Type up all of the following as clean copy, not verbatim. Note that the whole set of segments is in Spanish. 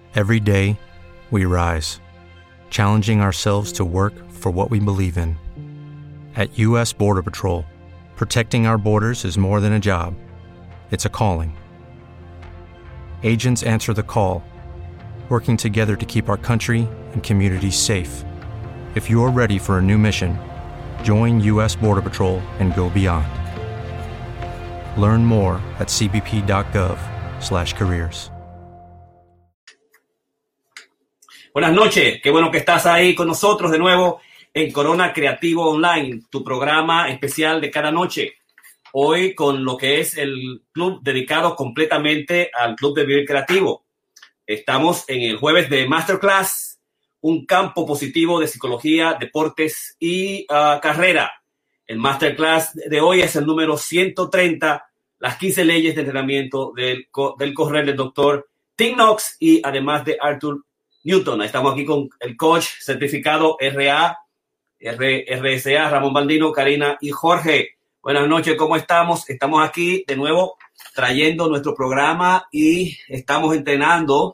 Every day, we rise, challenging ourselves to work for what we believe in. At U.S. Border Patrol, protecting our borders is more than a job. It's a calling. Agents answer the call, working together to keep our country and communities safe. If you're ready for a new mission, join U.S. Border Patrol and go beyond. Learn more at cbp.gov/careers. Buenas noches, qué bueno que estás ahí con nosotros de nuevo en Corona Creativo Online, tu programa especial de cada noche. Hoy con lo que es el club dedicado completamente al Club de Vivir Creativo. Estamos en el jueves de Masterclass, un campo positivo de psicología, deportes y carrera. El Masterclass de hoy es el número 130, las 15 leyes de entrenamiento del correr del doctor Tim Knox y además de Arthur Newton. Estamos aquí con el coach certificado RSA, Ramón Blandino, Karina y Jorge. Buenas noches, ¿cómo estamos? Estamos aquí de nuevo trayendo nuestro programa y estamos entrenando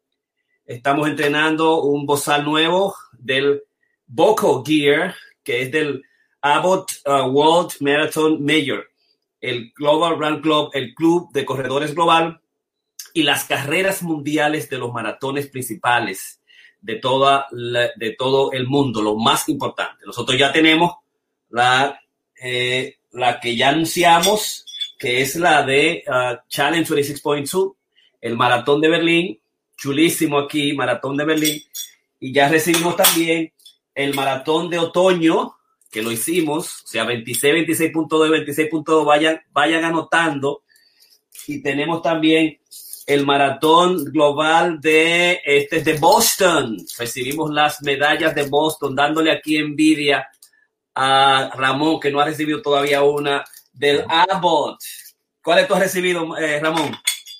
un bozal nuevo del Vocal Gear, que es del Abbott World Marathon Major, el Global Run Club, el club de corredores global y las carreras mundiales de los maratones principales de todo el mundo, lo más importante. Nosotros ya tenemos la que ya anunciamos, que es la de Challenge 26.2, el Maratón de Berlín, chulísimo aquí, Maratón de Berlín, y ya recibimos también el Maratón de Otoño, que lo hicimos, o sea, 26, 26.2, 26.2, vayan anotando, y tenemos también el maratón global de Boston. Recibimos las medallas de Boston, dándole aquí envidia a Ramón, que no ha recibido todavía una del Abbott. ¿Cuáles tú has recibido, Ramón?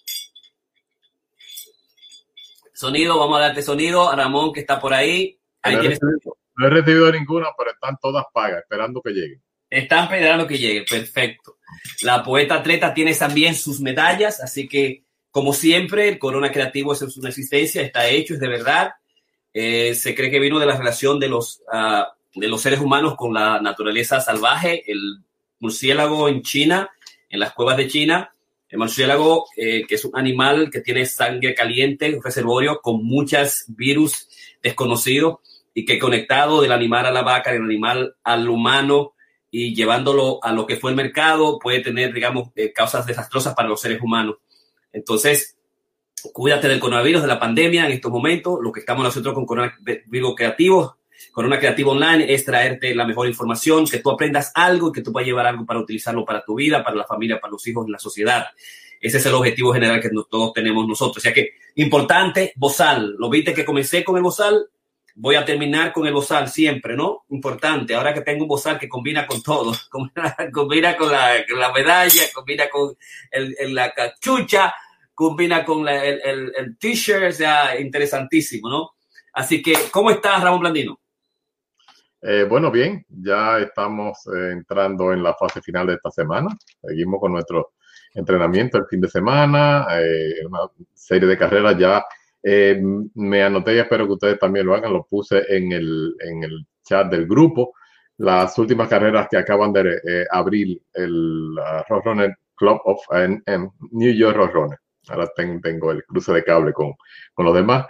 Sonido, vamos a darte sonido a Ramón, que está por ahí. No he recibido ninguna, pero están todas pagas, esperando que lleguen. Están esperando que llegue, perfecto. La poeta atleta tiene también sus medallas, así que como siempre, el Corona Creativo es una existencia, está hecho, es de verdad. Se cree que vino de la relación de los seres humanos con la naturaleza salvaje. El murciélago en China, en las cuevas de China, el murciélago, que es un animal que tiene sangre caliente, un reservorio con muchos virus desconocidos y que conectado del animal a la vaca, del animal al humano y llevándolo a lo que fue el mercado, puede tener, digamos, causas desastrosas para los seres humanos. Entonces, cuídate del coronavirus, de la pandemia en estos momentos. Lo que estamos nosotros con Corona Creativo Online es traerte la mejor información, que tú aprendas algo y que tú puedas llevar algo para utilizarlo para tu vida, para la familia, para los hijos, la sociedad. Ese es el objetivo general que todos tenemos nosotros. O sea que, importante, bozal. Lo viste que comencé con el bozal, voy a terminar con el bozal siempre, ¿no? Importante. Ahora que tengo un bozal que combina con todo, combina con la medalla, combina con la cachucha, combina con el t-shirt, o sea, interesantísimo, ¿no? Así que, ¿cómo estás, Ramón Blandino? Bueno, bien, ya estamos entrando en la fase final de esta semana. Seguimos con nuestro entrenamiento el fin de semana, una serie de carreras ya. Me anoté y espero que ustedes también lo hagan. Lo puse en el chat del grupo. Las últimas carreras que acaban de abrir el Roadrunner Club of New York Roadrunner. Ahora tengo el cruce de cable con los demás.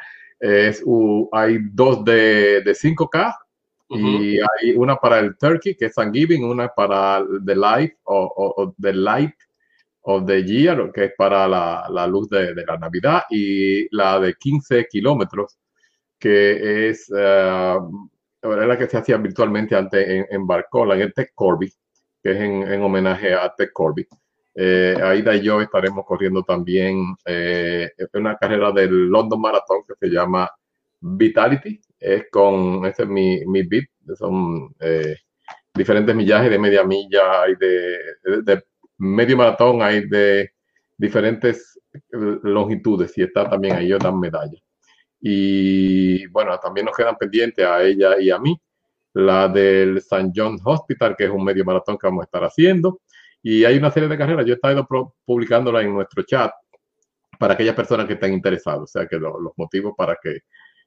Hay dos de 5K y hay una para el Turkey, que es Thanksgiving, una para The Life o The Light of the Year, que es para la luz de la Navidad, y la de 15 kilómetros, que es era la que se hacía virtualmente antes en Barcola, en el Tech Corby, que es en homenaje a Tech Corby. Aida y yo estaremos corriendo también una carrera del London Marathon que se llama Vitality. Ese es mi beat. Son diferentes millajes de media milla, hay de medio maratón, hay de diferentes longitudes y está también ahí, dan medallas. Y bueno, también nos quedan pendientes a ella y a mí la del St. John's Hospital, que es un medio maratón que vamos a estar haciendo. Y hay una serie de carreras, yo he estado publicándola en nuestro chat para aquellas personas que están interesadas, o sea, que los motivos para que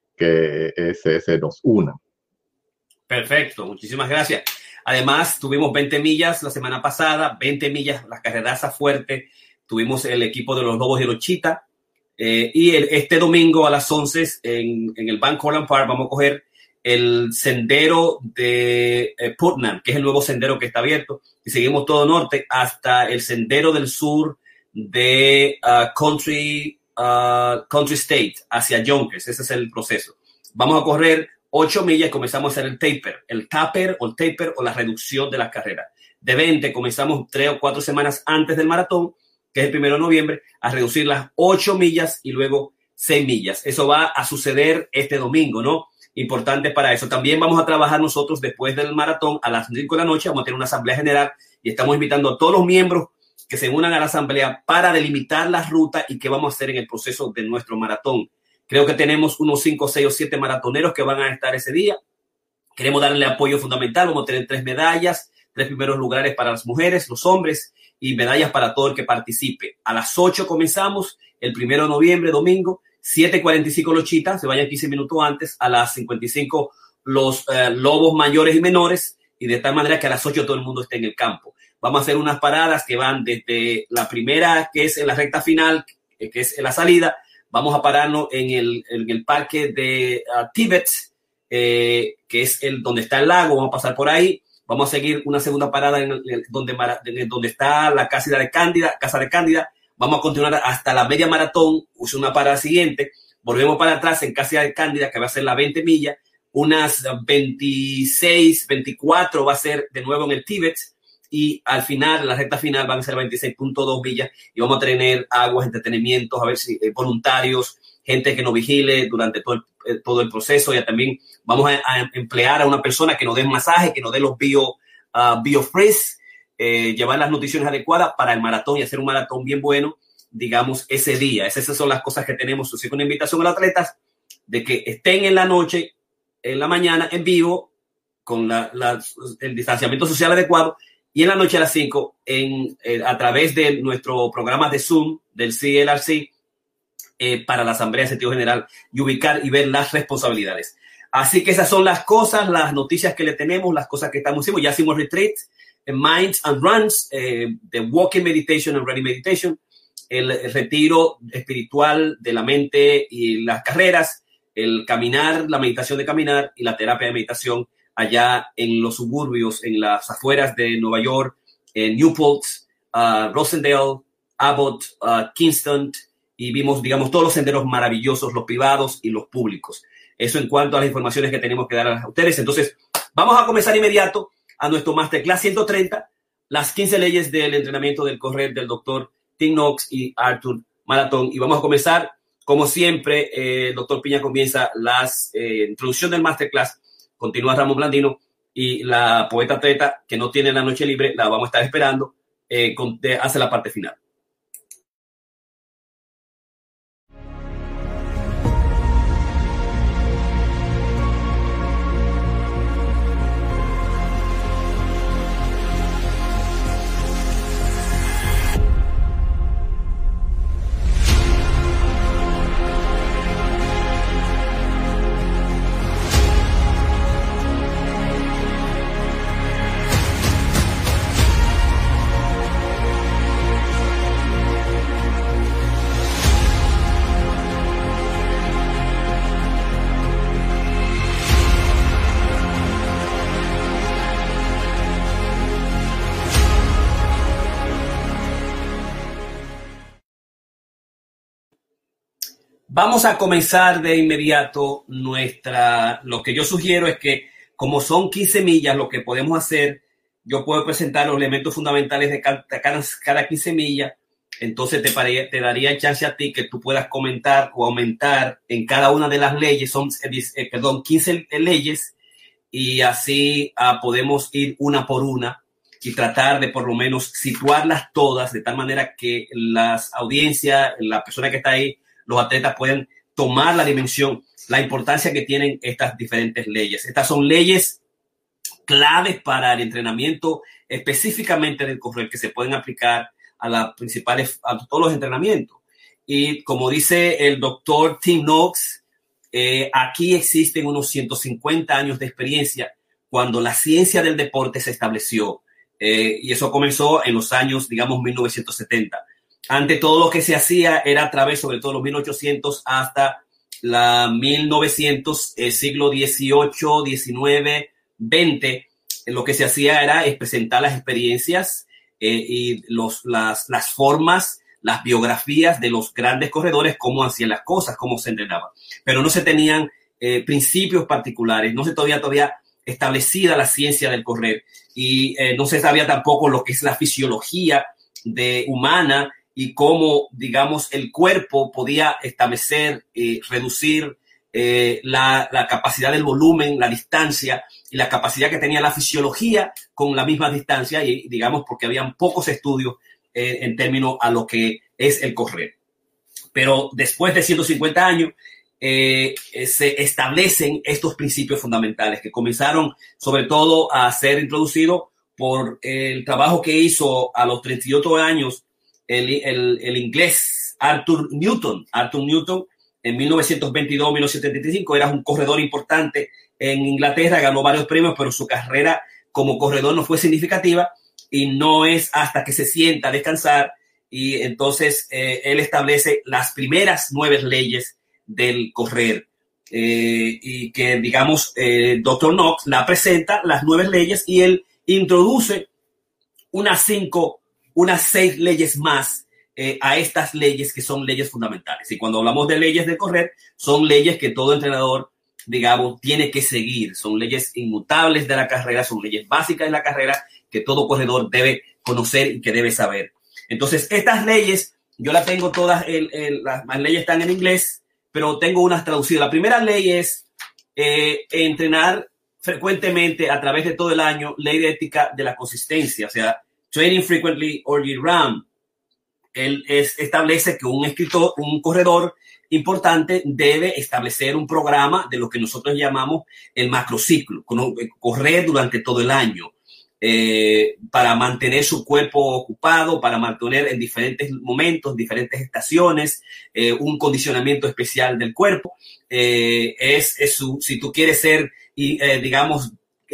se nos unan. Perfecto, muchísimas gracias. Además, tuvimos 20 millas la semana pasada, 20 millas, la carreraza fuerte. Tuvimos el equipo de los Lobos y los Cheetah. Y este domingo a las 11 en el Van Cortlandt Park vamos a coger el sendero de Putnam, que es el nuevo sendero que está abierto. Y seguimos todo norte hasta el sendero del sur de Country State, hacia Yonkers. Ese es el proceso. Vamos a correr 8 millas y comenzamos a hacer el taper o la reducción de las carreras. De 20 comenzamos 3 o 4 semanas antes del maratón, que es el 1 de noviembre, a reducir las 8 millas y luego 6 millas. Eso va a suceder este domingo, ¿no? Importante para eso. También vamos a trabajar nosotros después del maratón a las 5 de la noche. Vamos a tener una asamblea general y estamos invitando a todos los miembros que se unan a la asamblea para delimitar la ruta y qué vamos a hacer en el proceso de nuestro maratón. Creo que tenemos unos 5, 6 o 7 maratoneros que van a estar ese día. Queremos darle apoyo fundamental. Vamos a tener 3 medallas, 3 primeros lugares para las mujeres, los hombres y medallas para todo el que participe. A las 8 comenzamos el 1 de noviembre, domingo, 7:45 los Cheetah, se vayan 15 minutos antes, a las 55 los Lobos mayores y menores, y de tal manera que a las 8 todo el mundo esté en el campo. Vamos a hacer unas paradas que van desde la primera, que es en la recta final, que es en la salida. Vamos a pararnos en el parque de Tibet, que es donde está el lago. Vamos a pasar por ahí. Vamos a seguir una segunda parada donde está la casa de Cándida. Vamos a continuar hasta la media maratón. Uso una parada siguiente. Volvemos para atrás en Casa de Cándida, que va a ser la 20 millas. Unas 26, 24 va a ser de nuevo en el Tíbet. Y al final, la recta final, van a ser 26.2 millas. Y vamos a tener aguas, entretenimientos, a ver si voluntarios, gente que nos vigile durante todo el proceso. Y también vamos a emplear a una persona que nos dé masaje, que nos dé los BioFreeze, llevar las nutriciones adecuadas para el maratón y hacer un maratón bien bueno, digamos, ese día. Esas son las cosas que tenemos. Así que una invitación a los atletas de que estén en la noche, en la mañana, en vivo, con el distanciamiento social adecuado, y en la noche a las 5 a través de nuestro programa de Zoom del CLRC para la Asamblea de Sentido General y ubicar y ver las responsabilidades. Así que esas son las cosas, las noticias que le tenemos, las cosas que estamos haciendo. Ya hicimos retreat, Minds and Runs, de Walking Meditation and Running Meditation, el retiro espiritual de la mente y las carreras, el caminar, la meditación de caminar y la terapia de meditación allá en los suburbios, en las afueras de Nueva York, en Newport, Rosendale, Abbott, Kingston, y vimos, digamos, todos los senderos maravillosos, los privados y los públicos. Eso en cuanto a las informaciones que tenemos que dar a ustedes. Entonces, vamos a comenzar inmediato a nuestro Masterclass 130, las 15 leyes del entrenamiento del correr del doctor Tim Knox y Arthur Marathon. Y vamos a comenzar, como siempre, el doctor Piña comienza la introducción del Masterclass. Continúa Ramón Blandino y la poeta atleta que no tiene la noche libre, la vamos a estar esperando, hace la parte final. Vamos a comenzar de inmediato lo que yo sugiero es que, como son 15 millas, lo que podemos hacer, yo puedo presentar los elementos fundamentales de cada 15 millas, entonces te daría chance a ti que tú puedas comentar o aumentar en cada una de las leyes, son 15 leyes, y así podemos ir una por una y tratar de por lo menos situarlas todas de tal manera que las audiencias, la persona que está ahí, los atletas pueden tomar la dimensión, la importancia que tienen estas diferentes leyes. Estas son leyes claves para el entrenamiento específicamente del correr que se pueden aplicar a todos los entrenamientos. Y como dice el doctor Tim Noakes, aquí existen unos 150 años de experiencia cuando la ciencia del deporte se estableció. Y eso comenzó en los años, digamos, 1970. Antes todo lo que se hacía era a través, sobre todo los 1800 hasta la 1900, siglo XVIII, XIX, XX, lo que se hacía era presentar las experiencias y las formas, las biografías de los grandes corredores, cómo hacían las cosas, cómo se entrenaban. Pero no se tenían principios particulares, no se todavía establecida la ciencia del correr y no se sabía tampoco lo que es la fisiología humana y cómo, digamos, el cuerpo podía establecer, reducir la capacidad del volumen, la distancia y la capacidad que tenía la fisiología con la misma distancia y, digamos, porque habían pocos estudios en términos a lo que es el correr. Pero después de 150 años, se establecen estos principios fundamentales que comenzaron sobre todo a ser introducidos por el trabajo que hizo a los 38 años el inglés Arthur Newton. Arthur Newton en 1922-1975 era un corredor importante en Inglaterra, ganó varios premios, pero su carrera como corredor no fue significativa y no es hasta que se sienta a descansar y entonces él establece las primeras 9 leyes del correr y que, digamos, Dr. Knox la presenta, las 9 leyes, y él introduce unas 6 leyes más a estas leyes que son leyes fundamentales. Y cuando hablamos de leyes de correr, son leyes que todo entrenador, digamos, tiene que seguir. Son leyes inmutables de la carrera, son leyes básicas de la carrera que todo corredor debe conocer y que debe saber. Entonces, estas leyes, yo las tengo todas, las leyes están en inglés, pero tengo unas traducidas. La primera ley es entrenar frecuentemente a través de todo el año, ley de ética de la consistencia, o sea, training frequently all year round. Él establece que un corredor importante debe establecer un programa de lo que nosotros llamamos el macrociclo, correr durante todo el año. Para mantener su cuerpo ocupado, para mantener en diferentes momentos, diferentes estaciones, un condicionamiento especial del cuerpo. Si tú quieres ser, digamos,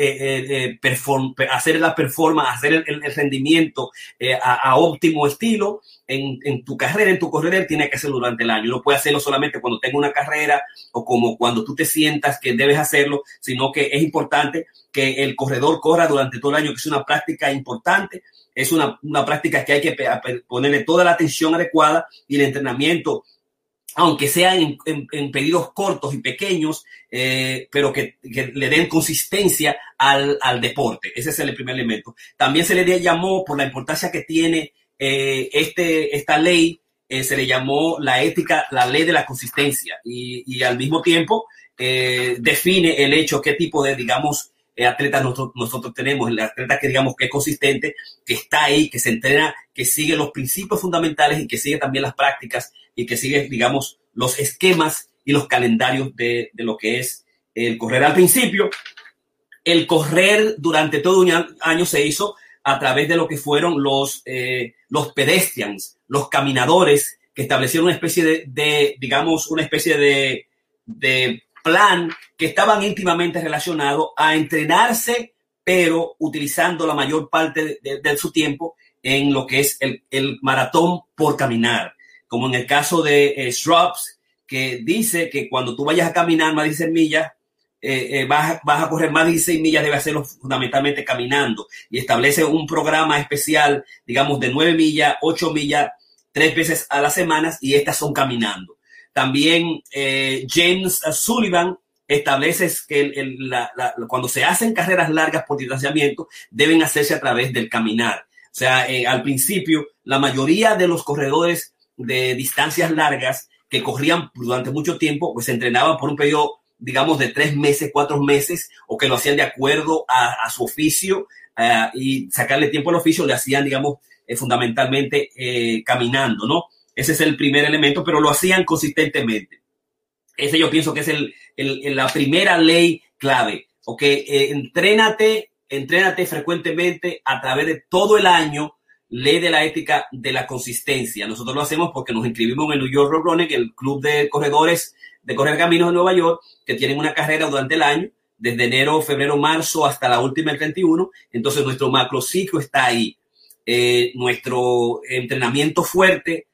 hacer la performance, hacer el rendimiento a óptimo estilo en tu carrera, en tu correr, tienes que hacerlo durante el año. No puedes hacerlo solamente cuando tenga una carrera o como cuando tú te sientas que debes hacerlo, sino que es importante que el corredor corra durante todo el año, que es una práctica importante, es una práctica que hay que ponerle toda la atención adecuada y el entrenamiento, aunque sea en periodos cortos y pequeños, pero que le den consistencia al deporte. Ese es el primer elemento. También se le llamó, por la importancia que tiene esta ley, se le llamó la ética, la ley de la consistencia, y al mismo tiempo define el hecho, qué tipo de, digamos, atletas nosotros tenemos. El atleta que, digamos, que es consistente, que está ahí, que se entrena, que sigue los principios fundamentales y que sigue también las prácticas y que sigue, digamos, los esquemas y los calendarios de lo que es el correr. Al principio, el correr durante todo un año se hizo a través de lo que fueron los pedestrians, los caminadores, que establecieron una especie digamos, una especie de plan que estaban íntimamente relacionados a entrenarse, pero utilizando la mayor parte de su tiempo en lo que es el maratón por caminar, como en el caso de Strauss, que dice que cuando tú vayas a caminar más de 16 millas, vas a correr más de 16 millas, debe hacerlo fundamentalmente caminando, y establece un programa especial, digamos, de 9 millas, 8 millas, 3 veces a la semana, y estas son caminando. También James Sullivan establece que cuando se hacen carreras largas por distanciamiento, deben hacerse a través del caminar. O sea, al principio, la mayoría de los corredores de distancias largas que corrían durante mucho tiempo, pues se entrenaban por un periodo, digamos, de 3 meses, 4 meses, o que lo hacían de acuerdo a su oficio, y sacarle tiempo al oficio, le hacían, digamos, fundamentalmente caminando, ¿no? Ese es el primer elemento, pero lo hacían consistentemente. Ese yo pienso que es la primera ley clave. ¿Ok? Entrénate frecuentemente a través de todo el año. ley de la ética de la consistencia. Nosotros lo hacemos porque nos inscribimos en el New York Road Running, el club de corredores de correr caminos de Nueva York, que tienen una carrera durante el año, desde enero, febrero, marzo hasta la última, el 31. Entonces nuestro macrociclo está ahí. Nuestro entrenamiento fuerte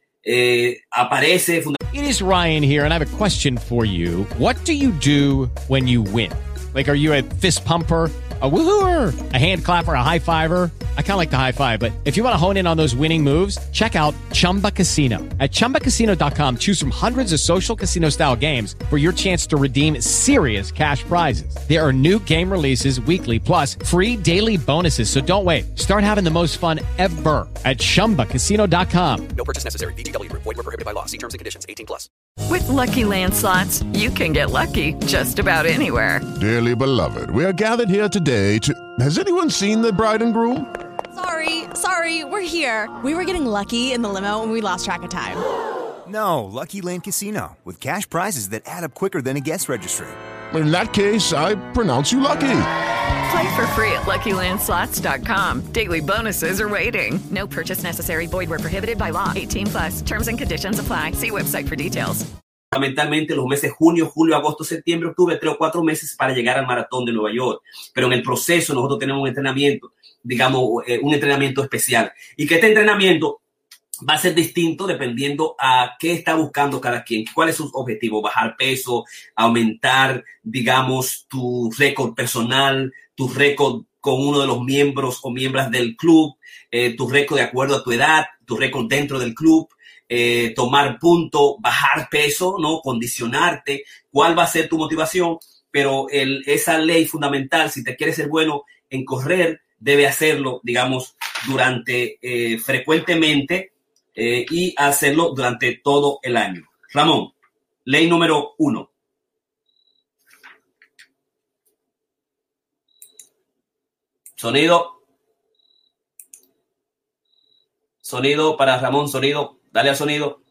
aparece. It is Ryan here, and I have a question for you. What do you do when you win? Like, are you a fist pumper, a woohooer, a hand clapper, a high fiver? I kind of like the high five, but if you want to hone in on those winning moves, check out Chumba Casino. At ChumbaCasino.com, choose from hundreds of social casino-style games for your chance to redeem serious cash prizes. There are new game releases weekly, plus free daily bonuses, so don't wait. Start having the most fun ever at ChumbaCasino.com. No purchase necessary. VGW Group. Void where prohibited by law. See terms and conditions. 18+. With Lucky Land Slots, you can get lucky just about anywhere. Dearly beloved, we are gathered here today to... Has anyone seen the bride and groom? Sorry, we're here. We were getting lucky in the limo and we lost track of time. No, Lucky Land Casino, with cash prizes that add up quicker than a guest registry. In that case, I pronounce you lucky. Play for free at LuckyLandSlots.com. Daily bonuses are waiting. No purchase necessary. Void where prohibited by law. 18+. Terms and conditions apply. See website for details. Fundamentalmente los meses junio, julio, agosto, septiembre, octubre, 3 o 4 meses para llegar al maratón de Nueva York. Pero en el proceso nosotros tenemos un entrenamiento, digamos, un entrenamiento especial. Y que este entrenamiento va a ser distinto dependiendo a qué está buscando cada quien, cuál es su objetivo, bajar peso, aumentar, digamos, tu récord personal, tu récord con uno de los miembros o miembros del club, tu récord de acuerdo a tu edad, tu récord dentro del club, tomar punto, bajar peso, ¿no? Condicionarte, cuál va a ser tu motivación, pero esa ley fundamental, si te quieres ser bueno en correr, debe hacerlo, digamos, durante frecuentemente y hacerlo durante todo el año. Ramón, ley número 1. Sonido para Ramón, sonido. Dale al sonido.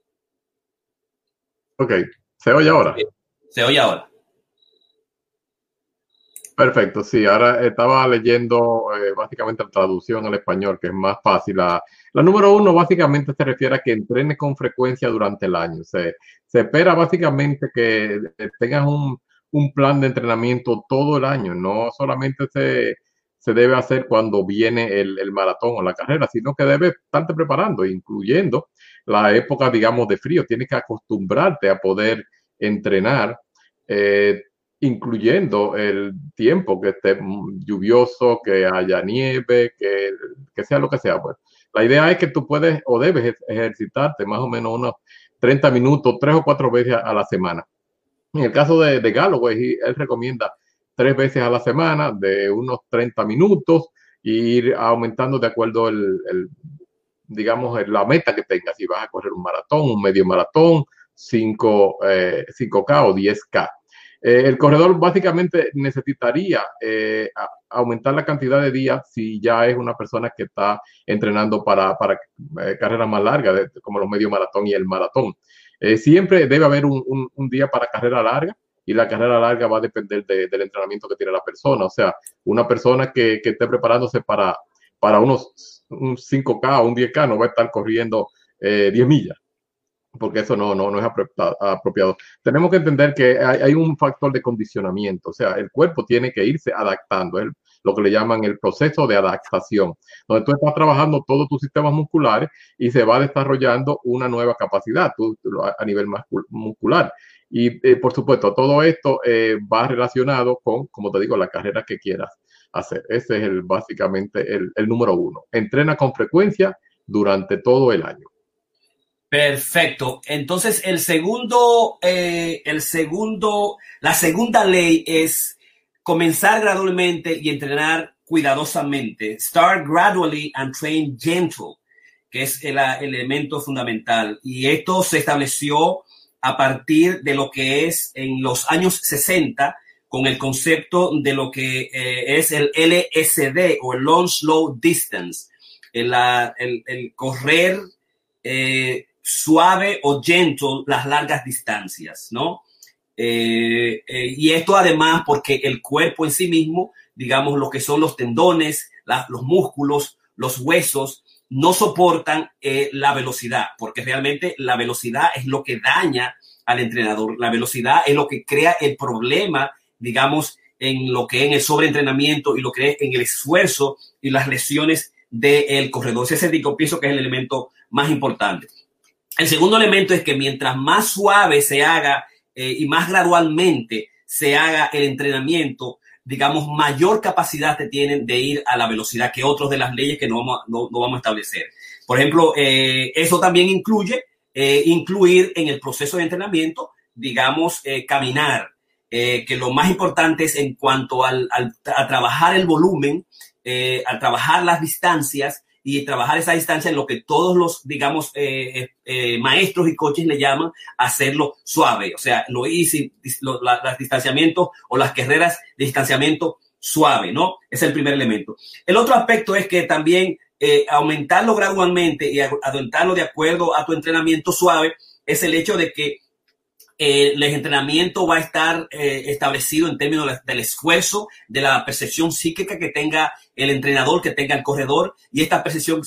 Ok, ¿se oye ahora? Se oye ahora. Perfecto, sí, ahora estaba leyendo básicamente la traducción al español, que es más fácil. La número 1 básicamente se refiere a que entrenes con frecuencia durante el año. Se espera básicamente que tengas un plan de entrenamiento todo el año, no solamente se debe hacer cuando viene el maratón o la carrera, sino que debes estarte preparando, incluyendo la época, digamos, de frío. Tienes que acostumbrarte a poder entrenar, incluyendo el tiempo que esté lluvioso, que haya nieve, que sea lo que sea. Pues la idea es que tú puedes o debes ejercitarte más o menos unos 30 minutos, 3 o 4 veces a la semana. En el caso de Galloway, él recomienda 3 veces a la semana de unos 30 minutos e ir aumentando de acuerdo digamos, la meta que tengas. Si vas a correr un maratón, un medio maratón, 5K o 10K. El corredor básicamente necesitaría aumentar la cantidad de días si ya es una persona que está entrenando para carreras más largas, como los medio maratón y el maratón. Siempre debe haber un día para carrera larga, y la carrera larga va a depender del entrenamiento que tiene la persona. O sea, una persona que esté preparándose para un 5K o un 10K no va a estar corriendo 10 millas, porque eso no es apropiado. Tenemos que entender que hay un factor de condicionamiento. O sea, el cuerpo tiene que irse adaptando. Es lo que le llaman el proceso de adaptación, donde tú estás trabajando todos tus sistemas musculares y se va desarrollando una nueva capacidad a nivel muscular. Y por supuesto, todo esto va relacionado con, como te digo, la carrera que quieras hacer. Ese es básicamente el número 1. Entrena con frecuencia durante todo el año. Perfecto. Entonces, la segunda ley es comenzar gradualmente y entrenar cuidadosamente. Start gradually and train gentle, que es el elemento fundamental. Y esto se estableció a partir de lo que es en los años 60, con el concepto de lo que es el LSD o el Long Slow Distance, el correr suave o gentle las largas distancias, ¿no? Y esto además porque el cuerpo en sí mismo, digamos lo que son los tendones, los músculos, los huesos, no soportan la velocidad, porque realmente la velocidad es lo que daña al entrenador. La velocidad es lo que crea el problema, digamos, en lo que es en el sobreentrenamiento y lo que es en el esfuerzo y las lesiones del corredor. Ese yo pienso que es el elemento más importante. El segundo elemento es que mientras más suave se haga y más gradualmente se haga el entrenamiento, digamos, mayor capacidad te tienen de ir a la velocidad que otros de las leyes que no vamos a establecer. Por ejemplo, eso también incluir en el proceso de entrenamiento, digamos, caminar, que lo más importante es en cuanto a trabajar el volumen, a trabajar las distancias y trabajar esa distancia en lo que todos los, digamos, maestros y coaches le llaman hacerlo suave. O sea, lo easy, los distanciamientos o las carreras de distanciamiento suave, ¿no? Es el primer elemento. El otro aspecto es que también aumentarlo gradualmente y aumentarlo de acuerdo a tu entrenamiento suave es el hecho de que el entrenamiento va a estar establecido en términos del esfuerzo, de la percepción psíquica que tenga el entrenador, que tenga el corredor, y esta percepción,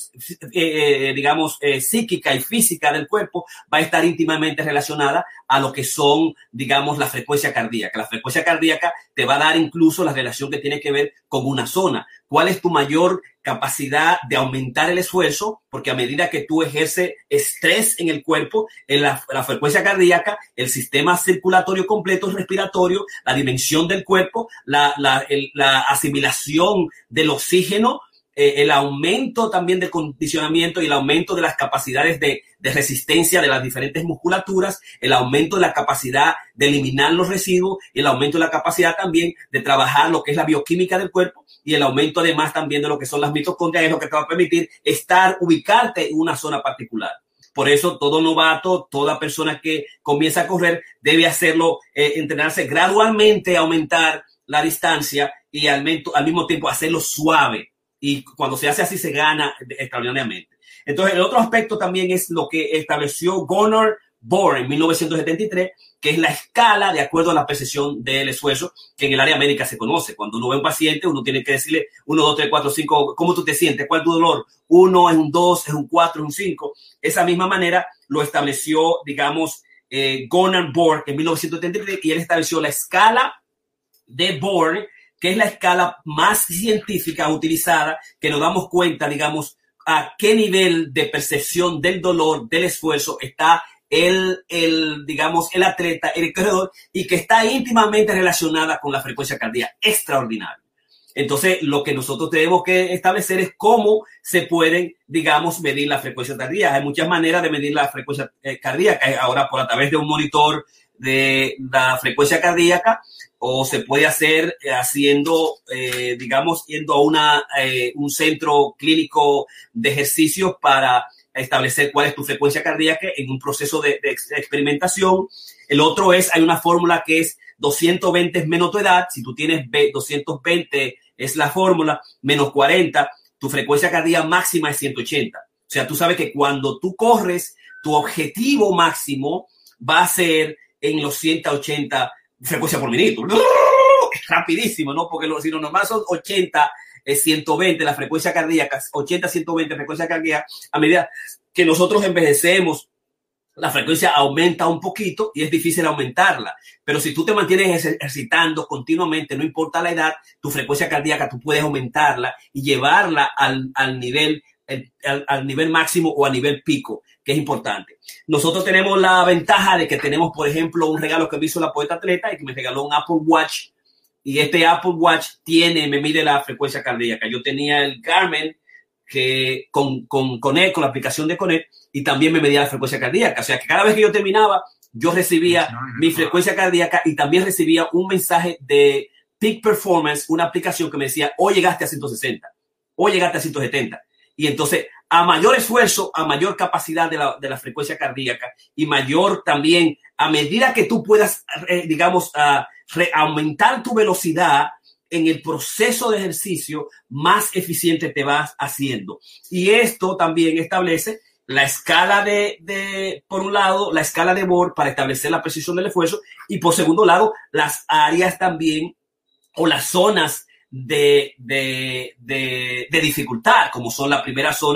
digamos, psíquica y física del cuerpo va a estar íntimamente relacionada a lo que son, digamos, la frecuencia cardíaca. La frecuencia cardíaca te va a dar incluso la relación que tiene que ver con una zona. ¿Cuál es tu mayor capacidad de aumentar el esfuerzo? Porque a medida que tú ejerces estrés en el cuerpo, en la frecuencia cardíaca, el sistema circulatorio completo, respiratorio, la dimensión del cuerpo, la asimilación del oxígeno, el aumento también del condicionamiento y el aumento de las capacidades de resistencia de las diferentes musculaturas, el aumento de la capacidad de eliminar los residuos y el aumento de la capacidad también de trabajar lo que es la bioquímica del cuerpo y el aumento además también de lo que son las mitocondrias, es lo que te va a permitir ubicarte en una zona particular. Por eso todo novato, toda persona que comienza a correr debe hacerlo, entrenarse gradualmente, aumentar la distancia y al mismo tiempo hacerlo suave. Y cuando se hace así se gana extraordinariamente. Entonces, el otro aspecto también es lo que estableció Gunnar Borg en 1973, que es la escala de acuerdo a la percepción del esfuerzo, que en el área médica se conoce. Cuando uno ve a un paciente, uno tiene que decirle 1, 2, 3, 4, 5, ¿cómo tú te sientes? ¿Cuál es tu dolor? 1 es un 2, es un 4, es un 5. Esa misma manera lo estableció, digamos, Gunnar Borg en 1973, y él estableció la escala de Borg, que es la escala más científica utilizada, que nos damos cuenta, digamos, a qué nivel de percepción del dolor, del esfuerzo está digamos, el atleta, el corredor, y que está íntimamente relacionada con la frecuencia cardíaca. Extraordinario. Entonces, lo que nosotros tenemos que establecer es cómo se pueden, digamos, medir la frecuencia cardíaca. Hay muchas maneras de medir la frecuencia cardíaca. Ahora, a través de un monitor de la frecuencia cardíaca, o se puede hacer haciendo, digamos, yendo a un centro clínico de ejercicios para establecer cuál es tu frecuencia cardíaca en un proceso de experimentación. El otro hay una fórmula que es 220 es menos tu edad. Si tú tienes 220 es la fórmula, menos 40, tu frecuencia cardíaca máxima es 180. O sea, tú sabes que cuando tú corres, tu objetivo máximo va a ser en los 180 frecuencia por minuto. Es rapidísimo, ¿no? Porque si lo normal son 80, 120 la frecuencia cardíaca, 80, 120 frecuencia cardíaca. A medida que nosotros envejecemos, la frecuencia aumenta un poquito y es difícil aumentarla. Pero si tú te mantienes ejercitando continuamente, no importa la edad, tu frecuencia cardíaca tú puedes aumentarla y llevarla al nivel máximo o a nivel pico, que es importante. Nosotros tenemos la ventaja de que tenemos, por ejemplo, un regalo que me hizo la Poeta Atleta y que me regaló un Apple Watch. Y este Apple Watch me mide la frecuencia cardíaca. Yo tenía el Garmin que con Connect, con la aplicación de Connect, y también me medía la frecuencia cardíaca. O sea, que cada vez que yo terminaba, yo recibía mi frecuencia cardíaca y también recibía un mensaje de Peak Performance, una aplicación que me decía, hoy llegaste a 160, hoy llegaste a 170. Y entonces, a mayor esfuerzo, a mayor capacidad de la frecuencia cardíaca y mayor también, a medida que tú puedas, digamos, aumentar tu velocidad en el proceso de ejercicio, más eficiente te vas haciendo. Y esto también establece la escala por un lado, la escala de Borg para establecer la precisión del esfuerzo, y por segundo lado, las áreas también o las zonas de dificultad, como son la primera zona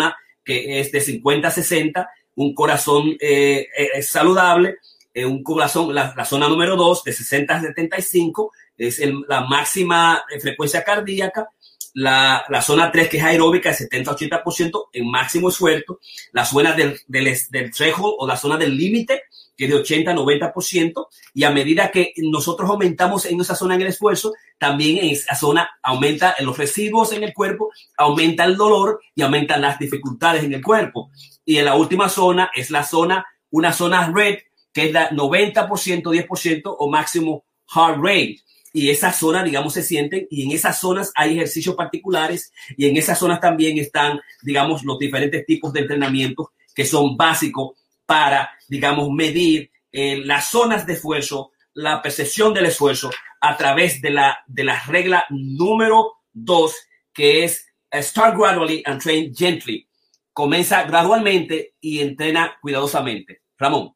que es de 50 a 60, un corazón saludable, un corazón, la zona número 2, de 60 a 75, es la máxima frecuencia cardíaca. La zona 3, que es aeróbica, de 70 a 80% en máximo esfuerzo. La zona del threshold o la zona del límite, que es de 80 a 90%. Y a medida que nosotros aumentamos en esa zona en el esfuerzo, también en esa zona aumenta los residuos en el cuerpo, aumenta el dolor y aumentan las dificultades en el cuerpo. Y en la última zona es una zona red, que es la 90%, 10% o máximo heart rate. Y esas zonas, digamos, se sienten, y en esas zonas hay ejercicios particulares, y en esas zonas también están, digamos, los diferentes tipos de entrenamientos que son básicos para, digamos, medir las zonas de esfuerzo, la percepción del esfuerzo a través de la regla número 2, que es start gradually and train gently. Comienza gradualmente y entrena cuidadosamente. Ramón.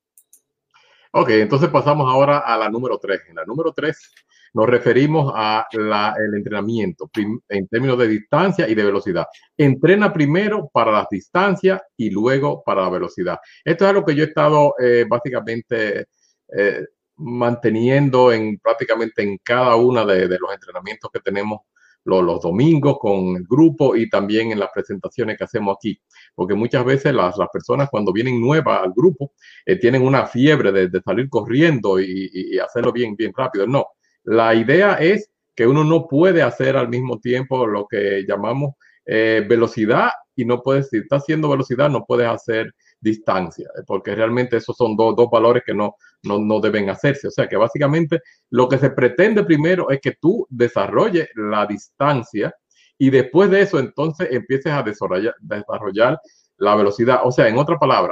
Ok, entonces pasamos ahora a la número 3. En la número 3 nos referimos a el entrenamiento en términos de distancia y de velocidad. Entrena primero para las distancias y luego para la velocidad. Esto es algo que yo he estado básicamente manteniendo prácticamente en cada uno de los entrenamientos que tenemos los domingos con el grupo y también en las presentaciones que hacemos aquí, porque muchas veces las personas cuando vienen nuevas al grupo tienen una fiebre de salir corriendo y hacerlo bien rápido. No, la idea es que uno no puede hacer al mismo tiempo lo que llamamos velocidad, y no puedes, si estás haciendo velocidad, no puedes hacer distancia, porque realmente esos son dos valores que no deben hacerse. O sea que básicamente lo que se pretende primero es que tú desarrolles la distancia y después de eso entonces empieces a desarrollar la velocidad. O sea, en otras palabras,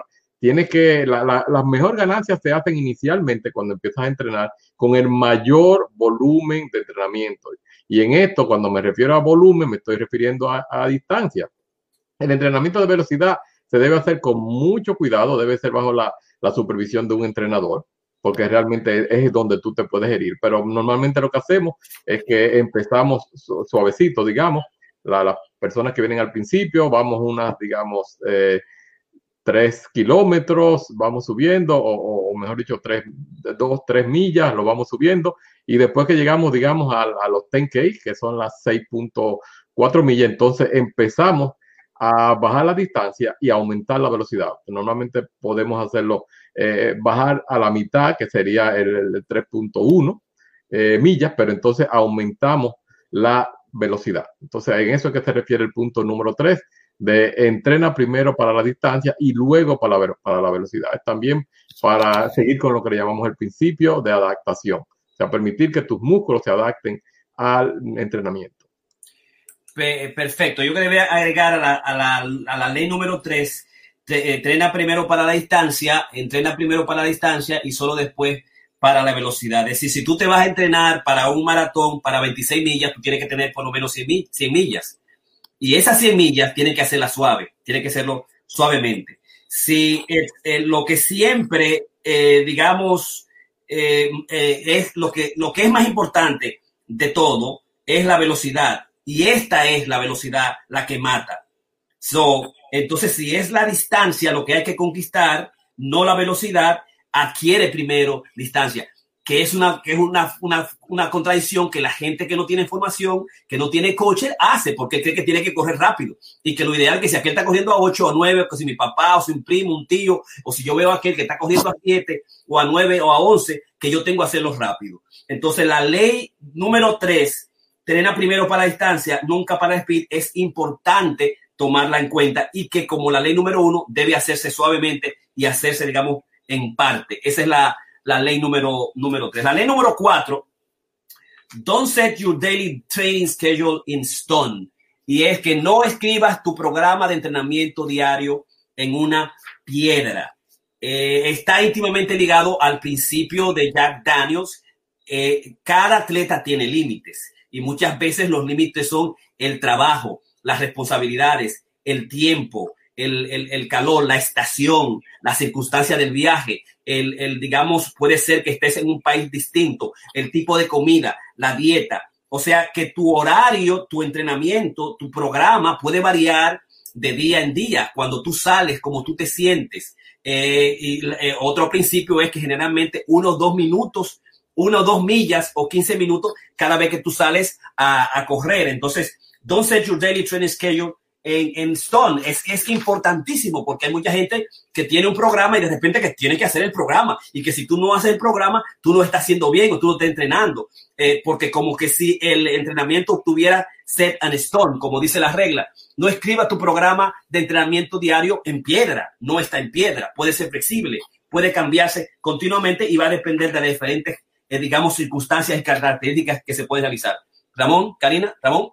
las mejores ganancias se hacen inicialmente cuando empiezas a entrenar con el mayor volumen de entrenamiento. Y en esto, cuando me refiero a volumen, me estoy refiriendo a distancia. El entrenamiento de velocidad se debe hacer con mucho cuidado, debe ser bajo la supervisión de un entrenador, porque realmente es donde tú te puedes herir. Pero normalmente lo que hacemos es que empezamos suavecito, digamos. Las personas que vienen al principio, vamos unas, digamos, 3 kilómetros, vamos subiendo, o mejor dicho, 2-3 millas, lo vamos subiendo. Y después que llegamos, digamos, a los 10K, que son las 6.4 millas, entonces empezamos a bajar la distancia y aumentar la velocidad. Normalmente podemos hacerlo, bajar a la mitad, que sería el 3.1 millas, pero entonces aumentamos la velocidad. Entonces, en eso es que se refiere el punto número 3, de entrena primero para la distancia y luego para la velocidad. Es también para seguir con lo que le llamamos el principio de adaptación. O sea, permitir que tus músculos se adapten al entrenamiento. Perfecto. Yo quería agregar a la ley número 3, entrena primero para la distancia y solo después para la velocidad. Es decir, si tú te vas a entrenar para un maratón, para 26 millas, tú tienes que tener por lo menos 100 millas. Y esas 100 millas tienen que hacerlas tienen que hacerlo suavemente. Si lo que siempre, digamos, es lo que es más importante de todo, es la velocidad. Y esta es la velocidad la que mata. Entonces, si es la distancia lo que hay que conquistar, no la velocidad, adquiere primero distancia, que es una contradicción que la gente que no tiene formación, que no tiene coche, hace, porque cree que tiene que correr rápido. Y que lo ideal es que si aquel está corriendo a 8 o a 9, o si mi papá, o si un primo, un tío, o si yo veo a aquel que está corriendo a 7, o a 9, o a 11, que yo tengo que hacerlo rápido. Entonces, la ley número 3, entrena primero para la distancia, nunca para el speed, es importante tomarla en cuenta, y que como la ley número 1 debe hacerse suavemente y hacerse, digamos, en parte. Esa es la ley número 3. La ley número 4, don't set your daily training schedule in stone. Y es que no escribas tu programa de entrenamiento diario en una piedra. Está íntimamente ligado al principio de Jack Daniels. Cada atleta tiene límites. Y muchas veces los límites son el trabajo, las responsabilidades, el tiempo, el calor, la estación, la circunstancia del viaje, digamos, puede ser que estés en un país distinto, el tipo de comida, la dieta. O sea que tu horario, tu entrenamiento, tu programa puede variar de día en día, cuando tú sales, cómo tú te sientes. Otro principio es que generalmente 1 o 2 minutos, 1 o 2 millas o 15 minutos cada vez que tú sales a correr. Entonces, don't set your daily training schedule en stone. Es importantísimo porque hay mucha gente que tiene un programa y de repente que tiene que hacer el programa y que si tú no haces el programa, tú no estás haciendo bien o tú no estás entrenando. Porque como que si el entrenamiento tuviera set and stone, como dice la regla, no escriba tu programa de entrenamiento diario en piedra, no está en piedra, puede ser flexible, puede cambiarse continuamente y va a depender de las diferentes, digamos, circunstancias y características que se pueden realizar. Ramón, Karina, Ramón.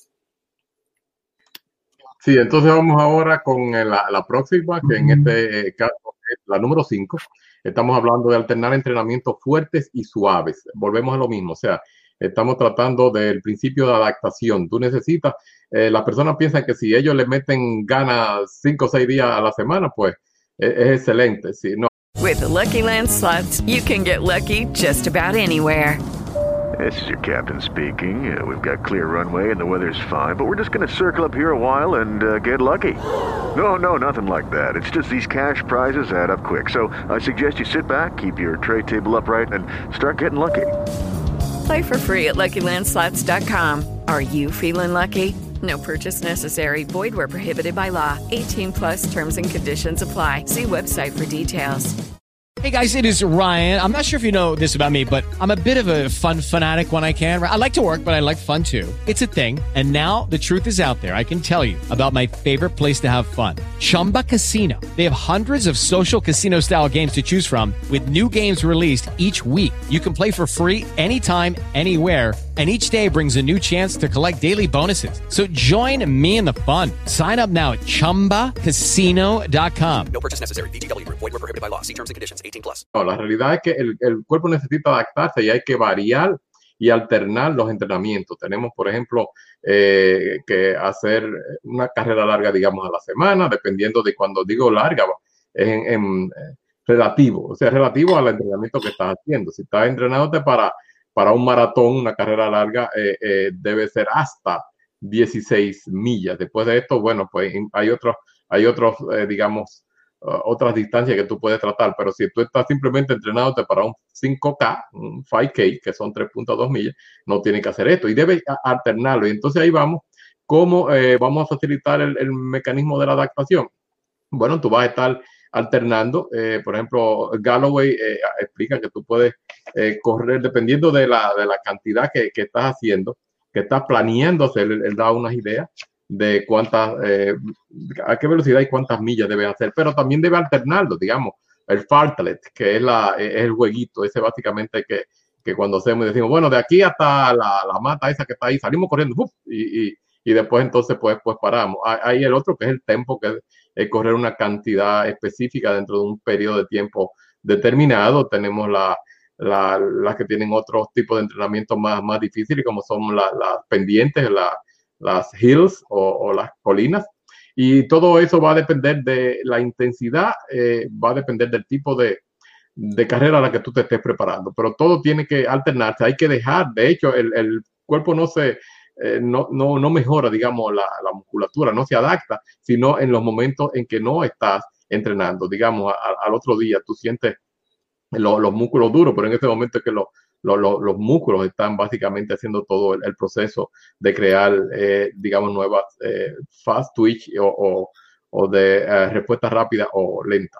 Sí, entonces vamos ahora con la próxima, que en este caso es la número 5. Estamos hablando de alternar entrenamientos fuertes y suaves. Volvemos a lo mismo, o sea, estamos tratando del principio de adaptación. Tú necesitas, las personas piensan que si ellos le meten ganas 5 o 6 días a la semana, pues es excelente. Sí, no. With the Lucky Land Slots, you can get lucky just about anywhere. This is your captain speaking. We've got clear runway and the weather's fine, but we're just going to circle up here a while and get lucky. No, nothing like that. It's just these cash prizes add up quick. So I suggest you sit back, keep your tray table upright, and start getting lucky. Play for free at LuckyLandSlots.com. Are you feeling lucky? No purchase necessary. Void where prohibited by law. 18 plus terms and conditions apply. See website for details. Hey guys, it is Ryan. I'm not sure if you know this about me, but I'm a bit of a fun fanatic when I can. I like to work, but I like fun too. It's a thing. And now the truth is out there. I can tell you about my favorite place to have fun. Chumba Casino. They have hundreds of social casino style games to choose from with new games released each week. You can play for free anytime, anywhere. And each day brings a new chance to collect daily bonuses. So join me in the fun. Sign up now at ChumbaCasino.com. No purchase necessary. VGW Group. Void where prohibited by law. See terms and conditions. 18 plus. No, la realidad es que el cuerpo necesita adaptarse y hay que variar y alternar los entrenamientos. Tenemos, por ejemplo, que hacer una carrera larga, digamos, a la semana, dependiendo de cuando digo larga, en relativo, o sea, relativo al entrenamiento que estás haciendo. Si estás entrenándote para un maratón, una carrera larga, debe ser hasta 16 millas. Después de esto, bueno, pues hay otros digamos, otras distancias que tú puedes tratar, pero si tú estás simplemente entrenándote para un 5K, un 5K, que son 3.2 millas, no tienes que hacer esto y debes alternarlo. Y entonces ahí vamos, ¿cómo vamos a facilitar el mecanismo de la adaptación? Bueno, tú vas a estar alternando, por ejemplo, Galloway explica que tú puedes correr dependiendo de la cantidad que estás haciendo, que estás planeando hacer. Él da unas ideas de cuántas, a qué velocidad y cuántas millas debe hacer, pero también debe alternarlo, digamos, el fartlet, que es el jueguito, ese básicamente que cuando hacemos decimos, bueno, de aquí hasta la mata esa que está ahí, salimos corriendo, y después entonces pues paramos. Hay el otro que es el tempo, que es correr una cantidad específica dentro de un periodo de tiempo determinado. Tenemos las que tienen otros tipos de entrenamiento más difíciles, como son las pendientes, las hills o las colinas, y todo eso va a depender de la intensidad, va a depender del tipo de carrera a la que tú te estés preparando, pero todo tiene que alternarse. Hay que dejar, de hecho, el cuerpo no mejora, digamos, la musculatura, no se adapta, sino en los momentos en que no estás entrenando. Digamos, al otro día tú sientes los músculos duros, pero en este momento es que los músculos están básicamente haciendo todo el proceso de crear, digamos, nuevas fast twitch o de respuesta rápida o lenta.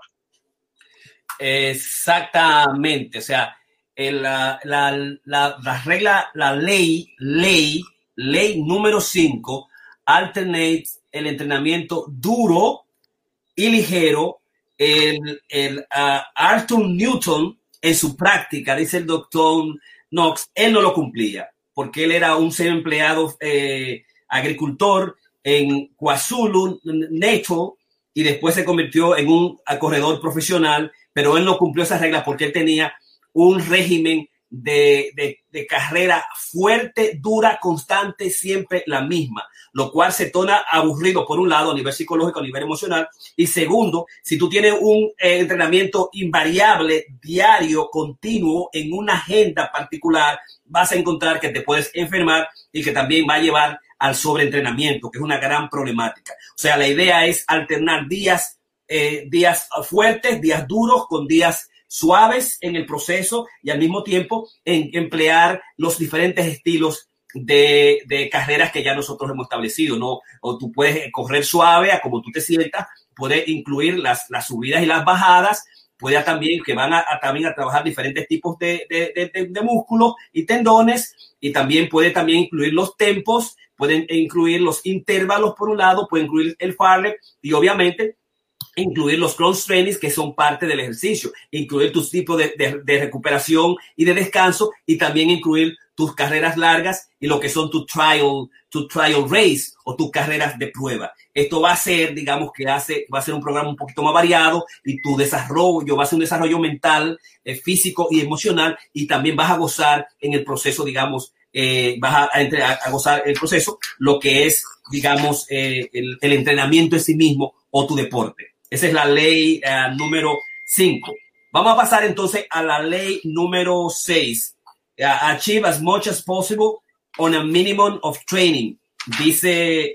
Exactamente, o sea, la regla, la ley número 5, alternate el entrenamiento duro y ligero. Arthur Newton, en su práctica, dice el doctor Knox, él no lo cumplía, porque él era un empleado agricultor en KwaZulu Natal y después se convirtió en un corredor profesional, pero él no cumplió esas reglas porque él tenía un régimen de carrera fuerte, dura, constante, siempre la misma, lo cual se torna aburrido, por un lado, a nivel psicológico, a nivel emocional, y segundo, si tú tienes un entrenamiento invariable, diario, continuo, en una agenda particular, vas a encontrar que te puedes enfermar y que también va a llevar al sobreentrenamiento, que es una gran problemática. O sea, la idea es alternar días fuertes, días duros con días suaves en el proceso y al mismo tiempo emplear los diferentes estilos de carreras que ya nosotros hemos establecido, ¿no? O tú puedes correr suave a como tú te sientas, puedes incluir las subidas y las bajadas, puede también que van también a trabajar diferentes tipos de músculos y tendones, y también puede también incluir los tempos, pueden incluir los intervalos por un lado, puede incluir el fartlek y obviamente incluir los cross trainings que son parte del ejercicio, incluir tus tipos de recuperación y de descanso, y también incluir tus carreras largas y lo que son tu trial race o tus carreras de prueba. Esto va a ser, digamos que va a ser un programa un poquito más variado, y tu desarrollo va a ser un desarrollo mental, físico y emocional, y también vas a gozar en el proceso, digamos, vas a gozar el proceso, lo que es, digamos, el entrenamiento en sí mismo o tu deporte. Esa es la ley número 5. Vamos a pasar entonces a la ley número 6. Achieve as much as possible on a minimum of training. Dice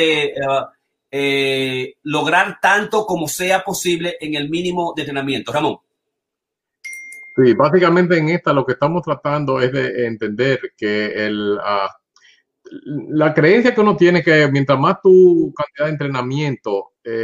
lograr tanto como sea posible en el mínimo de entrenamiento. Ramón. Sí, básicamente en esta lo que estamos tratando es de entender que la creencia que uno tiene que mientras más tu cantidad de entrenamiento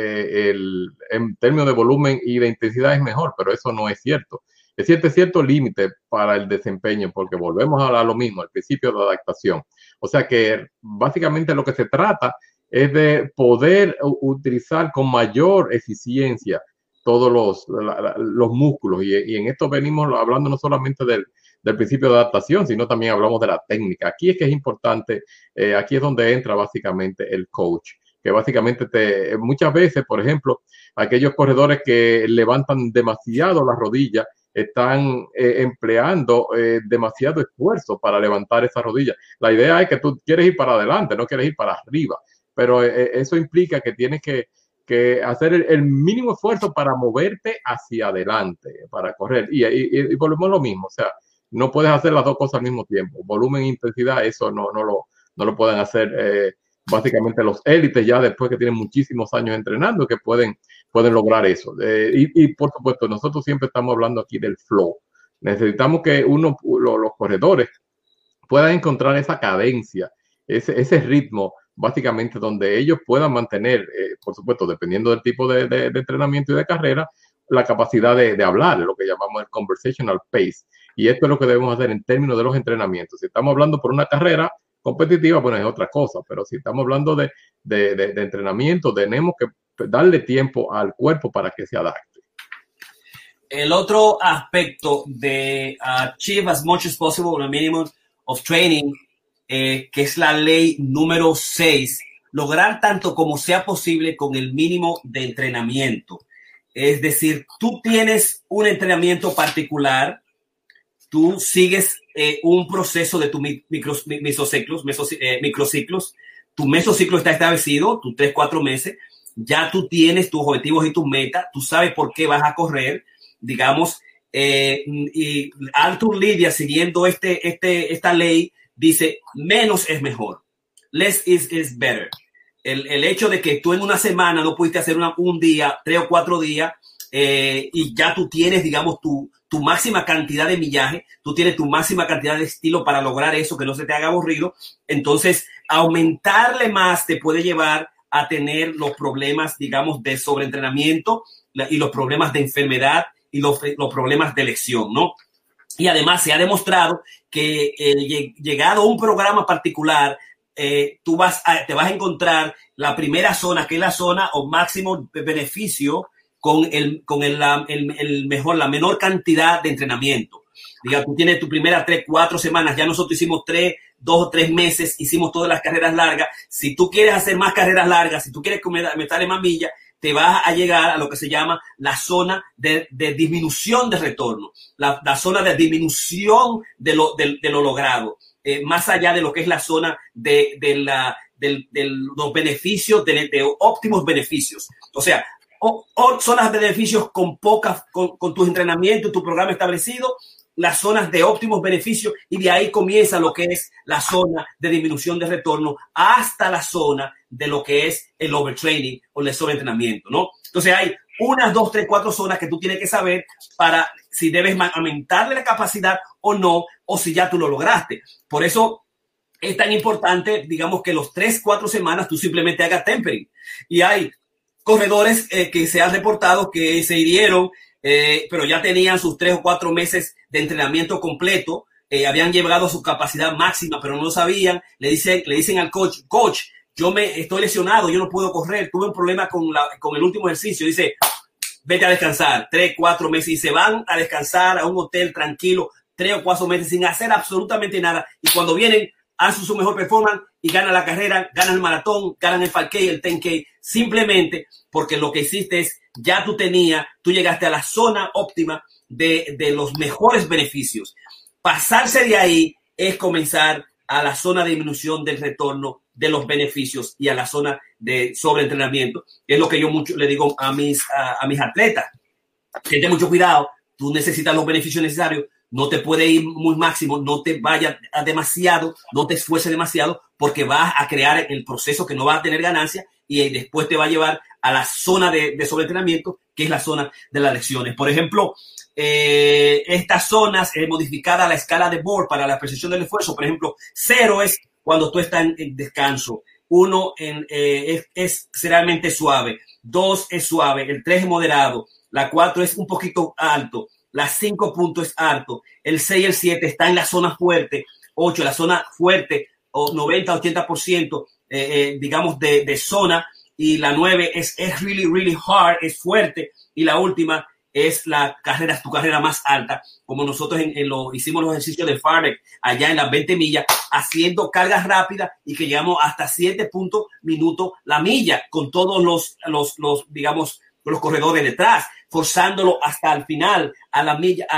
en términos de volumen y de intensidad es mejor, pero eso no es cierto. Es cierto límite para el desempeño, porque volvemos a lo mismo, al principio de adaptación. O sea que básicamente lo que se trata es de poder utilizar con mayor eficiencia todos los músculos, y en esto venimos hablando no solamente del principio de adaptación, sino también hablamos de la técnica. Aquí es que es importante, aquí es donde entra básicamente el coach, que básicamente muchas veces, por ejemplo, aquellos corredores que levantan demasiado las rodillas están empleando demasiado esfuerzo para levantar esa rodilla. La idea es que tú quieres ir para adelante, no quieres ir para arriba, pero eso implica que tienes que hacer el mínimo esfuerzo para moverte hacia adelante, para correr. Y volvemos a lo mismo, o sea, no puedes hacer las dos cosas al mismo tiempo. Volumen e intensidad, eso no lo pueden hacer básicamente los élites ya después que tienen muchísimos años entrenando, que pueden lograr eso. Y por supuesto, nosotros siempre estamos hablando aquí del flow. Necesitamos que los corredores puedan encontrar esa cadencia, ese ritmo, básicamente donde ellos puedan mantener, por supuesto, dependiendo del tipo de entrenamiento y de carrera, la capacidad de hablar, lo que llamamos el conversational pace. Y esto es lo que debemos hacer en términos de los entrenamientos. Si estamos hablando por una carrera competitiva, bueno, es otra cosa, pero si estamos hablando de entrenamiento, tenemos que darle tiempo al cuerpo para que se adapte. El otro aspecto de achieve as much as possible on a minimum of training, que es la ley número 6, lograr tanto como sea posible con el mínimo de entrenamiento. Es decir, tú tienes un entrenamiento particular, tú sigues un proceso de tus microciclos, tu mesociclo está establecido, tus 3-4 meses, ya tú tienes tus objetivos y tus metas, tú sabes por qué vas a correr, digamos, y Arthur Lydia, siguiendo esta ley, dice, menos es mejor, less is better. El hecho de que tú en una semana no pudiste hacer un día, 3 o 4 días, y ya tú tienes, digamos, tu máxima cantidad de millaje, tú tienes tu máxima cantidad de estilo para lograr eso, que no se te haga aburrido. Entonces, aumentarle más te puede llevar a tener los problemas, digamos, de sobreentrenamiento y los problemas de enfermedad y los problemas de lesión, ¿no? Y además se ha demostrado que llegado a un programa particular, te vas a encontrar la primera zona, que es la zona o máximo beneficio con la menor cantidad de entrenamiento. Diga, tú tienes tu primera 3-4 semanas, ya nosotros hicimos 2 o 3 meses, hicimos todas las carreras largas. Si tú quieres hacer más carreras largas, si tú quieres meterle más millas, te vas a llegar a lo que se llama la zona de disminución de retorno, la zona de disminución de lo logrado, más allá de lo que es la zona de los beneficios, de óptimos beneficios. O sea, zonas de beneficios con tus entrenamientos, tu programa establecido, las zonas de óptimos beneficios y de ahí comienza lo que es la zona de disminución de retorno hasta la zona de lo que es el overtraining o el sobreentrenamiento, ¿no? Entonces hay 1, 2, 3, 4 zonas que tú tienes que saber para si debes aumentarle la capacidad o no, o si ya tú lo lograste. Por eso es tan importante, digamos, que los 3, 4 semanas tú simplemente hagas tempering. Y hay corredores que se han reportado que se hirieron, pero ya tenían sus 3 o 4 meses de entrenamiento completo, habían llegado a su capacidad máxima, pero no lo sabían. Le dicen al coach, yo me estoy lesionado, yo no puedo correr, tuve un problema con el último ejercicio. Dice, vete a descansar, 3, 4 meses, y se van a descansar a un hotel tranquilo, 3 o 4 meses sin hacer absolutamente nada. Y cuando vienen, hacen su mejor performance y ganan la carrera, ganan el maratón, ganan el 5K, el 10K, simplemente porque lo que hiciste es, ya tú llegaste a la zona óptima de los mejores beneficios. Pasarse de ahí es comenzar a la zona de disminución del retorno de los beneficios y a la zona de sobreentrenamiento. Es lo que yo mucho le digo a mis atletas. Ten mucho cuidado, tú necesitas los beneficios necesarios, no te puede ir muy máximo, no te vaya a demasiado, no te esfuerces demasiado, porque vas a crear el proceso que no va a tener ganancia y después te va a llevar a la zona de sobreentrenamiento, que es la zona de las lesiones. Por ejemplo, estas zonas modificadas a la escala de Bohr para la percepción del esfuerzo. Por ejemplo, 0 es cuando tú estás en descanso. 1 es realmente suave. 2 es suave. El 3 es moderado. La 4 es un poquito alto. La 5 puntos es alto. El 6 y el 7 están en la zona fuerte. 8, la zona fuerte, o 90-80%, digamos, de zona. Y la 9 es really, really hard, es fuerte. Y la última es tu carrera más alta, como nosotros hicimos los ejercicios de Farlek allá en las 20 millas, haciendo cargas rápidas y que llegamos hasta 7 minutos la milla, con todos los corredores detrás, forzándolo hasta el final a la milla,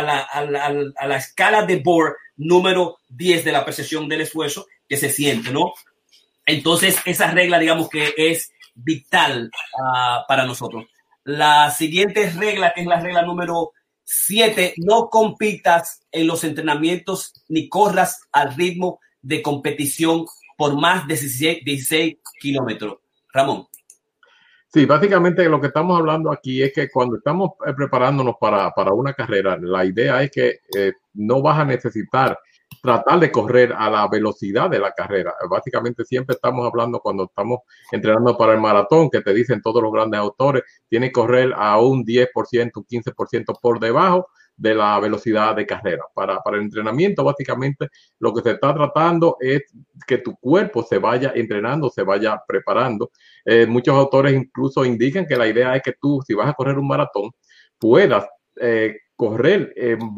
a la escala de Bohr número 10 de la percepción del esfuerzo que se siente, ¿no? Entonces, esa regla, digamos que es vital para nosotros. La siguiente regla, que es la regla número 7, no compitas en los entrenamientos ni corras al ritmo de competición por más de 16 kilómetros. Ramón. Sí, básicamente lo que estamos hablando aquí es que cuando estamos preparándonos para una carrera, la idea es que no vas a necesitar tratar de correr a la velocidad de la carrera. Básicamente siempre estamos hablando cuando estamos entrenando para el maratón, que te dicen todos los grandes autores, tienes que correr a un 10%, un 15% por debajo de la velocidad de carrera. Para el entrenamiento, básicamente, lo que se está tratando es que tu cuerpo se vaya entrenando, se vaya preparando. Muchos autores incluso indican que la idea es que tú, si vas a correr un maratón, puedas correr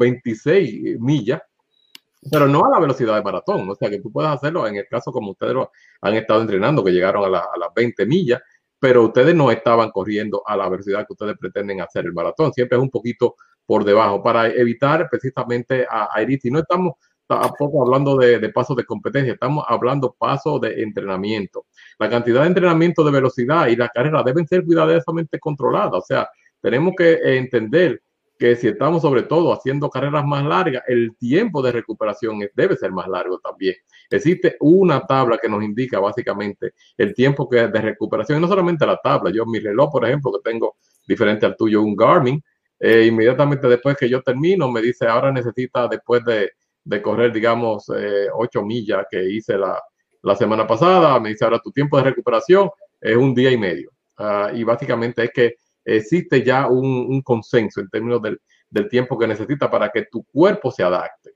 26 millas, pero no a la velocidad de maratón. O sea, que tú puedas hacerlo en el caso como ustedes lo han estado entrenando, que llegaron a las 20 millas, pero ustedes no estaban corriendo a la velocidad que ustedes pretenden hacer el maratón. Siempre es un poquito por debajo para evitar precisamente a herir. Si no estamos tampoco hablando de pasos de competencia, estamos hablando pasos de entrenamiento. La cantidad de entrenamiento de velocidad y la carrera deben ser cuidadosamente controladas. O sea, tenemos que entender que si estamos sobre todo haciendo carreras más largas, el tiempo de recuperación debe ser más largo también. Existe una tabla que nos indica básicamente el tiempo de recuperación, y no solamente la tabla. Yo, mi reloj, por ejemplo, que tengo diferente al tuyo, un Garmin, inmediatamente después que yo termino, me dice, ahora necesita, después de correr, digamos, 8 millas que hice la semana pasada, me dice, ahora tu tiempo de recuperación es 1 día y medio. Y básicamente es que existe ya un consenso en términos del tiempo que necesita para que tu cuerpo se adapte.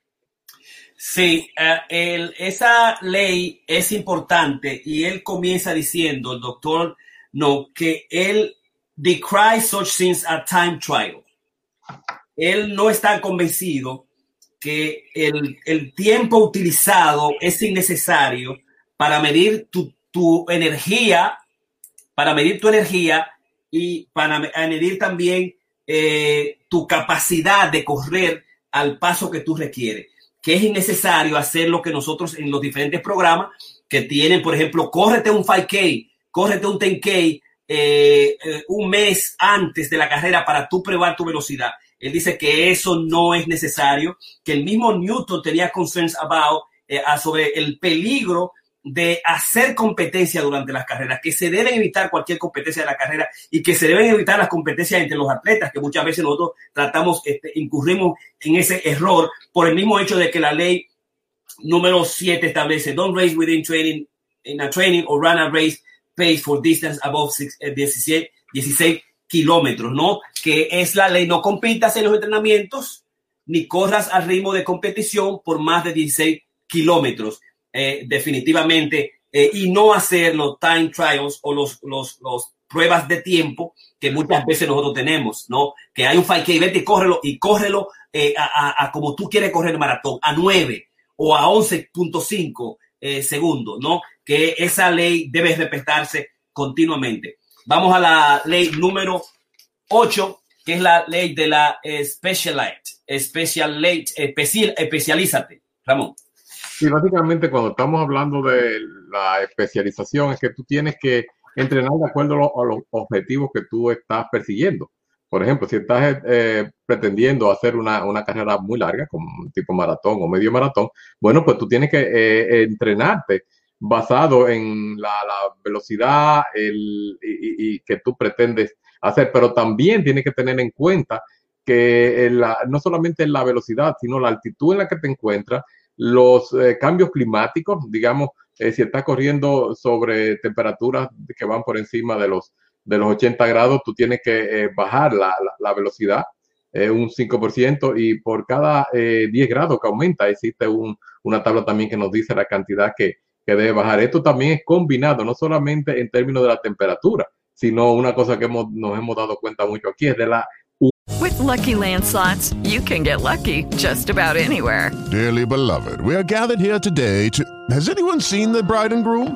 Sí, esa ley es importante y él comienza diciendo, el doctor, que él decries such things a time trial. Él no está convencido que el tiempo utilizado es innecesario para medir tu energía, y para medir también tu capacidad de correr al paso que tú requieres, que es innecesario hacer lo que nosotros en los diferentes programas que tienen, por ejemplo, córrete un 5K, córrete un 10K un mes antes de la carrera para tú probar tu velocidad. Él dice que eso no es necesario, que el mismo Newton tenía concerns sobre el peligro de hacer competencia durante las carreras, que se deben evitar cualquier competencia de la carrera y que se deben evitar las competencias entre los atletas, que muchas veces nosotros incurrimos en ese error por el mismo hecho de que la ley número 7 establece don't race within training, in a training or run a race pace for distance above 16 kilómetros, ¿no? Que es la ley, no compitas en los entrenamientos ni corras al ritmo de competición por más de 16 kilómetros. Definitivamente, y no hacer los time trials o los pruebas de tiempo que muchas veces nosotros tenemos, ¿no? Que hay un 5K, vete y córrelo a como tú quieres correr el maratón, a 9 o a 11.5 segundos, ¿no? Que esa ley debe respetarse continuamente. Vamos a la ley número 8, que es la ley de la especialízate. Ramón. Sí, básicamente cuando estamos hablando de la especialización es que tú tienes que entrenar de acuerdo a los objetivos que tú estás persiguiendo. Por ejemplo, si estás pretendiendo hacer una carrera muy larga, como tipo maratón o medio maratón, bueno, pues tú tienes que entrenarte basado en la velocidad y que tú pretendes hacer, pero también tienes que tener en cuenta que no solamente la velocidad, sino la altitud en la que te encuentras, los cambios climáticos, digamos, si estás corriendo sobre temperaturas que van por encima de los 80 grados, tú tienes que bajar la velocidad un 5% y por cada 10 grados que aumenta existe una tabla también que nos dice la cantidad que debe bajar. Esto también es combinado, no solamente en términos de la temperatura, sino una cosa que nos hemos dado cuenta mucho aquí es de la With Lucky Land Slots, you can get lucky just about anywhere. Dearly beloved, we are gathered here today to... Has anyone seen the bride and groom?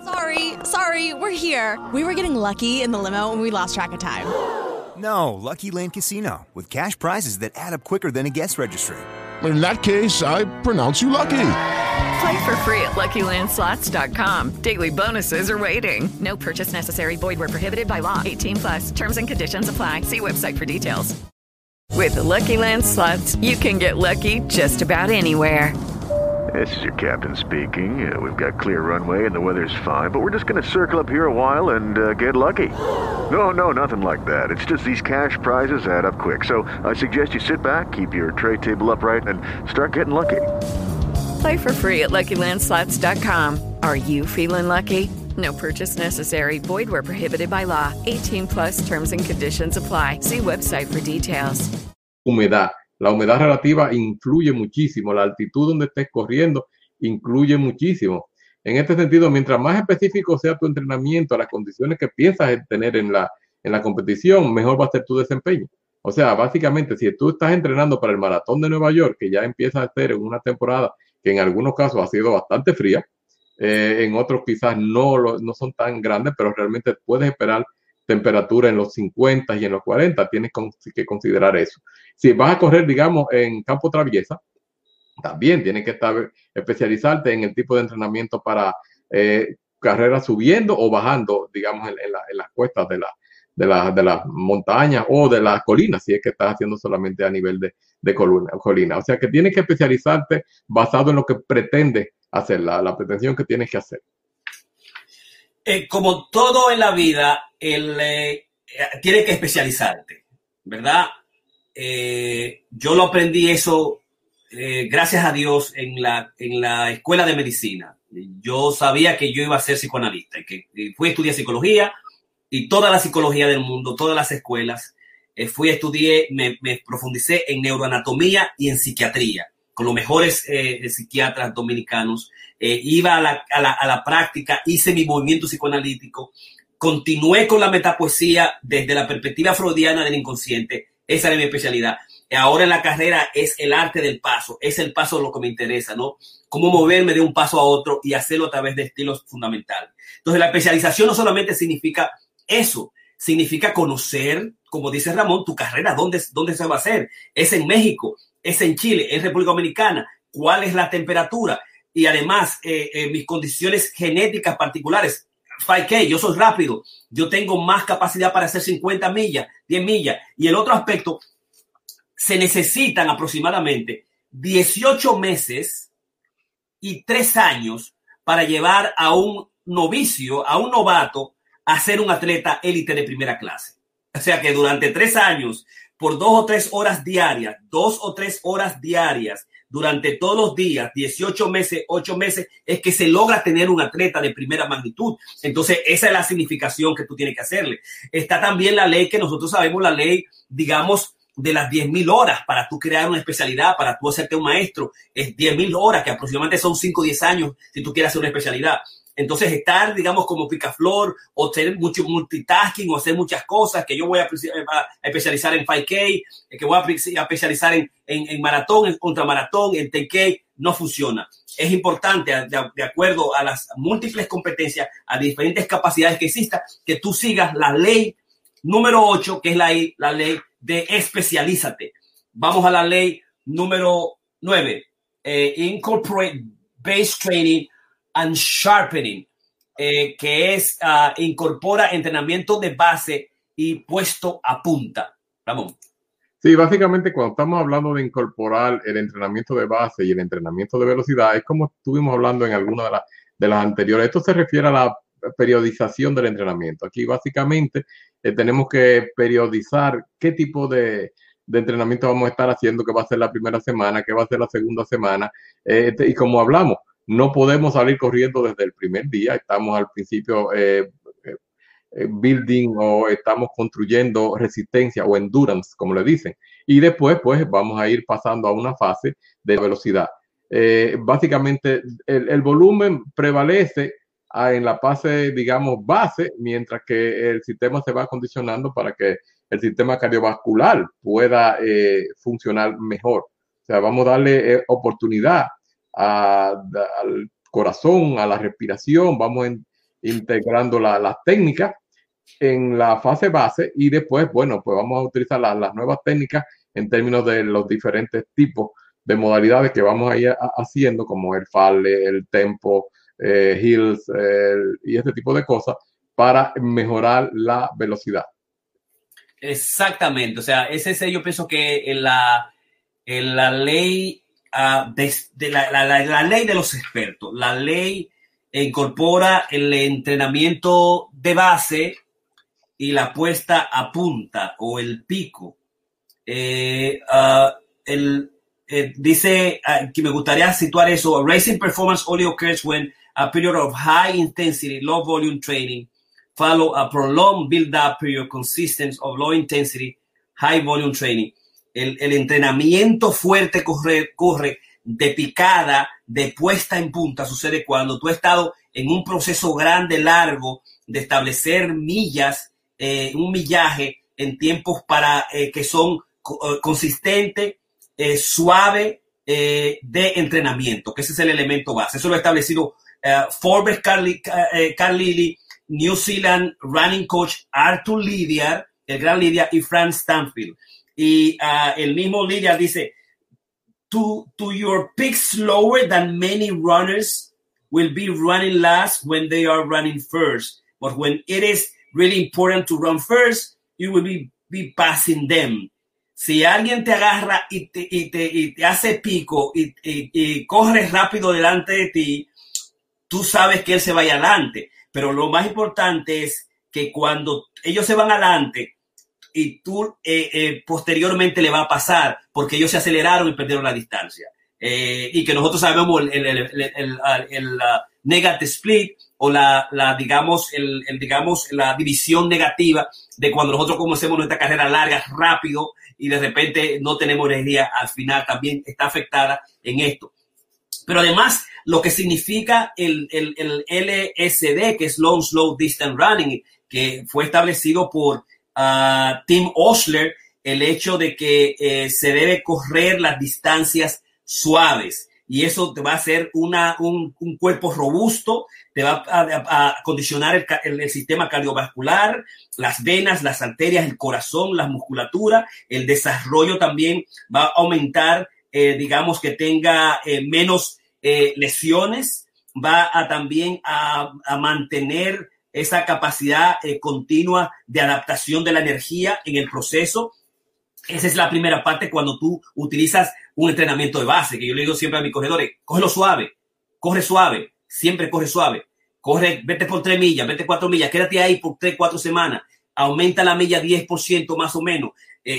Sorry, we're here. We were getting lucky in the limo and we lost track of time. No, Lucky Land Casino, with cash prizes that add up quicker than a guest registry. In that case, I pronounce you lucky. Play for free at LuckyLandSlots.com. Daily bonuses are waiting. No purchase necessary. Void where prohibited by law. 18+. Terms and conditions apply. See website for details. With the Lucky Land Slots, you can get lucky just about anywhere. This is your captain speaking. We've got clear runway and the weather's fine, but we're just going to circle up here a while and get lucky. No, nothing like that. It's just these cash prizes add up quick. So I suggest you sit back, keep your tray table upright, and start getting lucky. Play for free at LuckyLandSlots.com. Are you feeling lucky? No purchase necessary. Void where prohibited by law. 18+ terms and conditions apply. See website for details. Humedad. La humedad relativa influye muchísimo. La altitud donde estés corriendo influye muchísimo. En este sentido, mientras más específico sea tu entrenamiento, las condiciones que piensas tener en la competición, mejor va a ser tu desempeño. O sea, básicamente, si tú estás entrenando para el maratón de Nueva York, que ya empieza a ser en una temporada que en algunos casos ha sido bastante fría, en otros quizás no son tan grandes, pero realmente puedes esperar temperatura en los 50 y en los 40, tienes que considerar eso. Si vas a correr, digamos, en campo traviesa, también tienes que especializarte en el tipo de entrenamiento para carreras subiendo o bajando, digamos, en las cuestas de las montañas o de las colinas, si es que estás haciendo solamente a nivel de colina. O sea que tienes que especializarte basado en lo que pretendes hacer, la pretensión que tienes que hacer. Como todo en la vida, tienes que especializarte, ¿verdad? Yo lo aprendí eso, gracias a Dios, en la escuela de medicina. Yo sabía que yo iba a ser psicoanalista y que fui a estudiar psicología y toda la psicología del mundo, todas las escuelas. Estudié, me profundicé en neuroanatomía y en psiquiatría, con los mejores psiquiatras dominicanos. Iba a la práctica, hice mi movimiento psicoanalítico, continué con la metapoesía desde la perspectiva freudiana del inconsciente. Esa era mi especialidad. Ahora en la carrera es el arte del paso, es el paso lo que me interesa, ¿no? Cómo moverme de un paso a otro y hacerlo a través de estilos fundamentales. Entonces la especialización no solamente significa eso, significa conocer, como dice Ramón, tu carrera, dónde se va a hacer. ¿Es en México? ¿Es en Chile? ¿Es República Dominicana? ¿Cuál es la temperatura? Y además, mis condiciones genéticas particulares. 5K, yo soy rápido, yo tengo más capacidad para hacer 50 millas, 10 millas. Y el otro aspecto, se necesitan aproximadamente 18 meses y 3 años para llevar a un novicio, a un novato, a ser un atleta élite de primera clase. O sea que durante 3 años, por 2 o 3 horas diarias, 2 o 3 horas diarias, durante todos los días, 18 meses, 8 meses, es que se logra tener un atleta de primera magnitud. Entonces, esa es la significación que tú tienes que hacerle. Está también la ley que nosotros sabemos, la ley, digamos, de las 10,000 horas para tú crear una especialidad, para tú hacerte un maestro. Es 10,000 horas, que aproximadamente son 5 o 10 años si tú quieres hacer una especialidad. Entonces, estar, digamos, como picaflor o tener mucho multitasking o hacer muchas cosas, que yo voy a especializar en 5K, que voy a especializar en maratón, en contramaratón, en 10K, no funciona. Es importante, de acuerdo a las múltiples competencias, a diferentes capacidades que existan, que tú sigas la ley número 8, que es la ley de especialízate. Vamos a la ley número 9, Incorporate Base Training and Sharpening, que es incorpora entrenamiento de base y puesto a punta. Ramón. Sí, básicamente cuando estamos hablando de incorporar el entrenamiento de base y el entrenamiento de velocidad, es como estuvimos hablando en alguna de las anteriores. Esto se refiere a la periodización del entrenamiento. Aquí básicamente tenemos que periodizar qué tipo de entrenamiento vamos a estar haciendo, qué va a ser la primera semana, qué va a ser la segunda semana. Y como hablamos, no podemos salir corriendo desde el primer día. Estamos al principio building o estamos construyendo resistencia o endurance, como le dicen. Y después, pues, vamos a ir pasando a una fase de velocidad. Básicamente, el volumen prevalece en la fase, digamos, base, mientras que el sistema se va acondicionando para que el sistema cardiovascular pueda funcionar mejor. O sea, vamos a darle oportunidad al corazón, a la respiración, vamos integrando las técnicas en la fase base y después, bueno, pues vamos a utilizar las nuevas técnicas en términos de los diferentes tipos de modalidades que vamos a ir haciendo, como el falle, el tempo, hills y este tipo de cosas para mejorar la velocidad. Exactamente, o sea, ese yo pienso que en la ley la ley de los expertos, la ley incorpora el entrenamiento de base y la puesta a punta o el pico. Dice que me gustaría situar eso. Racing performance only occurs when a period of high intensity, low volume training follow a prolonged build-up period consistent of low intensity, high volume training. El entrenamiento fuerte corre de picada, de puesta en punta, sucede cuando tú has estado en un proceso grande, largo, de establecer millas, un millaje en tiempos que son consistentes, suave, de entrenamiento, que ese es el elemento base. Eso lo ha establecido Forbes, Carl Lilly, New Zealand Running Coach Arthur Lydiard, el gran Lydiard, y Frank Stanfield. Y el mismo Lydiard dice, to your peak slower than many runners will be running last when they are running first. But when it is really important to run first, you will be passing them. Si alguien te agarra y te hace pico y corre rápido delante de ti, tú sabes que él se vaya adelante. Pero lo más importante es que cuando ellos se van adelante y tú posteriormente le va a pasar porque ellos se aceleraron y perdieron la distancia. Y que nosotros sabemos el negative split o digamos la división negativa de cuando nosotros comencemos nuestra carrera larga rápido y de repente no tenemos energía al final, también está afectada en esto. Pero además, lo que significa el LSD, que es Long Slow Distance Running, que fue establecido por Tim Osler, el hecho de que se debe correr las distancias suaves. Y eso te va a hacer un cuerpo robusto, te va a condicionar el sistema cardiovascular, las venas, las arterias, el corazón, la musculatura, el desarrollo también va a aumentar, digamos que tenga menos lesiones, va a también a mantener esa capacidad continua de adaptación de la energía en el proceso. Esa es la primera parte cuando tú utilizas un entrenamiento de base, que yo le digo siempre a mis corredores, cógelo suave, corre suave, siempre corre suave. Corre, vete por 3 millas, vete 4 millas, quédate ahí por 3, 4 semanas, aumenta la milla 10% más o menos.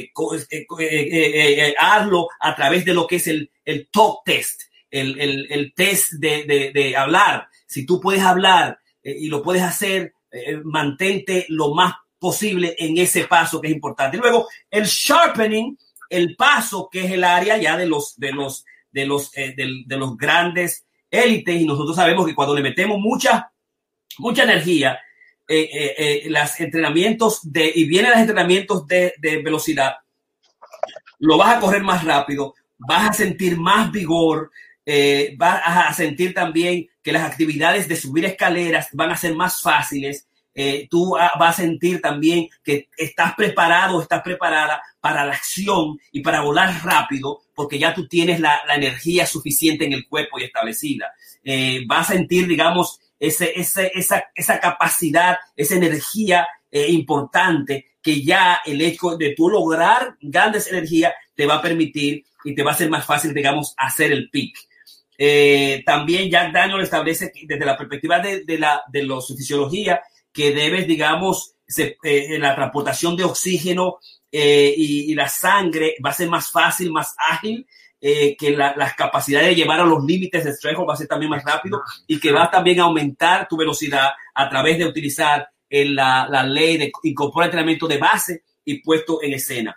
Hazlo a través de lo que es el talk test, el test de hablar. Si tú puedes hablar y lo puedes hacer, mantente lo más posible en ese paso que es importante. Luego, el sharpening, el paso, que es el área ya de los grandes élites, y nosotros sabemos que cuando le metemos mucha energía, los entrenamientos de velocidad, lo vas a correr más rápido, vas a sentir más vigor, vas a sentir también que las actividades de subir escaleras van a ser más fáciles. Tú vas a sentir también que estás preparado, estás preparada para la acción y para volar rápido, porque ya tú tienes la energía suficiente en el cuerpo y establecida. Vas a sentir, digamos, esa capacidad, esa energía importante, que ya el hecho de tú lograr grandes energías te va a permitir y te va a ser más fácil, digamos, hacer el peak. También Jack Daniel establece desde la perspectiva de la fisiología que debes, digamos, la transportación de oxígeno y la sangre va a ser más fácil, más ágil, que las capacidades de llevar a los límites de threshold va a ser también más rápido, y que va también a aumentar tu velocidad a través de utilizar la ley de incorporar entrenamiento de base y puesto en escena.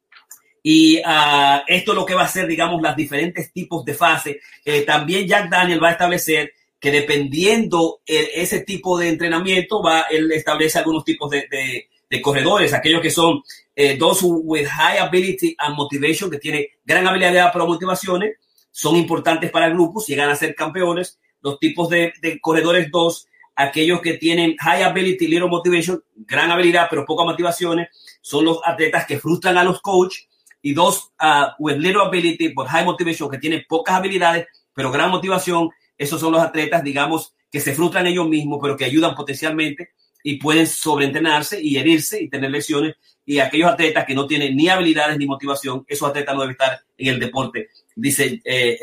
Y esto es lo que va a ser, digamos, los diferentes tipos de fase. También Jack Daniel va a establecer que dependiendo ese tipo de entrenamiento, él establece algunos tipos de corredores, aquellos que son those with high ability and motivation, que tienen gran habilidad para motivaciones, son importantes para el grupo, llegan a ser campeones. Los tipos de corredores 2, aquellos que tienen high ability, little motivation, gran habilidad pero pocas motivaciones, son los atletas que frustran a los coaches. Y 2, with little ability but high motivation, que tienen pocas habilidades pero gran motivación, esos son los atletas, digamos, que se frustran ellos mismos pero que ayudan potencialmente y pueden sobreentrenarse y herirse y tener lesiones. Y aquellos atletas que no tienen ni habilidades ni motivación, esos atletas no deben estar en el deporte, dice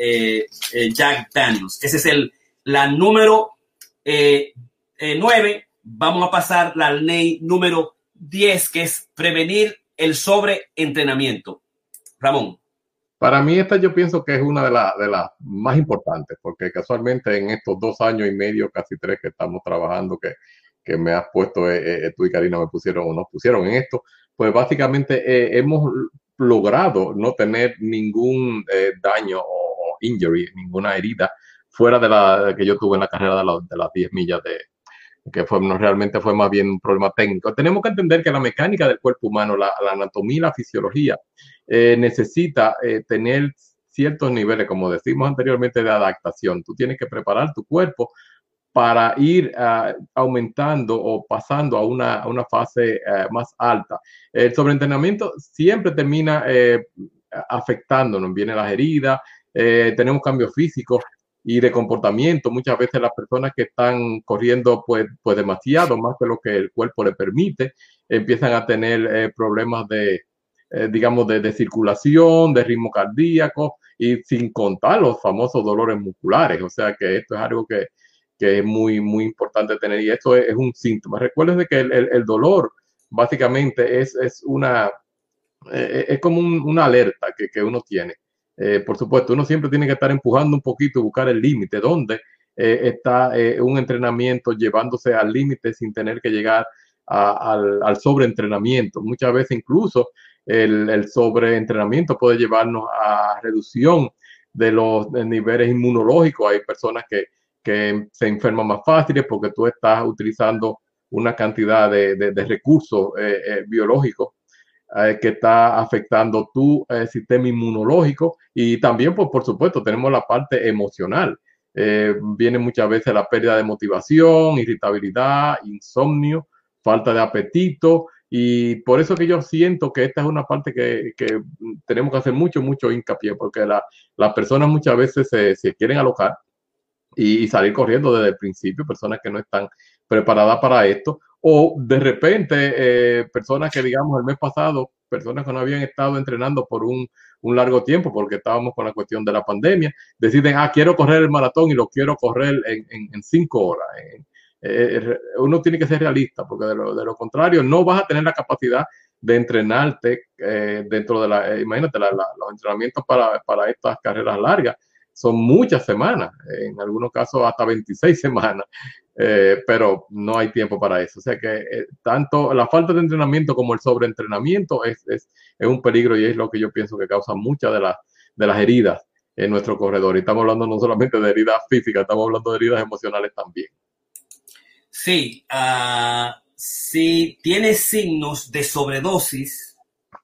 Jack Daniels. Ese es la número 9. Vamos a pasar la ley número 10, que es prevenir el sobreentrenamiento. Ramón. Para mí esta yo pienso que es una de las más importantes, porque casualmente en estos 2 años y medio, casi 3 que estamos trabajando, que me has puesto, tú y Karina nos pusieron en esto, pues básicamente hemos logrado no tener ningún daño o injury, ninguna herida fuera de la que yo tuve en la carrera de las 10 millas, que realmente fue más bien un problema técnico. Tenemos que entender que la mecánica del cuerpo humano, la anatomía y la fisiología necesita tener ciertos niveles, como decimos anteriormente, de adaptación. Tú tienes que preparar tu cuerpo para ir aumentando o pasando a una fase más alta. El sobreentrenamiento siempre termina afectándonos. Vienen las heridas, tenemos cambios físicos y de comportamiento. Muchas veces las personas que están corriendo pues demasiado, más de lo que el cuerpo le permite, empiezan a tener problemas digamos, de circulación, de ritmo cardíaco, y sin contar los famosos dolores musculares. O sea que esto es algo que es muy, muy importante tener, y esto es un síntoma. Recuerden que el dolor básicamente es como una alerta que uno tiene. Por supuesto, uno siempre tiene que estar empujando un poquito y buscar el límite, donde está un entrenamiento llevándose al límite sin tener que llegar al sobreentrenamiento. Muchas veces incluso el sobreentrenamiento puede llevarnos a reducción de los niveles inmunológicos. Hay personas que se enferman más fáciles porque tú estás utilizando una cantidad de recursos biológicos que está afectando tu sistema inmunológico. Y también, pues, por supuesto, tenemos la parte emocional. Viene muchas veces la pérdida de motivación, irritabilidad, insomnio, falta de apetito, y por eso que yo siento que esta es una parte que tenemos que hacer mucho hincapié, porque las personas muchas veces se quieren alocar y salir corriendo desde el principio, personas que no están preparadas para esto, o de repente personas que, digamos, el mes pasado personas que no habían estado entrenando por un largo tiempo, porque estábamos con la cuestión de la pandemia, deciden, quiero correr el maratón y lo quiero correr en 5 horas. Uno tiene que ser realista, porque de lo contrario no vas a tener la capacidad de entrenarte dentro de imagínate, los entrenamientos para estas carreras largas son muchas semanas, en algunos casos hasta 26 semanas, pero no hay tiempo para eso. O sea que tanto la falta de entrenamiento como el sobreentrenamiento es un peligro, y es lo que yo pienso que causa muchas de las heridas en nuestro corredor. Y estamos hablando no solamente de heridas físicas, estamos hablando de heridas emocionales también. Sí, si tienes signos de sobredosis,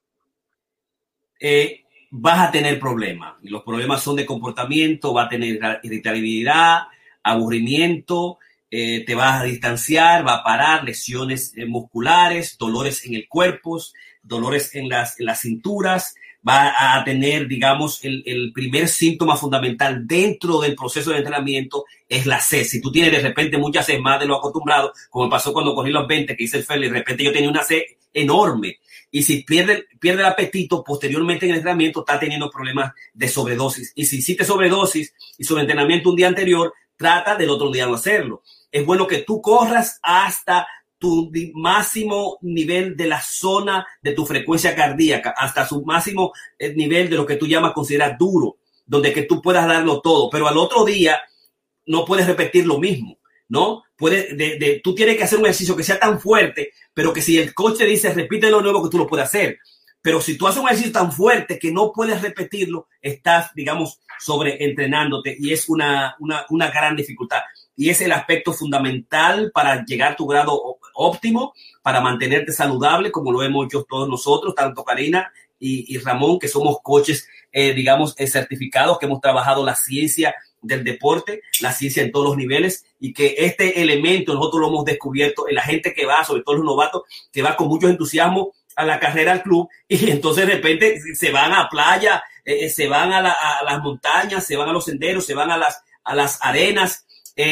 vas a tener problemas. Y los problemas son de comportamiento, va a tener irritabilidad, aburrimiento, te vas a distanciar, va a parar, lesiones musculares, dolores en el cuerpo, dolores en las cinturas, va a tener, digamos, el primer síntoma fundamental dentro del proceso de entrenamiento es la sed. Si tú tienes de repente mucha sed, más de lo acostumbrado, como me pasó cuando corrí los 20, que hice el Fairley, de repente yo tenía una sed enorme. Y si pierde el apetito, posteriormente en el entrenamiento está teniendo problemas de sobredosis. Y si hiciste sobredosis y sobreentrenamiento un día anterior, trata del otro día no hacerlo. Es bueno que tú corras hasta tu máximo nivel de la zona de tu frecuencia cardíaca, hasta su máximo nivel de lo que tú llamas considerar duro, donde que tú puedas darlo todo. Pero al otro día no puedes repetir lo mismo, ¿no? Tú tienes que hacer un ejercicio que sea tan fuerte, pero que si el coach te dice repite lo nuevo, que tú lo puedes hacer. Pero si tú haces un ejercicio tan fuerte que no puedes repetirlo, estás, digamos, sobreentrenándote, y es una gran dificultad. Y es el aspecto fundamental para llegar a tu grado óptimo, para mantenerte saludable, como lo hemos hecho todos nosotros, tanto Karina y Ramón, que somos coaches, digamos, certificados, que hemos trabajado la ciencia del deporte, la ciencia en todos los niveles, y que este elemento nosotros lo hemos descubierto en la gente que va, sobre todo los novatos, que va con mucho entusiasmo a la carrera al club, y entonces de repente se van a playa, se van a las montañas, se van a los senderos, se van a las arenas,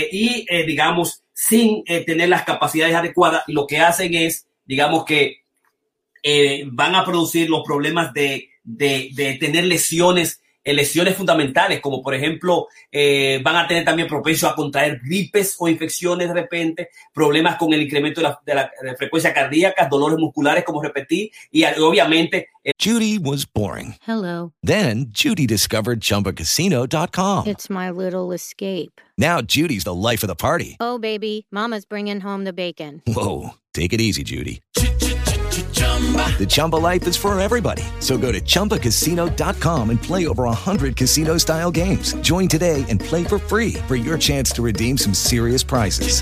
digamos, sin tener las capacidades adecuadas. Y lo que hacen es, digamos, que van a producir los problemas de tener lesiones fundamentales, como por ejemplo, van a tener también propenso a contraer gripes o infecciones de repente, problemas con el incremento de la frecuencia cardíaca, dolores musculares, como repetí, y obviamente... Judy was boring. Hello. Then Judy discovered ChumbaCasino.com. It's my little escape. Now Judy's the life of the party. Oh, baby, mama's bringing home the bacon. Whoa, take it easy, Judy. The Chumba life is for everybody. So go to ChumbaCasino.com and play over 100 casino-style games. Join today and play for free for your chance to redeem some serious prizes.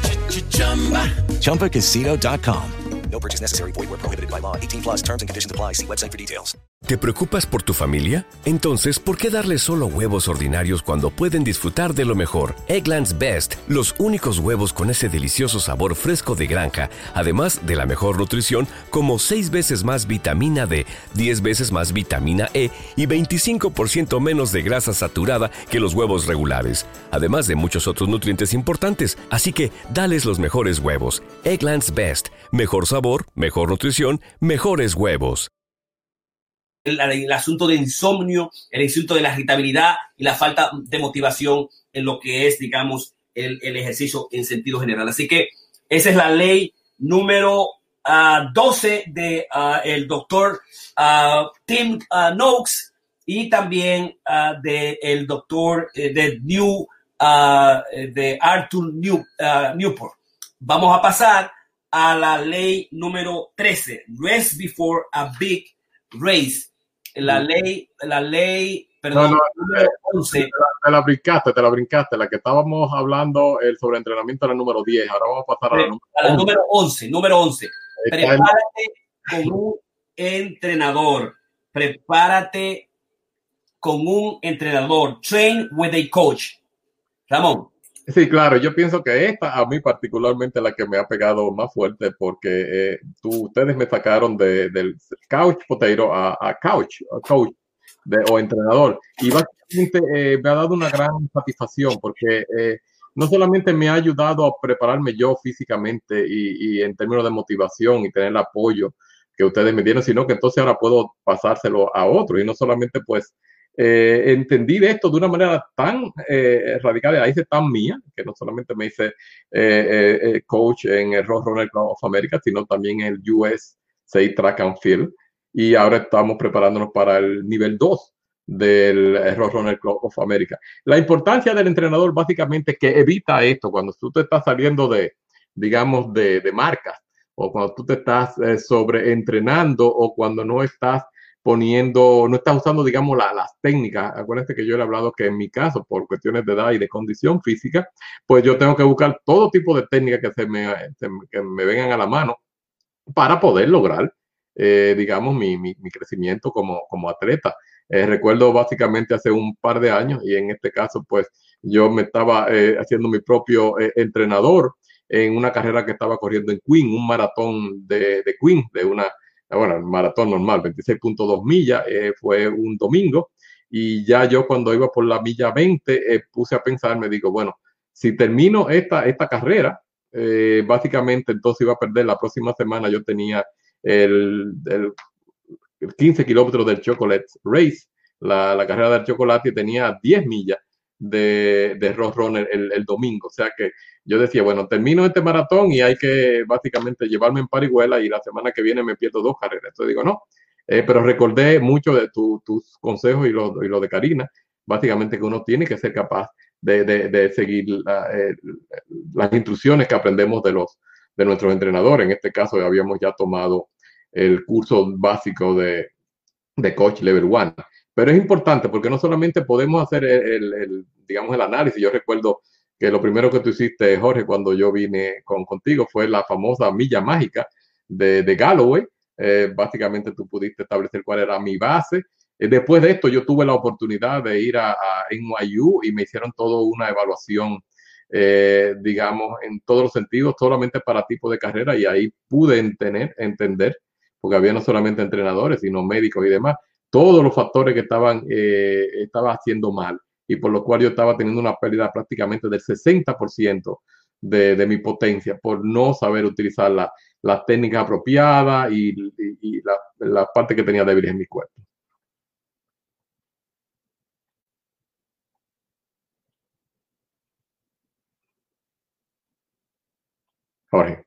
ChumbaCasino.com. No purchase necessary. Void where prohibited by law. 18+ terms and conditions apply. See website for details. ¿Te preocupas por tu familia? Entonces, ¿por qué darles solo huevos ordinarios cuando pueden disfrutar de lo mejor? Eggland's Best, los únicos huevos con ese delicioso sabor fresco de granja, además de la mejor nutrición, como 6 veces más vitamina D, 10 veces más vitamina E y 25% menos de grasa saturada que los huevos regulares, además de muchos otros nutrientes importantes. Así que, dales los mejores huevos. Eggland's Best, mejor sabor, mejor nutrición, mejores huevos. El asunto de insomnio, el asunto de la irritabilidad y la falta de motivación en lo que es, digamos, el ejercicio en sentido general. Así que esa es la ley número 12 de el doctor Tim Noakes, y también del doctor de Arthur Newport. Vamos a pasar a la ley número 13, Rest Before a Big Race. La ley, perdón, número 11. Te la brincaste, la que estábamos hablando, el sobreentrenamiento era el número 10, ahora vamos a pasar a la número 11. Número 11. Prepárate con un entrenador. Train with a coach. Ramón. Sí, claro, yo pienso que esta a mí particularmente es la que me ha pegado más fuerte, porque ustedes me sacaron del couch potato a coach o entrenador, y básicamente me ha dado una gran satisfacción, porque no solamente me ha ayudado a prepararme yo físicamente y en términos de motivación y tener el apoyo que ustedes me dieron, sino que entonces ahora puedo pasárselo a otro. Y no solamente pues entendí de esto de una manera tan radical, ahí es tan mía, que no solamente me hice coach en el Roadrunner Club of America, sino también en el USA Track and Field. Y ahora estamos preparándonos para el nivel 2 del Roadrunner Club of America. La importancia del entrenador básicamente es que evita esto cuando tú te estás saliendo digamos, de marcas, o cuando tú te estás sobreentrenando, o cuando no estás usando, digamos, las técnicas. Acuérdense que yo le he hablado que en mi caso, por cuestiones de edad y de condición física, pues yo tengo que buscar todo tipo de técnicas que me vengan a la mano para poder lograr, digamos, mi crecimiento como atleta. Recuerdo básicamente hace un par de años, y en este caso, pues, yo me estaba haciendo mi propio entrenador en una carrera que estaba corriendo en Queen, un maratón de Queen, el maratón normal, 26.2 millas, fue un domingo, y ya yo cuando iba por la milla 20, puse a pensar, me digo, bueno, si termino esta carrera, básicamente entonces iba a perder la próxima semana. Yo tenía el 15 kilómetros del Chocolate Race, la carrera del chocolate, y tenía 10 millas de Roadrunner el domingo. O sea que yo decía, bueno, termino este maratón y hay que básicamente llevarme en parihuela, y la semana que viene me pierdo 2 carreras. Entonces digo, no, pero recordé mucho de tus consejos y lo de Karina, básicamente que uno tiene que ser capaz de seguir las instrucciones que aprendemos de nuestros entrenadores. En este caso habíamos ya tomado el curso básico de Coach Level 1. Pero es importante porque no solamente podemos hacer digamos, el análisis. Yo recuerdo que lo primero que tú hiciste, Jorge, cuando yo vine contigo, fue la famosa milla mágica de Galloway. Básicamente tú pudiste establecer cuál era mi base. Después de esto yo tuve la oportunidad de ir a NYU, y me hicieron toda una evaluación, digamos, en todos los sentidos, solamente para tipo de carrera, y ahí pude entender, porque había no solamente entrenadores, sino médicos y demás, todos los factores que estaba haciendo mal, y por lo cual yo estaba teniendo una pérdida prácticamente del 60% de mi potencia, por no saber utilizar las técnicas apropiadas y la parte que tenía débiles en mi cuerpo. Jorge.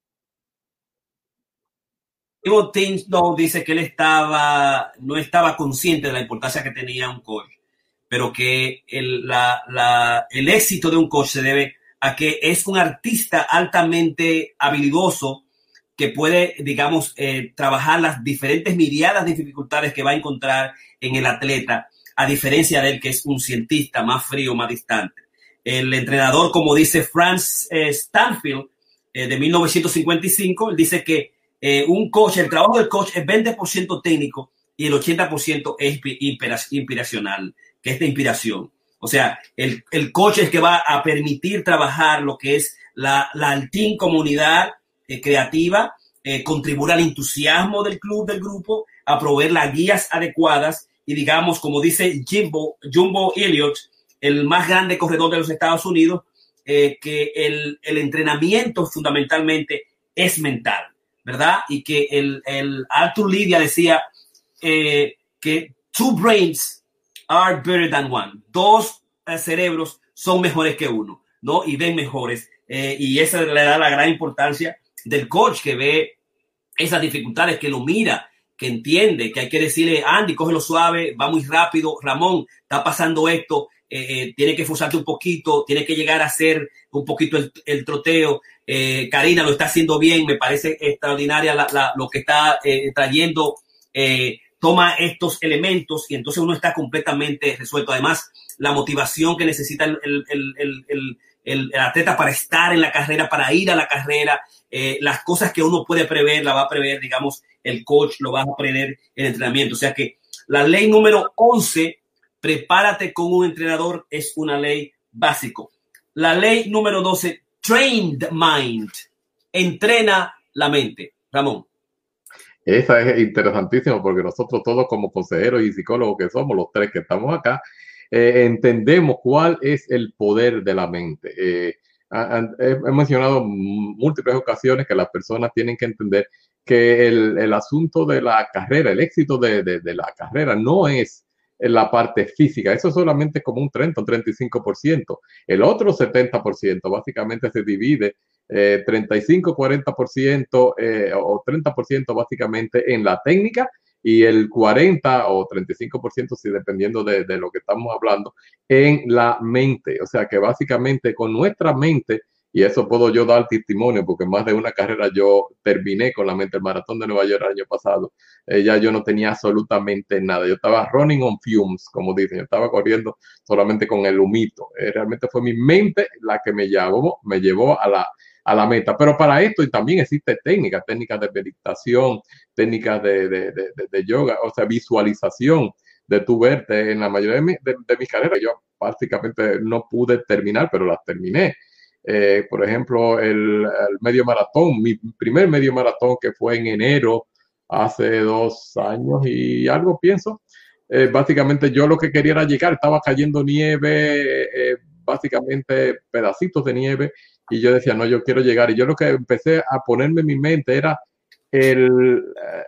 Tim Snow dice que él no estaba consciente de la importancia que tenía un coach, pero que el éxito de un coach se debe a que es un artista altamente habilidoso que puede, digamos, trabajar las diferentes miriadas de dificultades que va a encontrar en el atleta, a diferencia de él, que es un cientista más frío, más distante. El entrenador, como dice Franz Stanfield, de 1955, él dice que el trabajo del coach es 20% técnico y el 80% es inspiracional, que es de inspiración. O sea, el coach es que va a permitir trabajar lo que es la team comunidad creativa, contribuir al entusiasmo del club, del grupo, a proveer las guías adecuadas y, digamos, como dice Jumbo Elliott, el más grande corredor de los Estados Unidos, que el entrenamiento fundamentalmente es mental, ¿verdad? Y que el Arthur Lydia decía que 2 brains are better than 1. 2 cerebros son mejores que uno, ¿no? Y ven mejores. Y esa le da la gran importancia del coach, que ve esas dificultades, que lo mira, que entiende, que hay que decirle, Andy, cógelo suave, va muy rápido, Ramón, está pasando esto, tiene que esforzarte un poquito, tiene que llegar a hacer un poquito el troteo. Karina lo está haciendo bien, me parece extraordinaria lo que está trayendo, toma estos elementos y entonces uno está completamente resuelto. Además, la motivación que necesita el atleta para estar en la carrera, para ir a la carrera, las cosas que uno puede prever, la va a prever, digamos, el coach lo va a prever en el entrenamiento. O sea que la ley número 11, prepárate con un entrenador, es una ley básico. La ley número 12, trained mind, entrena la mente. Ramón. Esa es interesantísimo, porque nosotros todos como consejeros y psicólogos que somos, los 3 que estamos acá, entendemos cuál es el poder de la mente. he mencionado múltiples ocasiones que las personas tienen que entender que el asunto de la carrera, el éxito de la carrera no es en la parte física, eso es solamente como un 30 o 35%. El otro 70% básicamente se divide 35, 40% o 30% básicamente en la técnica y el 40 o 35%, si dependiendo de lo que estamos hablando, en la mente. O sea que básicamente con nuestra mente, y eso puedo yo dar testimonio, porque más de una carrera yo terminé con la mente. El maratón de Nueva York el año pasado, ya yo no tenía absolutamente nada. Yo estaba running on fumes, como dicen. Yo estaba corriendo solamente con el humito. Realmente fue mi mente la que me llevó a la meta. Pero para esto también existe técnicas de meditación, técnicas de yoga, o sea, visualización de tu verte. En la mayoría de mis carreras yo básicamente no pude terminar, pero las terminé. Por ejemplo, el medio maratón, mi primer medio maratón, que fue en enero, hace 2 años y algo, pienso. Básicamente yo lo que quería era llegar, estaba cayendo nieve, básicamente pedacitos de nieve, y yo decía, no, yo quiero llegar. Y yo lo que empecé a ponerme en mi mente era el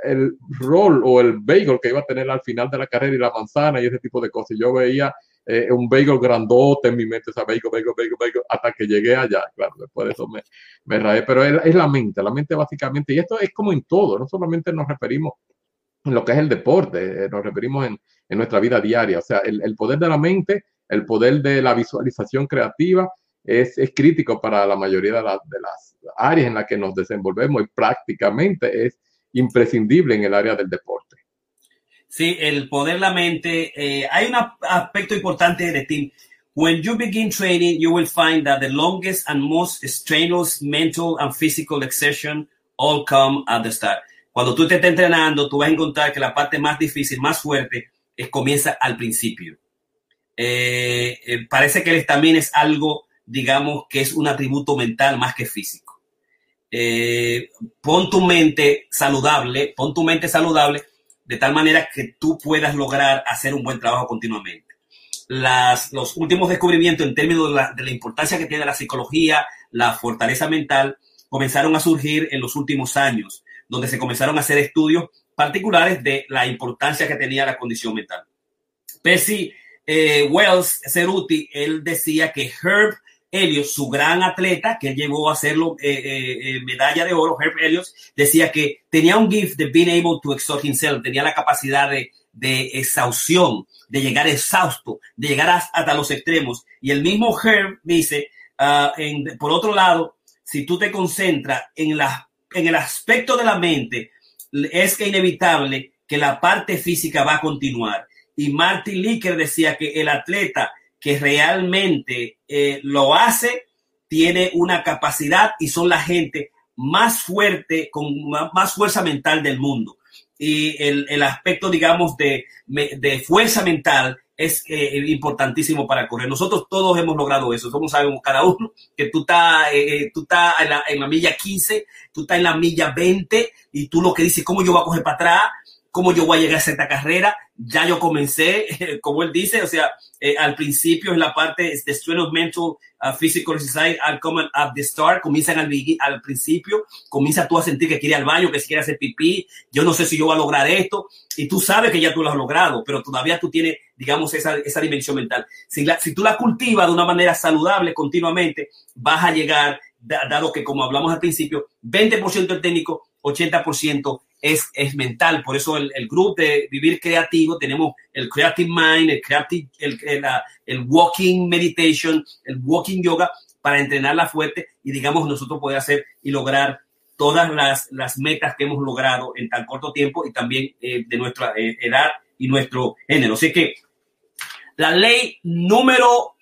rol o el bagel que iba a tener al final de la carrera y la manzana y ese tipo de cosas. Yo veía un bagel grandote en mi mente, o sea, bagel, hasta que llegué allá. Claro, después de eso me raé, pero es la mente básicamente, y esto es como en todo, no solamente nos referimos en lo que es el deporte, nos referimos en nuestra vida diaria. O sea, el poder de la mente, el poder de la visualización creativa es crítico para la mayoría de las áreas en las que nos desenvolvemos, y prácticamente es imprescindible en el área del deporte. Sí, el poder de la mente. Hay un aspecto importante de ti. When you begin training, you will find that the longest and most strenuous mental and physical exertion all come at the start. Cuando tú te estés entrenando, tú vas a encontrar que la parte más difícil, más fuerte, comienza al principio. Parece que el estamina es algo, digamos, que es un atributo mental más que físico. Pon tu mente saludable de tal manera que tú puedas lograr hacer un buen trabajo continuamente. Los últimos descubrimientos en términos de la importancia que tiene la psicología, la fortaleza mental, comenzaron a surgir en los últimos años, donde se comenzaron a hacer estudios particulares de la importancia que tenía la condición mental. Percy Wells Cerruti, él decía que Herb Elliott, su gran atleta, que él llegó a hacerlo medalla de oro, Herb Elliott, decía que tenía un gift de being able to exhaust himself, tenía la capacidad de exhaustión, de llegar exhausto, de llegar hasta los extremos. Y el mismo Herb dice, por otro lado, si tú te concentras en el aspecto de la mente, es que inevitable que la parte física va a continuar. Y Martin Licker decía que el atleta que realmente lo hace tiene una capacidad y son la gente más fuerte, con más fuerza mental del mundo. Y el aspecto, digamos, de fuerza mental es importantísimo para correr. Nosotros todos hemos logrado eso. Somos, sabemos cada uno que tú estás en la milla 15, tú estás en la milla 20 y tú lo que dices, ¿cómo yo voy a coger para atrás? ¿Cómo yo voy a llegar a esta carrera? Ya yo comencé, como él dice, o sea, al principio es la parte de strength of mental, physical exercise, al come at the start, comienzan al principio, comienza tú a sentir que quiere ir al baño, que si quiere hacer pipí, yo no sé si yo voy a lograr esto, y tú sabes que ya tú lo has logrado, pero todavía tú tienes, digamos, esa dimensión mental. Si tú la cultivas de una manera saludable continuamente, vas a llegar, dado que, como hablamos al principio, 20% es técnico, 80% es mental. Por eso el grupo de Vivir Creativo tenemos el Creative Mind, el Walking Meditation, el Walking Yoga, para entrenarla fuerte y, digamos, nosotros poder hacer y lograr todas las metas que hemos logrado en tan corto tiempo y también de nuestra edad y nuestro género. Así que la ley número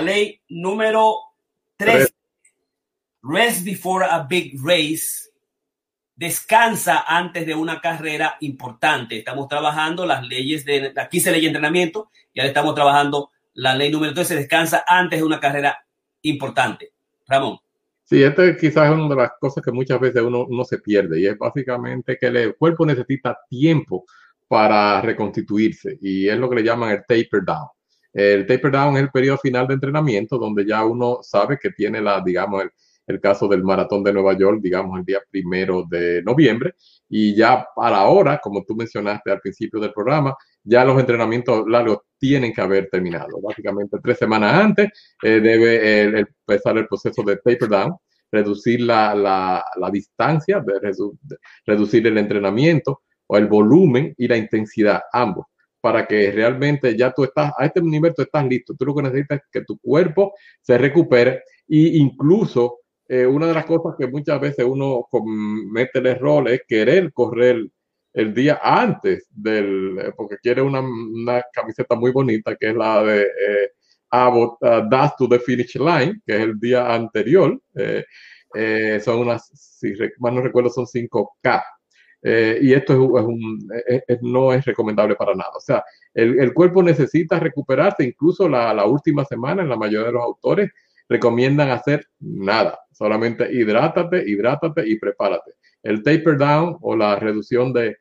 3, rest before a big race. Descansa antes de una carrera importante. Estamos trabajando las 15 leyes de entrenamiento y ahora estamos trabajando la ley número 13, descansa antes de una carrera importante. Ramón. Sí, este quizás es una de las cosas que muchas veces uno se pierde, y es básicamente que el cuerpo necesita tiempo para reconstituirse, y es lo que le llaman el taper down. El taper down es el periodo final de entrenamiento donde ya uno sabe que tiene el caso del maratón de Nueva York, digamos, el día 1 de noviembre, y ya para ahora, como tú mencionaste al principio del programa, ya los entrenamientos largos tienen que haber terminado. Básicamente 3 semanas antes debe empezar el proceso de taper down, reducir la distancia, reducir el entrenamiento o el volumen y la intensidad, ambos, para que realmente ya tú estás, a este nivel tú estás listo. Tú lo que necesitas es que tu cuerpo se recupere e incluso una de las cosas que muchas veces uno comete el error es querer correr el día antes porque quiere una camiseta muy bonita que es la de Abbott Dash to the Finish Line, que es el día anterior. Son unas, si mal no recuerdo, son 5K. Y esto no es recomendable para nada. O sea, el cuerpo necesita recuperarse. Incluso la última semana, en la mayoría de los autores, recomiendan hacer nada. Solamente hidrátate y prepárate. El taper down o la reducción de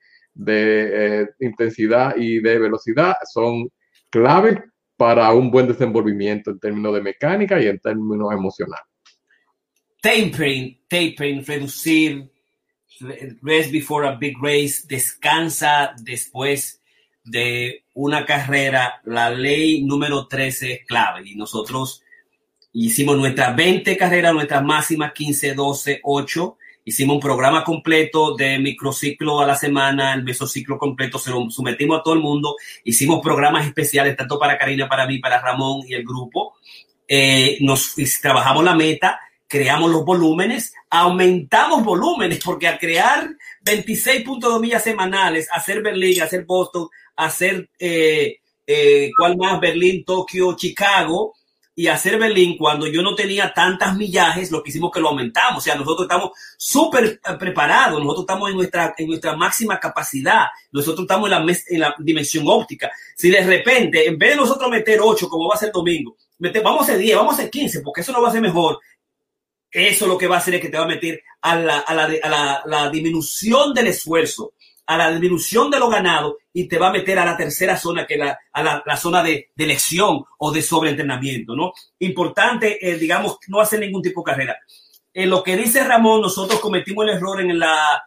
intensidad y de velocidad son claves para un buen desenvolvimiento en términos de mecánica y en términos emocionales. Tapering, reducir, rest before a big race, descansa después de una carrera. La ley número 13 es clave y nosotros hicimos nuestras 20 carreras, nuestras máximas 15, 12, 8. Hicimos un programa completo de microciclo a la semana, el mesociclo completo, se lo sometimos a todo el mundo. Hicimos programas especiales, tanto para Karina, para mí, para Ramón y el grupo. Trabajamos la meta, creamos los volúmenes, aumentamos volúmenes, porque al crear 26.2 millas semanales, hacer Berlín, hacer Boston, hacer, ¿cuál más? Berlín, Tokio, Chicago, y hacer Berlín cuando yo no tenía tantas millajes, lo que hicimos que lo aumentamos. O sea, nosotros estamos súper preparados, nosotros estamos en nuestra máxima capacidad, nosotros estamos en la dimensión óptica. Si de repente, en vez de nosotros meter 8, como va a ser domingo, vamos a hacer 10, vamos a hacer 15, porque eso no va a ser mejor. Eso lo que va a hacer es que te va a meter a la disminución del esfuerzo, a la disminución de lo ganado, y te va a meter a la tercera zona, que es la zona de lesión o de sobreentrenamiento, ¿no? Importante, digamos, no hacer ningún tipo de carrera. En lo que dice Ramón, nosotros cometimos el error en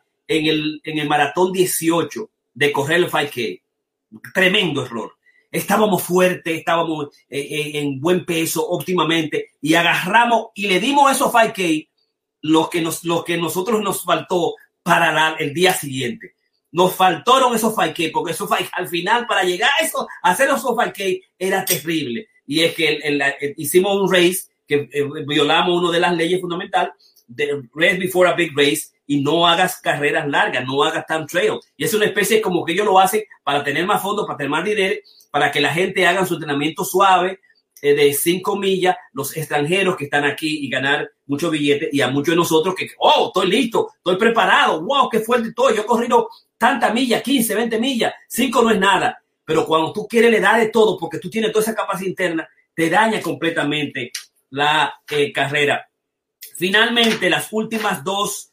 el maratón 18 de correr el 5K. Tremendo error. Estábamos fuertes, estábamos en buen peso óptimamente, y agarramos y le dimos esos 5K lo que nosotros nos faltó para el día siguiente. Nos faltaron esos 5K, porque esos 5K, al final, para llegar a eso, hacer esos 5K era terrible. Y es que hicimos un race que violamos una de las leyes fundamentales de rest before a big race, y no hagas carreras largas, no hagas time trail. Y es una especie como que ellos lo hacen para tener más fondos, para tener más dinero, para que la gente haga su entrenamiento suave de 5 millas, los extranjeros que están aquí, y ganar muchos billetes, y a muchos de nosotros que, estoy listo, estoy preparado, wow, qué fuerte estoy, yo he corrido tantas millas, 15, 20 millas, 5 no es nada. Pero cuando tú quieres le das de todo, porque tú tienes toda esa capacidad interna, te daña completamente la carrera. Finalmente, las últimas dos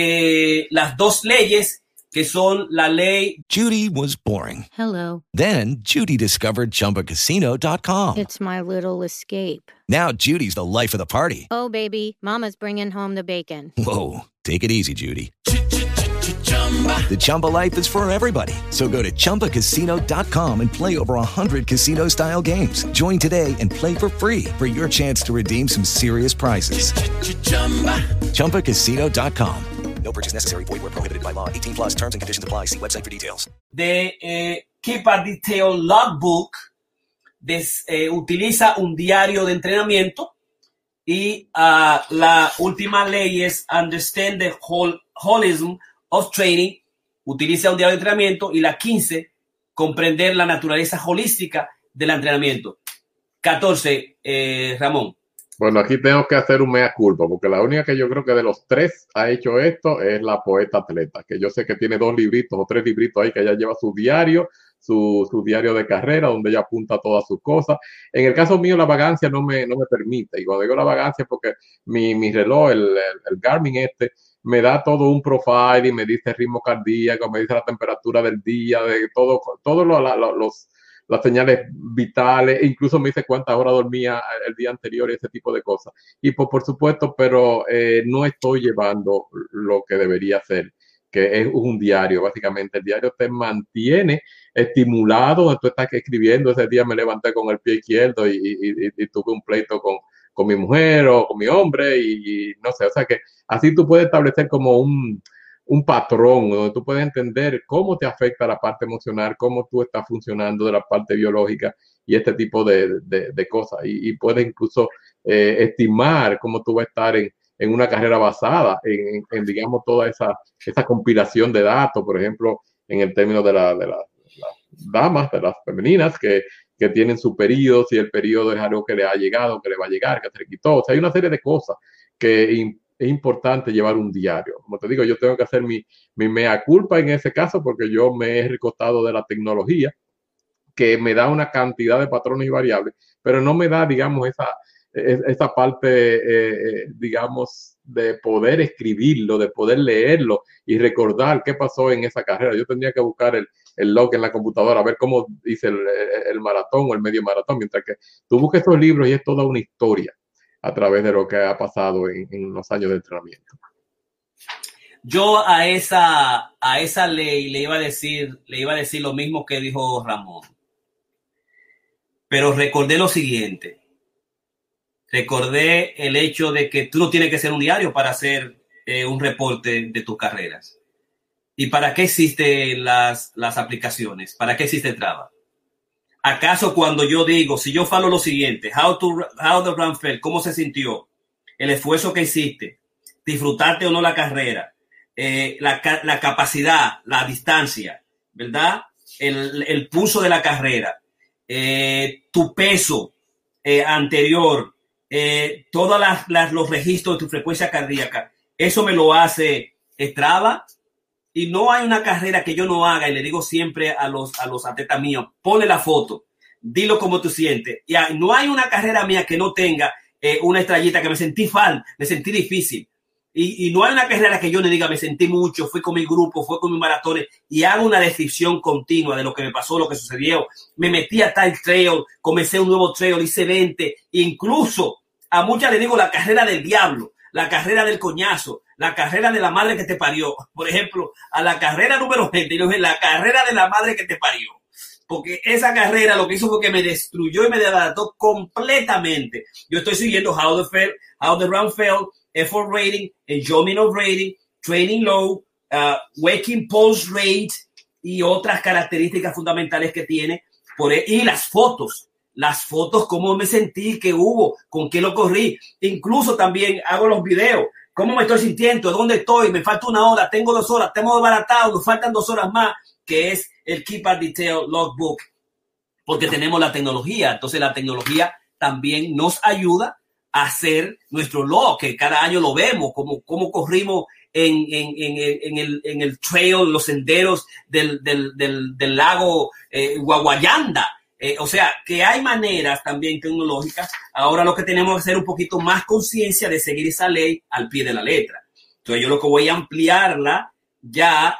leyes, que son la ley. Judy was boring. Hello. Then Judy discovered ChumbaCasino.com. It's my little escape. Now Judy's the life of the party. Oh, baby, mama's bringing home the bacon. Whoa, take it easy, Judy. The Chumba life is for everybody. So go to ChumbaCasino.com and play over 100 casino-style games. Join today and play for free for your chance to redeem some serious prizes. ChumbaCasino.com. No purchase necessary. Void where prohibited by law. 18 plus terms and conditions apply. See website for details. Keep a Detail Logbook. Utiliza un diario de entrenamiento. Y la última ley es Understand the Holism of Training. Utiliza un diario de entrenamiento. Y la 15, comprender la naturaleza holística del entrenamiento. 14, Ramón. Bueno, aquí tengo que hacer un mea culpa, porque la única que yo creo que de los 3 ha hecho esto es la Poeta Atleta, que yo sé que tiene 2 libritos o 3 libritos ahí, que ella lleva su diario, su diario de carrera, donde ella apunta todas sus cosas. En el caso mío, la vagancia no me permite, y cuando digo la vagancia es porque mi reloj, el Garmin me da todo un profile y me dice el ritmo cardíaco, me dice la temperatura del día, de todos las señales vitales, e incluso me dice cuántas horas dormía el día anterior y ese tipo de cosas. Y pues, por supuesto, pero no estoy llevando lo que debería hacer, que es un diario. Básicamente el diario te mantiene estimulado, donde tú estás escribiendo. Ese día me levanté con el pie izquierdo y tuve un pleito con mi mujer o con mi hombre y no sé, o sea que así tú puedes establecer como un patrón donde tú puedes entender cómo te afecta la parte emocional, cómo tú estás funcionando de la parte biológica y este tipo de cosas. Y puedes incluso estimar cómo tú vas a estar en una carrera basada en digamos, toda esa compilación de datos, por ejemplo, en el término de las damas, de las femeninas, que tienen su periodo, si el periodo es algo que le ha llegado, que le va a llegar, que se le quitó. O sea, hay una serie de cosas que es importante llevar un diario. Como te digo, yo tengo que hacer mi mea culpa en ese caso porque yo me he recostado de la tecnología que me da una cantidad de patrones y variables, pero no me da, digamos, esa parte, digamos, de poder escribirlo, de poder leerlo y recordar qué pasó en esa carrera. Yo tendría que buscar el log en la computadora, a ver cómo hice el maratón o el medio maratón, mientras que tú busques estos libros y es toda una historia a través de lo que ha pasado en los años de entrenamiento. Yo a esa ley le iba a decir lo mismo que dijo Ramón. Pero recordé lo siguiente. Recordé el hecho de que tú no tienes que hacer un diario para hacer un reporte de tus carreras. ¿Y para qué existen las aplicaciones? ¿Para qué existe Strava? ¿Acaso cuando yo digo, si yo falo lo siguiente, how the run felt, cómo se sintió, el esfuerzo que hiciste, disfrutarte o no la carrera, la capacidad, la distancia, ¿verdad? El pulso de la carrera, tu peso anterior, todos los registros de tu frecuencia cardíaca, eso me lo hace Strava. Y no hay una carrera que yo no haga, y le digo siempre a los atletas míos, ponle la foto, dilo como tú sientes. Y no hay una carrera mía que no tenga una estrellita que me sentí me sentí difícil. Y no hay una carrera que yo le diga, me sentí mucho, fui con mi grupo, fui con mis maratones, y hago una descripción continua de lo que me pasó, lo que sucedió. Me metí a tal trail, comencé un nuevo trail, hice 20, incluso a muchas les digo la carrera del diablo, la carrera del coñazo, la carrera de la madre que te parió. Por ejemplo, a la carrera número 20, y la carrera de la madre que te parió. Porque esa carrera lo que hizo fue que me destruyó y me desbarató completamente. Yo estoy siguiendo How the Run Felt, Effort Rating, Enjoyment of Rating, Training Low, Waking Pulse Rate y otras características fundamentales que tiene. Y las fotos, cómo me sentí, qué hubo, con qué lo corrí. Incluso también hago los videos. ¿Cómo me estoy sintiendo? ¿Dónde estoy? Me falta 1 hora, tengo 2 horas, tengo desbaratado, nos faltan 2 horas más, que es el Keep a Detail Logbook, porque tenemos la tecnología. Entonces la tecnología también nos ayuda a hacer nuestro log, que cada año lo vemos, cómo corrimos en el trail, los senderos del lago Guaguayanda. O sea, que hay maneras también tecnológicas. Ahora lo que tenemos que hacer un poquito más conciencia de seguir esa ley al pie de la letra. Entonces yo lo que voy a ampliarla ya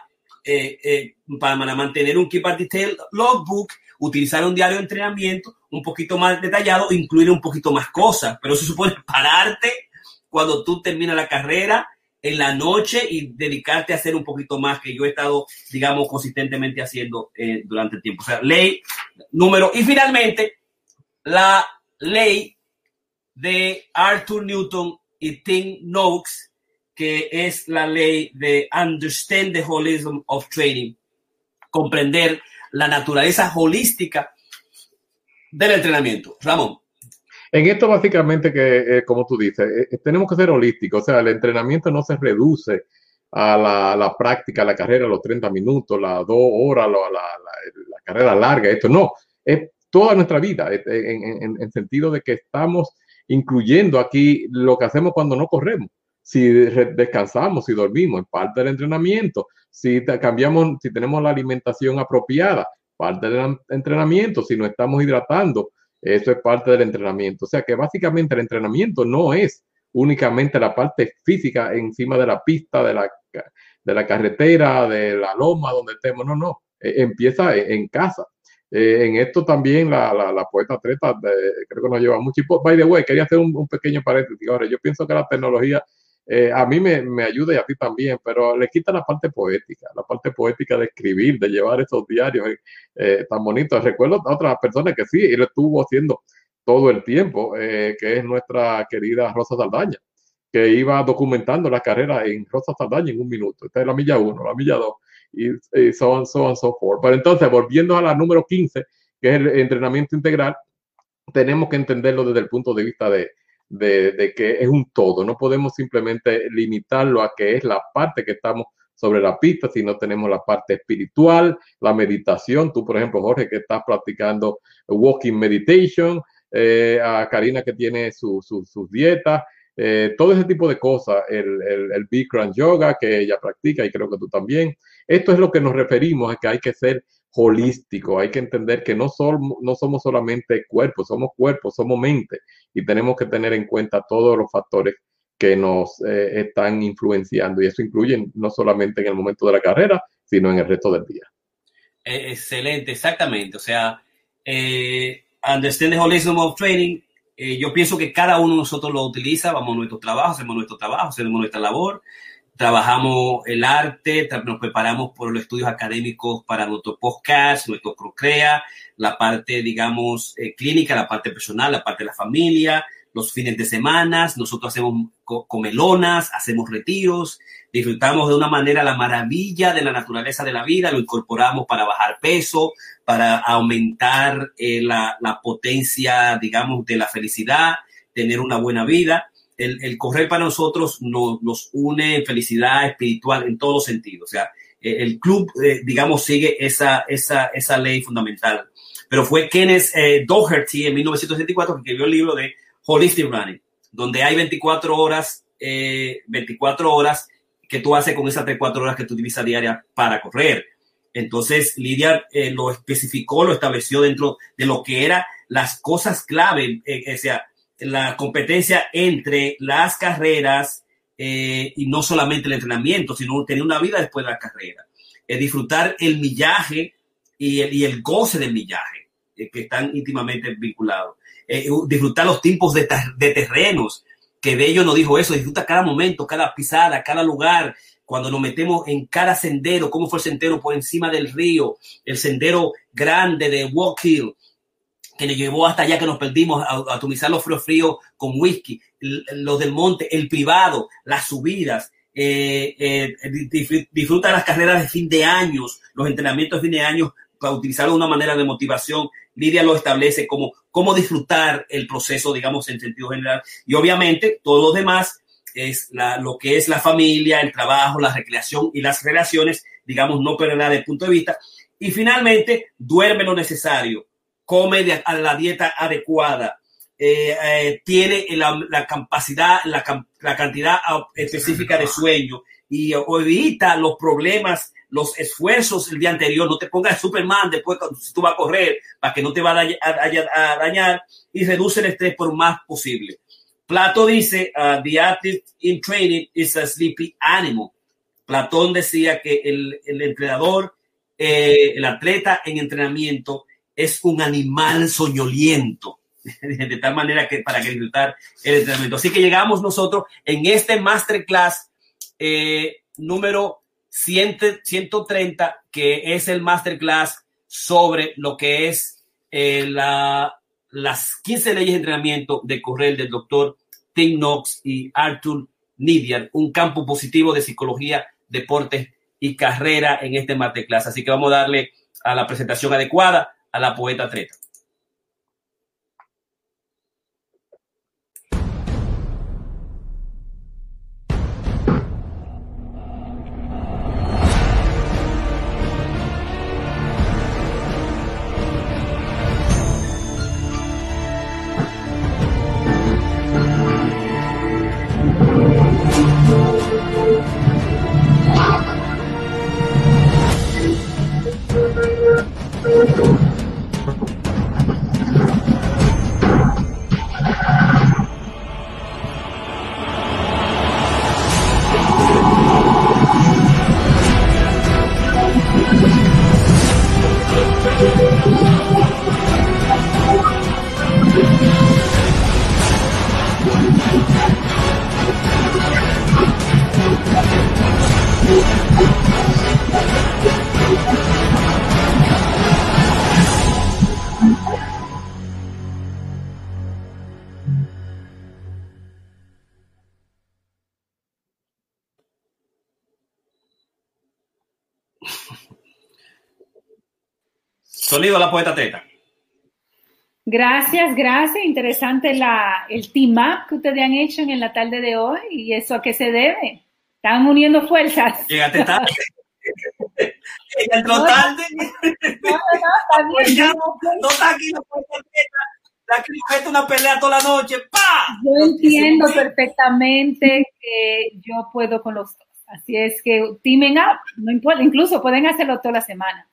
para mantener un Keep a Detail Logbook, utilizar un diario de entrenamiento un poquito más detallado, incluir un poquito más cosas. Pero eso supone pararte cuando tú terminas la carrera en la noche y dedicarte a hacer un poquito más, que yo he estado, digamos, consistentemente haciendo durante el tiempo. O sea, ley, número. Y finalmente, la ley de Arthur Newton y Tim Noakes, que es la ley de Understand the Holism of Training, comprender la naturaleza holística del entrenamiento. Ramón. En esto básicamente que, como tú dices, tenemos que ser holísticos. O sea, el entrenamiento no se reduce a la práctica, a la carrera, a los 30 minutos, las 2 horas, la carrera larga. Esto no, es toda nuestra vida, en sentido de que estamos incluyendo aquí lo que hacemos cuando no corremos. Si descansamos, si dormimos, es parte del entrenamiento. Si cambiamos, si tenemos la alimentación apropiada, parte del entrenamiento. Si nos estamos hidratando, eso es parte del entrenamiento. O sea que básicamente el entrenamiento no es únicamente la parte física encima de la pista, de la carretera, de la loma donde estemos. No. Empieza en casa. En esto también la poeta treta creo que nos lleva mucho. Y by the way, quería hacer un pequeño paréntesis. Ahora, yo pienso que la tecnología a mí me ayuda y a ti también, pero le quita la parte poética de escribir, de llevar esos diarios tan bonitos. Recuerdo a otras personas que sí, y lo estuvo haciendo todo el tiempo, que es nuestra querida Rosa Saldaña, que iba documentando la carrera en Rosa Saldaña en 1 minuto. Esta es la milla 1, la milla 2, y so on, so forth. Pero entonces, volviendo a la número 15, que es el entrenamiento integral, tenemos que entenderlo desde el punto de vista de que es un todo. No podemos simplemente limitarlo a que es la parte que estamos sobre la pista, sino tenemos la parte espiritual, la meditación. Tú, por ejemplo, Jorge, que estás practicando walking meditation, a Karina, que tiene sus dietas, todo ese tipo de cosas, el Bikram Yoga que ella practica, y creo que tú también. Esto es lo que nos referimos, a que hay que ser holístico, hay que entender que no somos solamente cuerpos, somos mente, y tenemos que tener en cuenta todos los factores que nos están influenciando, y eso incluye no solamente en el momento de la carrera, sino en el resto del día. Excelente, exactamente. O sea, Understand the Holism of Training, yo pienso que cada uno de nosotros lo utiliza, vamos a nuestro trabajo, hacemos nuestra labor, trabajamos el arte, nos preparamos por los estudios académicos para nuestro podcast, nuestro Procrea, la parte, digamos, clínica, la parte personal, la parte de la familia, los fines de semana. Nosotros hacemos comelonas, hacemos retiros, disfrutamos de una manera la maravilla de la naturaleza de la vida, lo incorporamos para bajar peso, para aumentar la potencia, digamos, de la felicidad, tener una buena vida. El correr para nosotros nos une en felicidad espiritual en todos los sentidos. O sea, el club, digamos, sigue esa ley fundamental. Pero fue Kenneth Doherty en 1974 que escribió el libro de Holistic Running, donde hay 24 horas que tú haces con esas 4 horas que tú utilizas diarias para correr. Entonces, Lidia lo especificó, lo estableció dentro de lo que eran las cosas clave, o sea, la competencia entre las carreras y no solamente el entrenamiento, sino tener una vida después de la carrera. Disfrutar el millaje y el goce del millaje, que están íntimamente vinculados. Disfrutar los tipos de terrenos, que Bello nos dijo eso, disfruta cada momento, cada pisada, cada lugar, cuando nos metemos en cada sendero, cómo fue el sendero por encima del río, el sendero grande de Walk Hill, que nos llevó hasta allá, que nos perdimos a atomizar los fríos con whisky, los del monte, el privado, las subidas, disfruta las carreras de fin de años, los entrenamientos de fin de años, para utilizarlo de una manera de motivación. Lidia lo establece como cómo disfrutar el proceso, digamos, en sentido general. Y obviamente todo lo demás es lo que es la familia, el trabajo, la recreación y las relaciones, digamos, no perderla de punto de vista. Y finalmente, duerme lo necesario, come a la dieta adecuada, tiene la capacidad, la cantidad específica de sueño, y evita los problemas, los esfuerzos el día anterior. No te pongas Superman después cuando tú vas a correr, para que no te va a dañar, y reduce el estrés por más posible. Plato dice, the athlete in training is a sleepy animal. Platón decía que el entrenador, el atleta en entrenamiento es un animal soñoliento, de tal manera que para disfrutar el entrenamiento. Así que llegamos nosotros en este masterclass número 130, que es el masterclass sobre lo que es las 15 leyes de entrenamiento de correr del doctor Tim Knox y Arthur Nidiar, un campo positivo de psicología, deportes y carrera en este masterclass. Así que vamos a darle a la presentación adecuada a la poeta treta. Sonido a la poeta atleta. Gracias. Interesante el team up que ustedes han hecho en la tarde de hoy. ¿Y eso a qué se debe? ¿Están uniendo fuerzas? Llegaste tarde. Entró tarde. No, está bien. No está aquí la poeta atleta. La que mete una pelea toda la noche. ¡Pah! Yo entiendo perfectamente que yo puedo con los dos. Así es que teaming up, no importa, incluso pueden hacerlo toda la semana.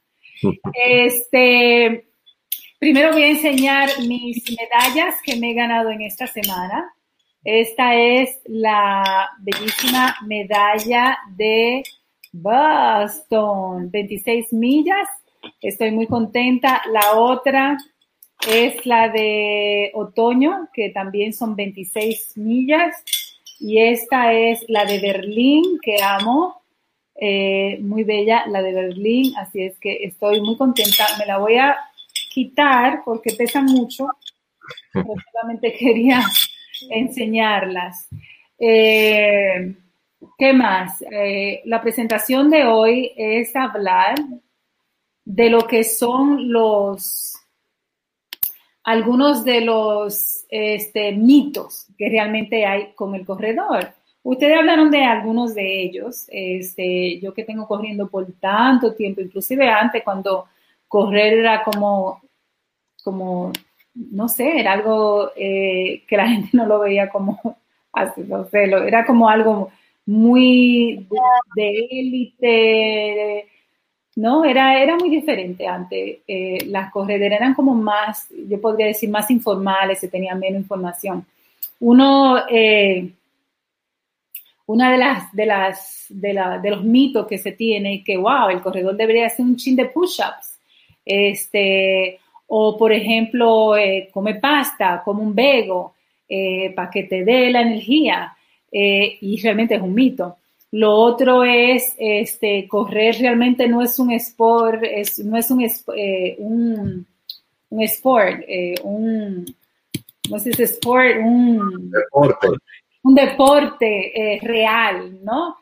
Primero voy a enseñar mis medallas que me he ganado en esta semana. Esta es la bellísima medalla de Boston, 26 millas. Estoy muy contenta. La otra es la de otoño, que también son 26 millas. Y esta es la de Berlín, que amo. Muy bella la de Berlín. Así es que estoy muy contenta. Me la voy a quitar porque pesa mucho. Pero solamente quería enseñarlas. ¿Qué más? La presentación de hoy es hablar de lo que son algunos de los mitos que realmente hay con el corredor. Ustedes hablaron de algunos de ellos. Yo que tengo corriendo por tanto tiempo, inclusive antes cuando correr era como no sé, era algo que la gente no lo veía como, no sé, era como algo muy de élite, ¿no? Era muy diferente antes. Las correderas eran como más, yo podría decir, más informales, se tenía menos información. Una de los mitos que se tiene es que, wow, el corredor debería hacer un chin de push-ups. O, por ejemplo, come pasta, come un vego, para que te dé la energía. Y realmente es un mito. Lo otro es, correr realmente no es un sport, no sé si es sport, un deporte real, ¿no?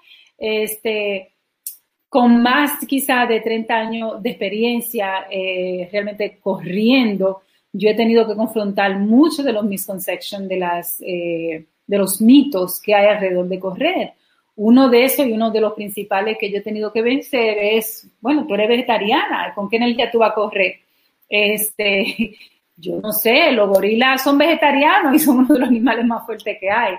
Con más quizá de 30 años de experiencia realmente corriendo, yo he tenido que confrontar muchos de los misconceptions, de los mitos que hay alrededor de correr. Uno de esos y uno de los principales que yo he tenido que vencer es, bueno, tú eres vegetariana, ¿con qué energía tú vas a correr? Yo no sé, los gorilas son vegetarianos y son uno de los animales más fuertes que hay.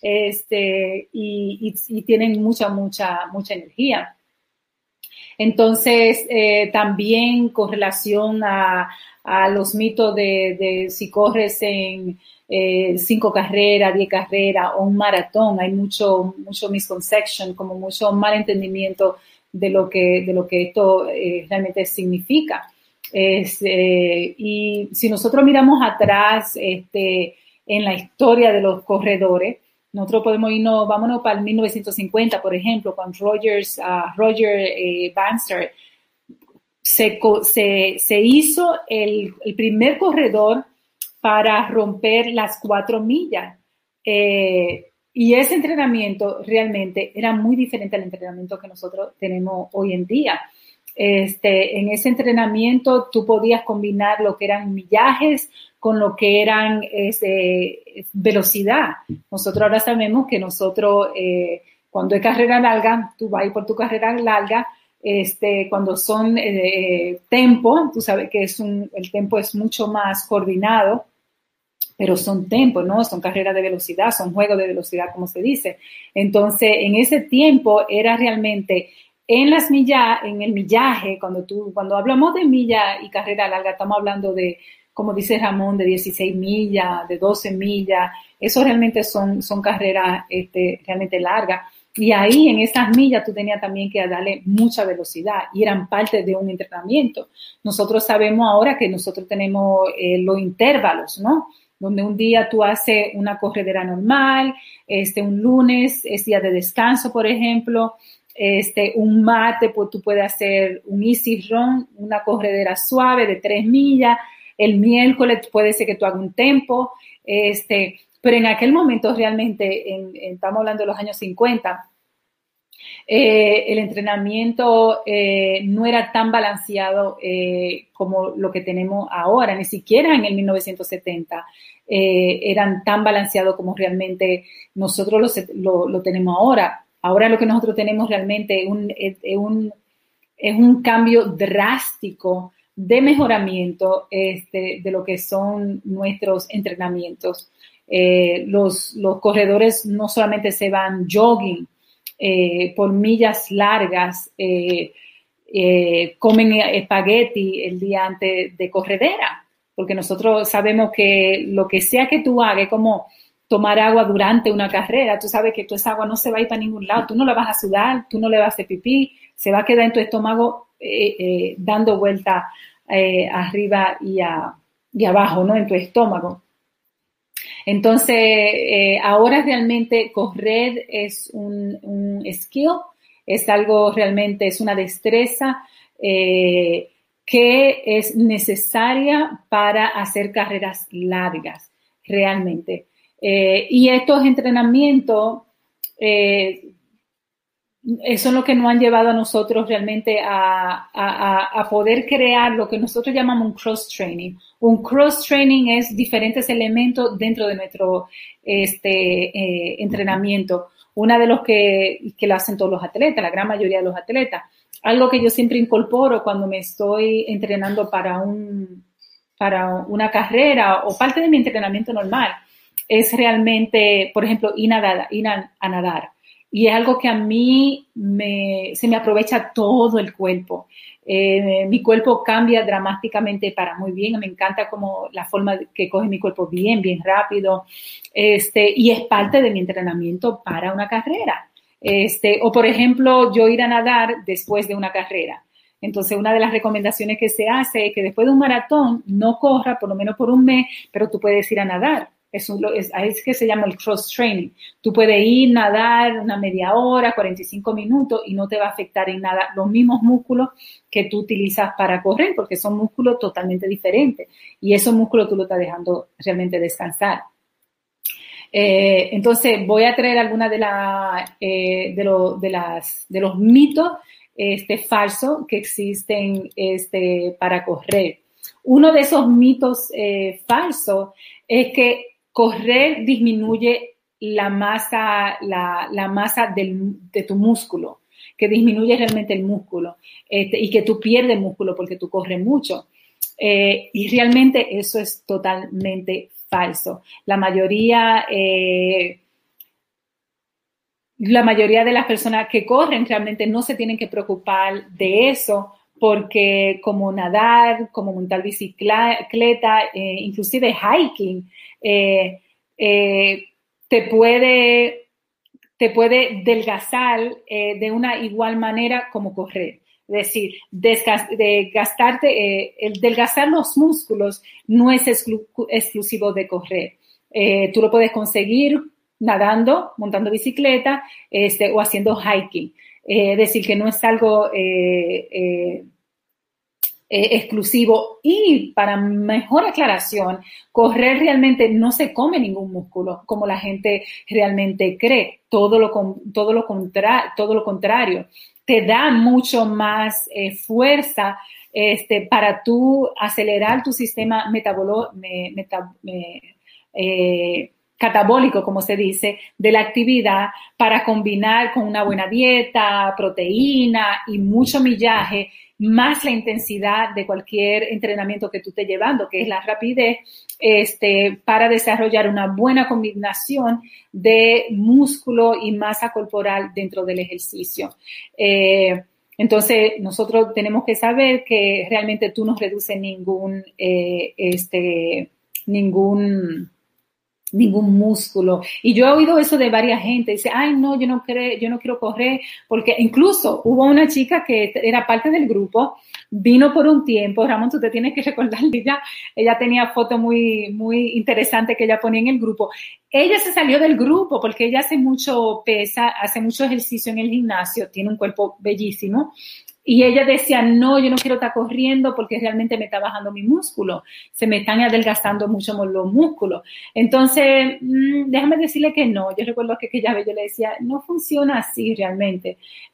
Y tienen mucha energía. Entonces, también con relación a los mitos de si corres en 5 carreras, 10 carreras o un maratón, hay mucho misconception, como mucho malentendimiento de lo que esto realmente significa. Y si nosotros miramos atrás en la historia de los corredores, nosotros podemos irnos, vámonos para el 1950, por ejemplo, con Roger Bannister, se hizo el primer corredor para romper las 4 millas. Y ese entrenamiento realmente era muy diferente al entrenamiento que nosotros tenemos hoy en día. En ese entrenamiento tú podías combinar lo que eran millajes con lo que eran velocidad. Nosotros ahora sabemos que cuando es carrera larga, tú vas a ir por tu carrera larga, cuando son tempo, tú sabes que el tempo es mucho más coordinado, pero son tempos, ¿no? Son carreras de velocidad, son juegos de velocidad, como se dice. Entonces, en ese tiempo era realmente en el millaje, cuando hablamos de milla y carrera larga, estamos hablando de, como dice Ramón, de 16 millas, de 12 millas. Eso realmente son carreras realmente largas. Y ahí, en esas millas, tú tenías también que darle mucha velocidad y eran parte de un entrenamiento. Nosotros sabemos ahora que nosotros tenemos los intervalos, ¿no? Donde un día tú haces una corredera normal, un lunes es día de descanso, por ejemplo, un martes pues tú puedes hacer un easy run, una corredera suave de 3 millas, el miércoles puede ser que tú hagas un tempo, pero en aquel momento realmente, estamos hablando de los años 50, El entrenamiento no era tan balanceado como lo que tenemos ahora, ni siquiera en el 1970 eran tan balanceados como realmente nosotros lo tenemos ahora. Ahora lo que nosotros tenemos realmente es un cambio drástico de mejoramiento de lo que son nuestros entrenamientos. Los corredores no solamente se van jogging por millas largas, comen espagueti el día antes de corredera, porque nosotros sabemos que lo que sea que tú hagas es como tomar agua durante una carrera. Tú sabes que esa agua no se va a ir para ningún lado, tú no la vas a sudar, tú no le vas a hacer pipí, se va a quedar en tu estómago dando vuelta arriba y abajo, ¿no? En tu estómago. Entonces, ahora realmente correr es un skill, es algo realmente, es una destreza que es necesaria para hacer carreras largas, realmente. Y estos entrenamientos son lo que nos han llevado a nosotros realmente a poder crear lo que nosotros llamamos un cross-training. Un cross-training es diferentes elementos dentro de nuestro entrenamiento. Una de los que lo hacen todos los atletas, la gran mayoría de los atletas. Algo que yo siempre incorporo cuando me estoy entrenando para una carrera o parte de mi entrenamiento normal es realmente, por ejemplo, ir a nadar. Y es algo que a mí se me aprovecha todo el cuerpo. Mi cuerpo cambia dramáticamente para muy bien. Me encanta como la forma que coge mi cuerpo bien rápido. Y es parte de mi entrenamiento para una carrera. O por ejemplo, yo ir a nadar después de una carrera. Entonces, una de las recomendaciones que se hace es que después de un maratón no corra por lo menos por un mes, pero tú puedes ir a nadar. Es que se llama el cross-training. Tú puedes ir, nadar una media hora, 45 minutos y no te va a afectar en nada los mismos músculos que tú utilizas para correr, porque son músculos totalmente diferentes y esos músculos tú lo estás dejando realmente descansar. Entonces, voy a traer algunas de los mitos falsos que existen para correr. Uno de esos mitos falsos es que correr disminuye la masa de tu músculo, que disminuye realmente el músculo y que tú pierdes músculo porque tú corres mucho. Y realmente eso es totalmente falso. La mayoría de las personas que corren realmente no se tienen que preocupar de eso, porque como nadar, como montar bicicleta, inclusive hiking, te puede delgazar de una igual manera como correr. Es decir, el delgazar los músculos no es exclusivo de correr. Tú lo puedes conseguir nadando, montando bicicleta, o haciendo hiking. Es decir, que no es algo exclusivo. Y para mejor aclaración, correr realmente no se come ningún músculo como la gente realmente cree. Todo lo contrario. Te da mucho más fuerza para tú acelerar tu sistema catabólico, como se dice, de la actividad, para combinar con una buena dieta, proteína y mucho millaje, más la intensidad de cualquier entrenamiento que tú estés llevando, que es la rapidez, para desarrollar una buena combinación de músculo y masa corporal dentro del ejercicio. Entonces, nosotros tenemos que saber que realmente tú no reduces ningún músculo. Y yo he oído eso de varias gente. Dice, ay, no, yo no quiero correr, porque incluso hubo una chica que era parte del grupo, vino por un tiempo. Ramón, tú te tienes que recordar de ella tenía fotos muy, muy interesantes que ella ponía en el grupo. Ella se salió del grupo porque ella hace mucho ejercicio en el gimnasio, tiene un cuerpo bellísimo, Y ella decía, no, yo no quiero estar corriendo porque realmente me está bajando mi músculo. Se me están adelgazando mucho los músculos. Entonces, déjame decirle que no. Yo recuerdo que aquella vez yo le decía, no funciona así realmente.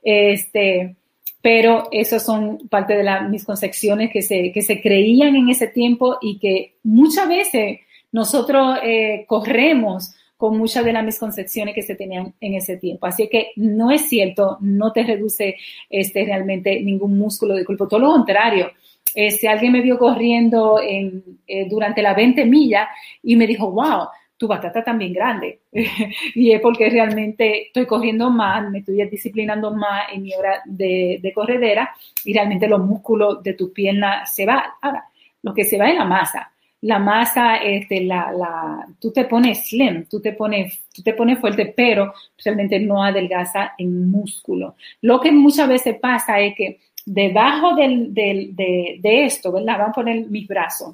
Pero esas son parte de las misconcepciones que se creían en ese tiempo y que muchas veces nosotros corremos con muchas de las misconcepciones que se tenían en ese tiempo. Así que no es cierto, no te reduce realmente ningún músculo del cuerpo, todo lo contrario. Alguien me vio corriendo durante las 20 millas y me dijo, wow, tu batata también grande. Y es porque realmente estoy corriendo más, me estoy disciplinando más en mi hora de corredera y realmente los músculos de tu pierna se van. Ahora, lo que se va es la masa. La masa, tú te pones slim, tú te pones fuerte, pero realmente no adelgaza en músculo. Lo que muchas veces pasa es que debajo de esto, ¿verdad? Vamos a poner mis brazos.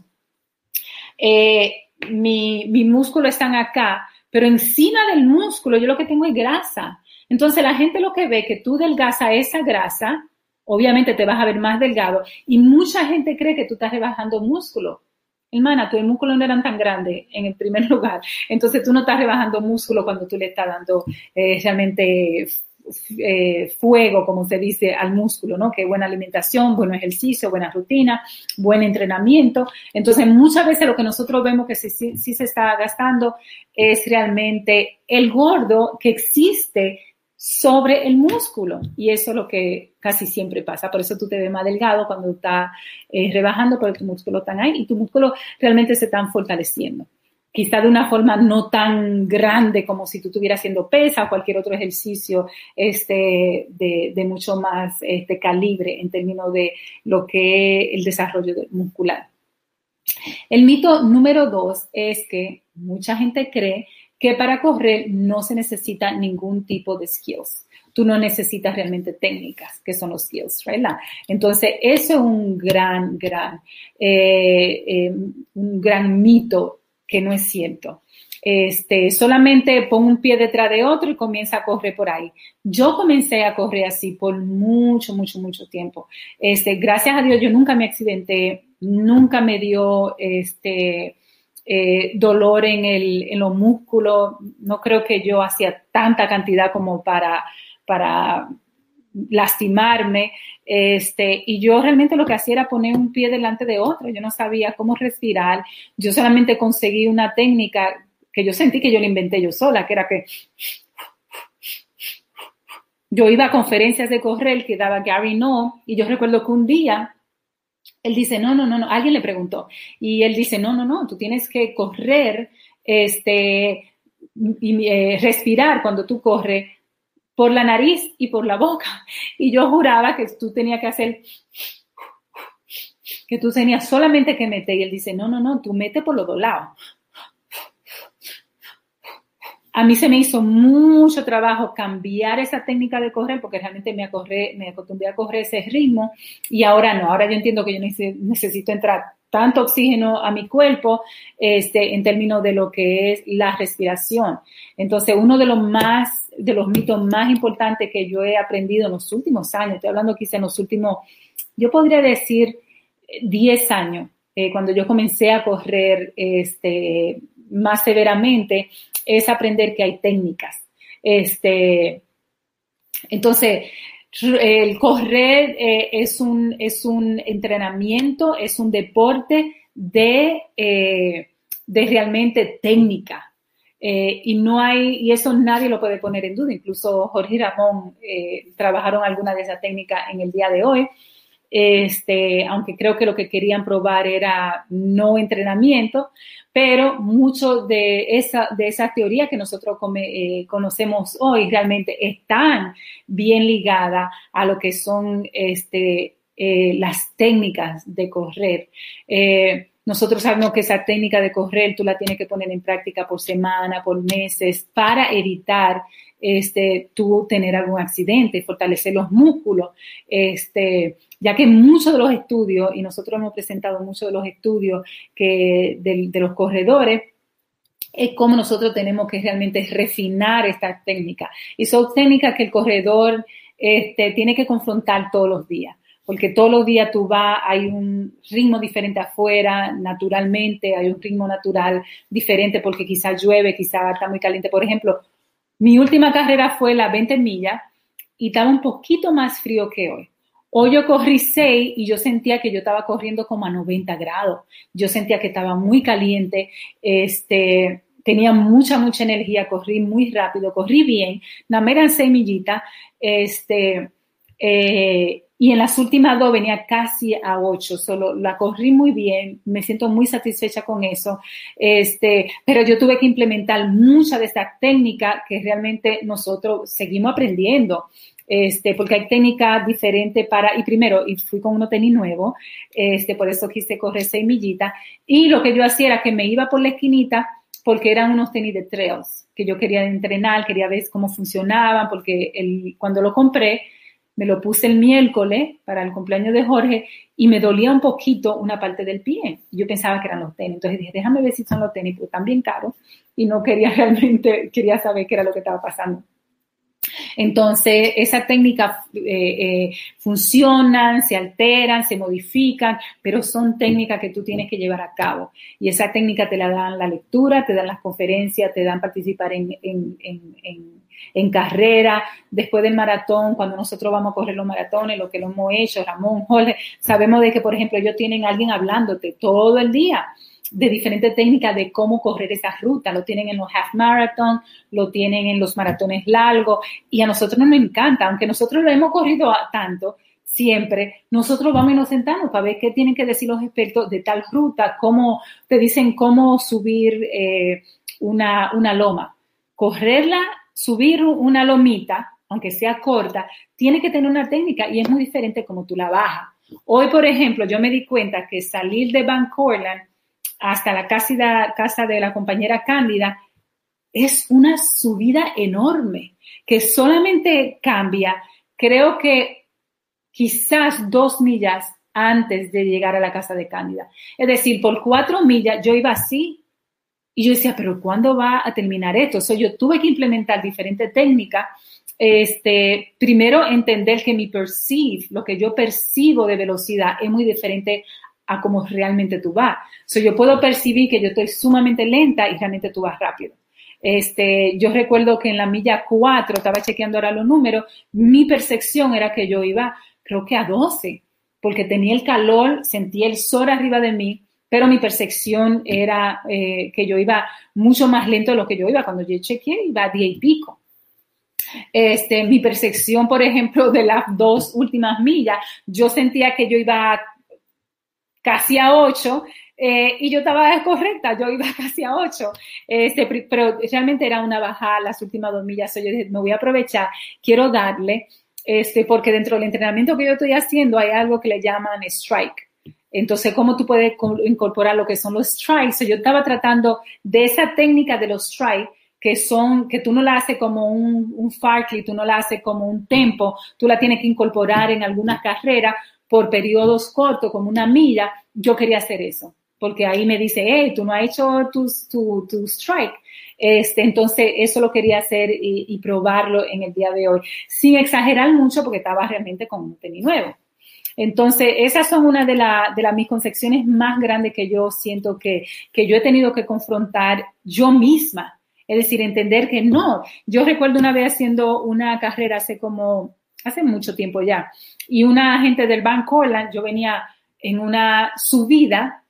Mi músculo están acá, pero encima del músculo yo lo que tengo es grasa. Entonces la gente lo que ve que tú adelgazas esa grasa, obviamente te vas a ver más delgado y mucha gente cree que tú estás rebajando músculo. Hermana, tus músculos no eran tan grandes en el primer lugar, entonces tú no estás rebajando músculo cuando tú le estás dando realmente fuego, como se dice, al músculo, ¿no? Que buena alimentación, buen ejercicio, buena rutina, buen entrenamiento. Entonces, muchas veces lo que nosotros vemos que sí se está gastando es realmente el gordo que existe sobre el músculo. Y eso es lo que casi siempre pasa. Por eso tú te ves más delgado cuando estás rebajando, porque tu músculo está ahí y tu músculo realmente se están fortaleciendo. Quizá de una forma no tan grande como si tú estuvieras haciendo pesa o cualquier otro ejercicio de mucho más calibre en términos de lo que es el desarrollo muscular. El mito número 2 es que mucha gente cree que para correr no se necesita ningún tipo de skills. Tú no necesitas realmente técnicas, que son los skills, ¿verdad? Entonces, eso es un gran mito que no es cierto. Solamente pon un pie detrás de otro y comienza a correr por ahí. Yo comencé a correr así por mucho tiempo. Gracias a Dios yo nunca me accidenté, nunca me dio dolor en los músculos. No creo que yo hacía tanta cantidad como para lastimarme, y yo realmente lo que hacía era poner un pie delante de otro. Yo no sabía cómo respirar. Yo solamente conseguí una técnica que yo sentí que yo la inventé yo sola, que era que yo iba a conferencias de correr que daba Gary No, y yo recuerdo que un día él dice, no, alguien le preguntó, y él dice, no, tú tienes que correr, y respirar cuando tú corres por la nariz y por la boca. Y yo juraba que tú tenías que hacer, que tú tenías solamente que meter. Y él dice, no, tú metes por los dos lados. A mí se me hizo mucho trabajo cambiar esa técnica de correr porque realmente me acostumbré a correr ese ritmo y ahora no. Ahora yo entiendo que yo necesito entrar tanto oxígeno a mi cuerpo en términos de lo que es la respiración. Entonces, uno de los mitos más importantes que yo he aprendido en los últimos años, estoy hablando quizá en los últimos, yo podría decir 10 años, cuando yo comencé a correr más severamente, es aprender que hay técnicas. Entonces, el correr es un entrenamiento, es un deporte de realmente técnica. Y eso nadie lo puede poner en duda. Incluso Jorge y Ramón trabajaron alguna de esas técnicas en el día de hoy. Aunque creo que lo que querían probar era no entrenamiento, pero mucho de esa teoría que nosotros conocemos hoy realmente están bien ligadas a lo que son las técnicas de correr. Nosotros sabemos que esa técnica de correr tú la tienes que poner en práctica por semana, por meses, para evitar tú tener algún accidente, fortalecer los músculos, ya que muchos de los estudios, y nosotros hemos presentado muchos de los estudios de los corredores, es cómo nosotros tenemos que realmente refinar estas técnicas. Y son técnicas que el corredor tiene que confrontar todos los días. porque todos los días tú vas, hay un ritmo diferente afuera, naturalmente, hay un ritmo natural diferente porque quizás llueve, quizás está muy caliente. Por ejemplo, mi última carrera fue la 20 millas y estaba un poquito más frío que hoy. Hoy yo corrí 6 y yo sentía que yo estaba corriendo como a 90 grados. Yo sentía que estaba muy caliente, tenía mucha energía, corrí muy rápido, corrí bien, nada más eran 6 millitas, y en las últimas 2 venía casi a 8, solo la corrí muy bien, me siento muy satisfecha con eso, pero yo tuve que implementar mucha de esta técnica que realmente nosotros seguimos aprendiendo, porque hay técnicas diferentes y fui con unos tenis nuevos, por eso quise correr 6 millitas, y lo que yo hacía era que me iba por la esquinita, porque eran unos tenis de trails, que yo quería entrenar, quería ver cómo funcionaban, porque cuando lo compré, me lo puse el miércoles para el cumpleaños de Jorge y me dolía un poquito una parte del pie. Yo pensaba que eran los tenis. Entonces dije, déjame ver si son los tenis, porque están bien caros y no quería saber qué era lo que estaba pasando. Entonces, esas técnicas funcionan, se alteran, se modifican, pero son técnicas que tú tienes que llevar a cabo. Y esa técnica te la dan la lectura, te dan las conferencias, te dan participar en carrera. Después del maratón, cuando nosotros vamos a correr los maratones, lo que lo hemos hecho, Ramón, Jorge, sabemos de que, por ejemplo, ellos tienen a alguien hablándote todo el día de diferentes técnicas de cómo correr esa ruta. Lo tienen en los half marathon, lo tienen en los maratones largos, y a nosotros nos encanta, aunque nosotros lo hemos corrido tanto, siempre, nosotros vamos y nos sentamos para ver qué tienen que decir los expertos de tal ruta, cómo te dicen cómo subir una loma. Correrla, subir una lomita, aunque sea corta, tiene que tener una técnica y es muy diferente como tú la bajas. Hoy, por ejemplo, yo me di cuenta que salir de Van Cortlandt hasta la casa de la compañera Cándida es una subida enorme que solamente cambia, creo que quizás 2 millas antes de llegar a la casa de Cándida. Es decir, por 4 millas yo iba así y yo decía, pero ¿cuándo va a terminar esto? O sea, yo tuve que implementar diferentes técnicas. Primero entender que lo que yo percibo de velocidad es muy diferente a cómo realmente tú vas. Yo puedo percibir que yo estoy sumamente lenta y realmente tú vas rápido. Yo recuerdo que en la milla 4, estaba chequeando ahora los números, mi percepción era que yo iba, creo que a 12, porque tenía el calor, sentía el sol arriba de mí, pero mi percepción era que yo iba mucho más lento de lo que yo iba. Cuando yo chequeé, iba a 10 y pico. Mi percepción, por ejemplo, de las 2 últimas millas, yo sentía que yo iba casi a 8, y yo estaba correcta, yo iba casi a 8, pero realmente era una bajada las últimas 2 millas. Yo dije, me voy a aprovechar, quiero darle, porque dentro del entrenamiento que yo estoy haciendo hay algo que le llaman strike. Entonces, ¿cómo tú puedes incorporar lo que son los strikes? Yo estaba tratando de esa técnica de los strikes, que tú no la haces como un Fartlek, tú no la haces como un tempo, tú la tienes que incorporar en algunas carreras por periodos cortos, como 1 milla. Yo quería hacer eso, porque ahí me dice, hey, tú no has hecho tu strike. Entonces, eso lo quería hacer y probarlo en el día de hoy, sin exagerar mucho, porque estaba realmente con un tenis nuevo. Entonces, esas son una de las mis concepciones más grandes que yo siento que yo he tenido que confrontar yo misma. Es decir, entender que no. Yo recuerdo una vez haciendo una carrera hace mucho tiempo ya, y una gente del Van Cortlandt, yo venía en una subida,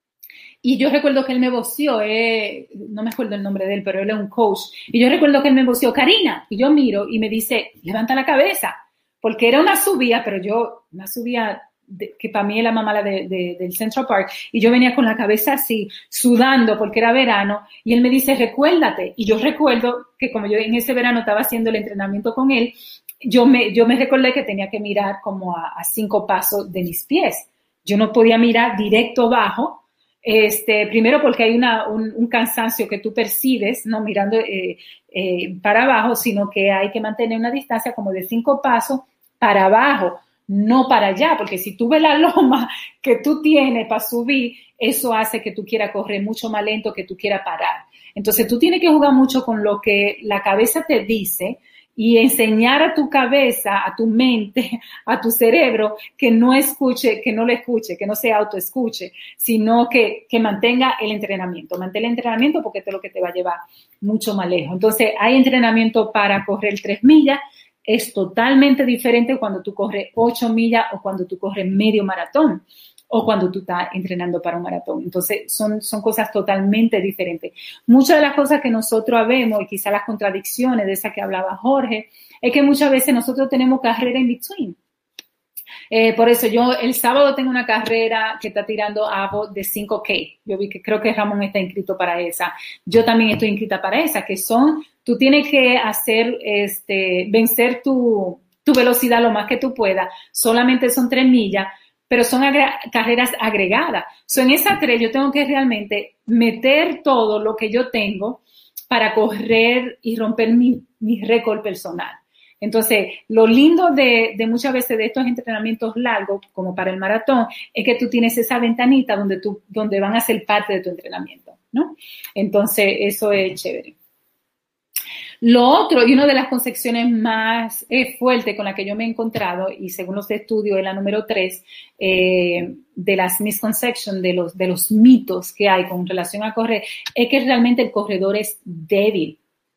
y yo recuerdo que él me voció, no me acuerdo el nombre de él, pero él es un coach, y yo recuerdo que él me voció, Karina, y yo miro y me dice, levanta la cabeza, porque era una subida, pero una subida que para mí es la mamá del Central Park, y yo venía con la cabeza así, sudando porque era verano, y él me dice, recuérdate, y yo recuerdo que como yo en ese verano estaba haciendo el entrenamiento con él, yo me recordé que tenía que mirar como a 5 pasos de mis pies. Yo no podía mirar directo abajo, primero porque hay un cansancio que tú percibes, no mirando para abajo, sino que hay que mantener una distancia como de 5 pasos para abajo, no para allá, porque si tú ves la loma que tú tienes para subir, eso hace que tú quieras correr mucho más lento, que tú quieras parar. Entonces tú tienes que jugar mucho con lo que la cabeza te dice y enseñar a tu cabeza, a tu mente, a tu cerebro que no escuche, que no le escuche, que no se autoescuche, sino que mantenga el entrenamiento. Mantén el entrenamiento porque esto es lo que te va a llevar mucho más lejos. Entonces, hay entrenamiento para correr 3 millas. Es totalmente diferente cuando tú corres 8 millas o cuando tú corres medio maratón o cuando tú estás entrenando para un maratón. Entonces, son cosas totalmente diferentes. Muchas de las cosas que nosotros vemos, y quizás las contradicciones de esas que hablaba Jorge, es que muchas veces nosotros tenemos carrera in between. Por eso yo el sábado tengo una carrera que está tirando Avo de 5K. Yo vi que creo que Ramón está inscrito para esa. Yo también estoy inscrita para esa, que tú tienes que hacer, vencer tu velocidad lo más que tú puedas. Solamente son 3 millas, pero son carreras agregadas. En esas 3 yo tengo que realmente meter todo lo que yo tengo para correr y romper mi récord personal. Entonces, lo lindo de muchas veces de estos entrenamientos largos, como para el maratón, es que tú tienes esa ventanita donde van a ser parte de tu entrenamiento, ¿no? Entonces, eso es chévere. Lo otro, y una de las concepciones más fuertes con la que yo me he encontrado, y según los estudios es la número 3, de las misconceptions, de los mitos que hay con relación a correr, es que realmente el corredor es débil.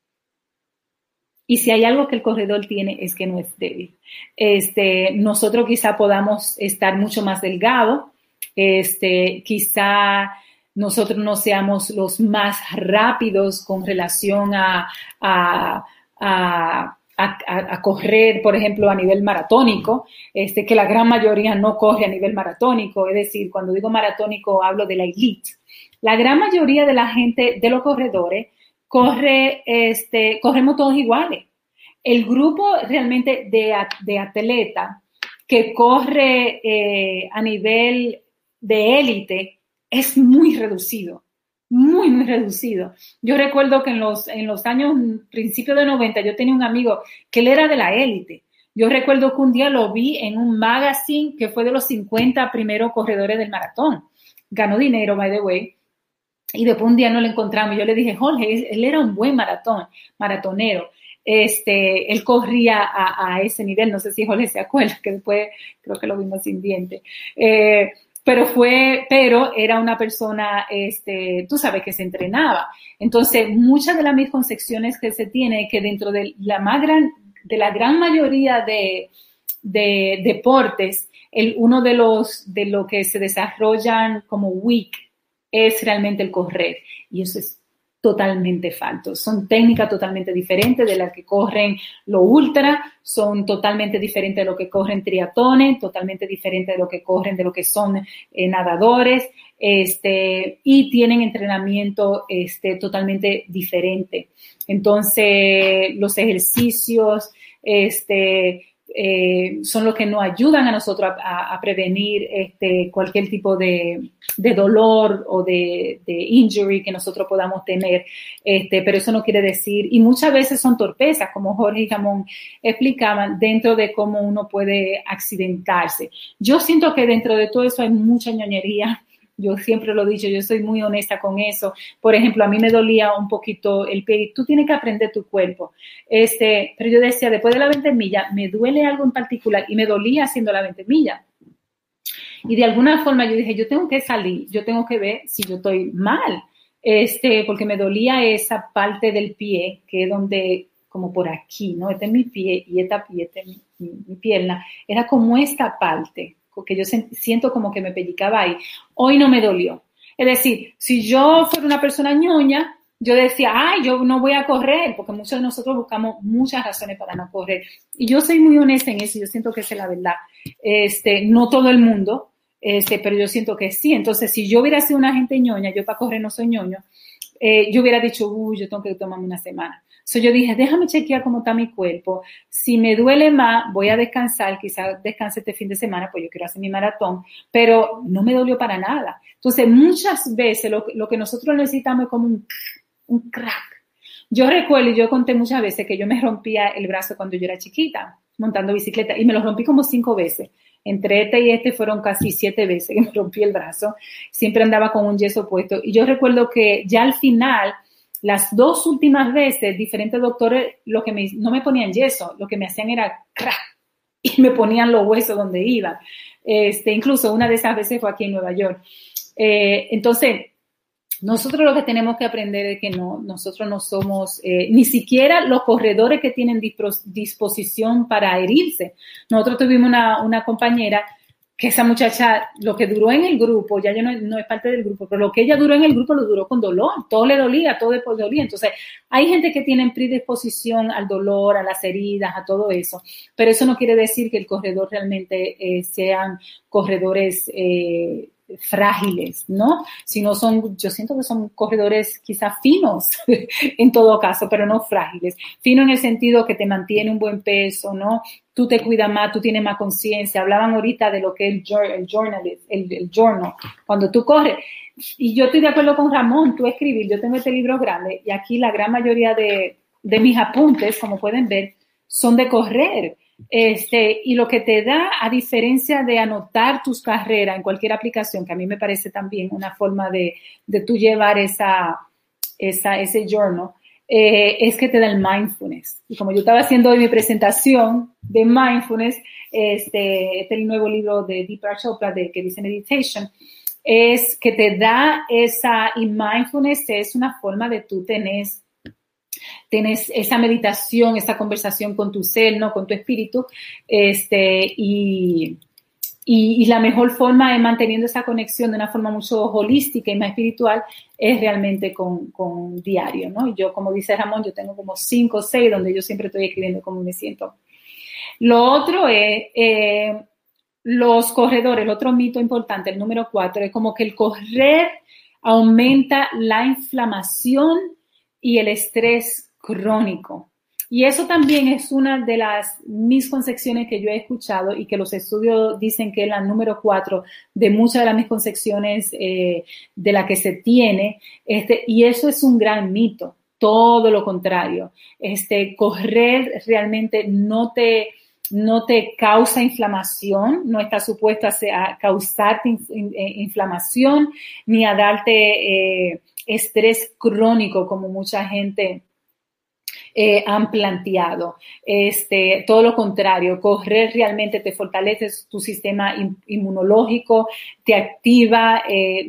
Y si hay algo que el corredor tiene es que no es débil. Nosotros quizá podamos estar mucho más delgados, quizá nosotros no seamos los más rápidos con relación a correr, por ejemplo, a nivel maratónico, que la gran mayoría no corre a nivel maratónico. Es decir, cuando digo maratónico hablo de la elite. La gran mayoría de la gente, de los corredores, corremos todos iguales. El grupo realmente de atleta que corre a nivel de élite es muy reducido, muy, muy reducido. Yo recuerdo que en los años, principios de 90, yo tenía un amigo que él era de la élite. Yo recuerdo que un día lo vi en un magazine que fue de los 50 primeros corredores del maratón. Ganó dinero, by the way. Y después un día no lo encontramos. Yo le dije, Jorge, él era un buen maratonero. Él corría a ese nivel. No sé si Jorge se acuerda, que después creo que lo vimos sin dientes. Pero era una persona, tú sabes, que se entrenaba. Entonces, muchas de las misconcepciones que se tiene es que dentro de la gran mayoría de deportes, uno de lo que se desarrollan como weak es realmente el correr, y eso es totalmente falso. Son técnicas totalmente diferentes de las que corren los ultra, son totalmente diferentes de lo que corren triatones, totalmente diferentes de lo que corren, de lo que son nadadores, y tienen entrenamiento totalmente diferente. Entonces, los ejercicios, son los que nos ayudan a nosotros a prevenir cualquier tipo de dolor o de injury que nosotros podamos tener, pero eso no quiere decir, y muchas veces son torpezas, como Jorge y Ramón explicaban, dentro de cómo uno puede accidentarse. Yo siento que dentro de todo eso hay mucha ñoñería. Yo siempre lo he dicho, yo soy muy honesta con eso. Por ejemplo, a mí me dolía un poquito el pie. Tú tienes que aprender tu cuerpo. Pero yo decía, después de la 20 millas, me duele algo en particular y me dolía haciendo la 20 millas. Y de alguna forma yo dije, yo tengo que salir, yo tengo que ver si yo estoy mal. Porque me dolía esa parte del pie, que es donde, como por aquí, ¿no? Este es mi pie y esta es mi pierna. Era como esta parte, que yo siento como que me pellizcaba ahí. Hoy no me dolió. Es decir, si yo fuera una persona ñoña, yo decía, yo no voy a correr, porque muchos de nosotros buscamos muchas razones para no correr. Y yo soy muy honesta en eso, yo siento que esa es la verdad. No todo el mundo, pero yo siento que sí. Entonces, si yo hubiera sido una gente ñoña, yo para correr no soy ñoño, yo hubiera dicho, yo tengo que tomarme una semana. Yo dije, déjame chequear cómo está mi cuerpo. Si me duele más, voy a descansar. Quizás descanse este fin de semana, pues yo quiero hacer mi maratón. Pero no me dolió para nada. Entonces, muchas veces lo que nosotros necesitamos es como un crack. Yo recuerdo, y yo conté muchas veces que yo me rompía el brazo cuando yo era chiquita, montando bicicleta. Y me lo rompí como 5 veces. Entre y fueron casi 7 veces que me rompí el brazo. Siempre andaba con un yeso puesto. Y yo recuerdo que ya al final, Las 2 últimas veces, diferentes doctores no me ponían yeso, lo que me hacían era crack y me ponían los huesos donde iban. Incluso una de esas veces fue aquí en Nueva York. Entonces, nosotros lo que tenemos que aprender es que nosotros no somos ni siquiera los corredores que tienen disposición para herirse. Nosotros tuvimos una compañera que esa muchacha, lo que duró en el grupo, ya yo no es parte del grupo, pero lo que ella duró en el grupo lo duró con dolor, todo le dolía, todo le dolía. Entonces, hay gente que tiene predisposición al dolor, a las heridas, a todo eso, pero eso no quiere decir que el corredor realmente sean corredores frágiles, ¿no? Sino yo siento que son corredores quizás finos en todo caso, pero no frágiles. Fino en el sentido que te mantiene un buen peso, ¿no? Tú te cuidas más, tú tienes más conciencia. Hablaban ahorita de lo que es el journal, cuando tú corres. Y yo estoy de acuerdo con Ramón, tú escribir, yo tengo este libro grande y aquí la gran mayoría de mis apuntes, como pueden ver, son de correr. Y lo que te da, a diferencia de anotar tus carreras en cualquier aplicación, que a mí me parece también una forma de tú llevar ese journal, es que te da el mindfulness. Y como yo estaba haciendo hoy mi presentación de mindfulness, este nuevo libro de Deepak Chopra que dice Meditation, es que te da y mindfulness es una forma de tú tienes esa meditación, esa conversación con tu ser, ¿no? Con tu espíritu, y la mejor forma de manteniendo esa conexión de una forma mucho holística y más espiritual es realmente con diario, ¿no? Y yo, como dice Ramón, yo tengo como 5 o 6 donde yo siempre estoy escribiendo cómo me siento. Lo otro es los corredores, el otro mito importante, el número 4, es como que el correr aumenta la inflamación y el estrés crónico. Y eso también es una de las misconcepciones que yo he escuchado y que los estudios dicen que es la número 4 de muchas de las misconcepciones de la que se tiene. Y eso es un gran mito. Todo lo contrario. Correr realmente no te causa inflamación, no está supuesto a causarte inflamación ni a darte estrés crónico como mucha gente han planteado. Todo lo contrario, correr realmente te fortalece tu sistema inmunológico, te activa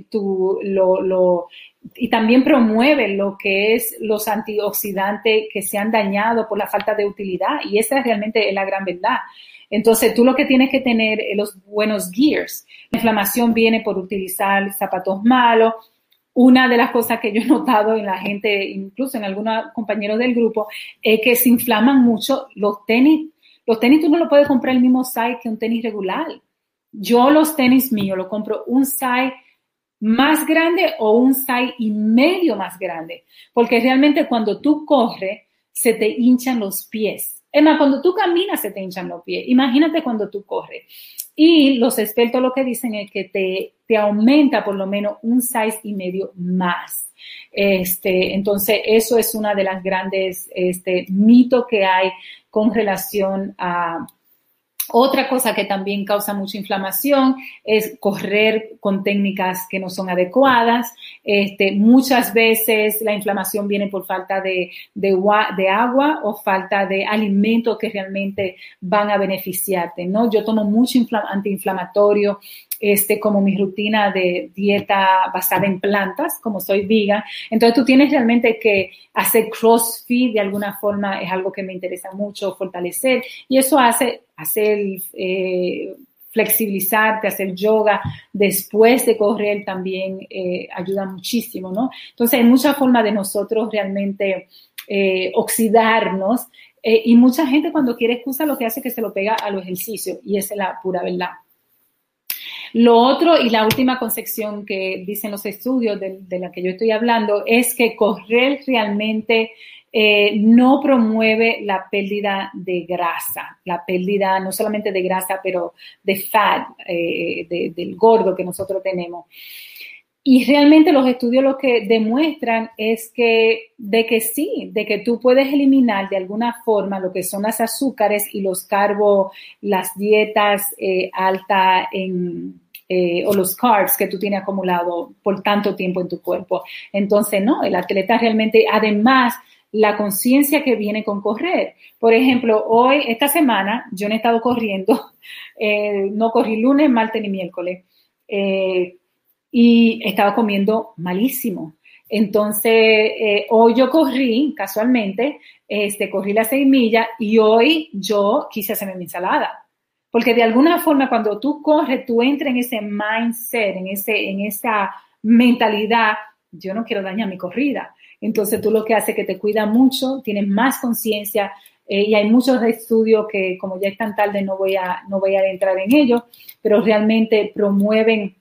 y también promueve lo que es los antioxidantes que se han dañado por la falta de utilidad, y esa es realmente la gran verdad. Entonces, tú lo que tienes que tener es los buenos gears. La inflamación viene por utilizar zapatos malos. Una de las cosas que yo he notado en la gente, incluso en algunos compañeros del grupo, es que se inflaman mucho los tenis. Los tenis tú no lo puedes comprar el mismo size que un tenis regular. Yo los tenis míos los compro un size más grande o un size y medio más grande, porque realmente cuando tú corres se te hinchan los pies. Es más, cuando tú caminas se te hinchan los pies. Imagínate cuando tú corres. Y los expertos lo que dicen es que te aumenta por lo menos un size y medio más. Entonces, eso es una de las grandes mitos que hay con relación a... Otra cosa que también causa mucha inflamación es correr con técnicas que no son adecuadas. Muchas veces la inflamación viene por falta de agua o falta de alimentos que realmente van a beneficiarte, ¿no? Yo tomo mucho antiinflamatorio, como mi rutina de dieta basada en plantas, como soy vegan. Entonces tú tienes realmente que hacer CrossFit de alguna forma, es algo que me interesa mucho fortalecer, y eso hacer flexibilizarte, hacer yoga después de correr también ayuda muchísimo, ¿no? Entonces hay muchas formas de nosotros realmente oxidarnos, y mucha gente cuando quiere excusa lo que hace es que se lo pega a los ejercicios, y esa es la pura verdad. Lo otro y la última concepción que dicen los estudios de la que yo estoy hablando es que correr realmente no promueve la pérdida de grasa, la pérdida no solamente de grasa, pero de fat, del gordo que nosotros tenemos. Y realmente los estudios lo que demuestran es que que tú puedes eliminar de alguna forma lo que son las azúcares y los carbos, las dietas altas en o los carbs que tú tienes acumulado por tanto tiempo en tu cuerpo. Entonces, no, el atleta realmente, además, la conciencia que viene con correr. Por ejemplo, esta semana, yo no he estado corriendo, no corrí lunes, martes ni miércoles, y he estado comiendo malísimo. Entonces, hoy yo corrí, casualmente, corrí las 6 millas y hoy yo quise hacerme mi ensalada. Porque de alguna forma cuando tú corres, tú entras en ese mindset, en esa mentalidad, yo no quiero dañar mi corrida. Entonces tú lo que haces es que te cuida mucho, tienes más conciencia y hay muchos estudios que como ya es tan tarde no voy a entrar en ello, pero realmente promueven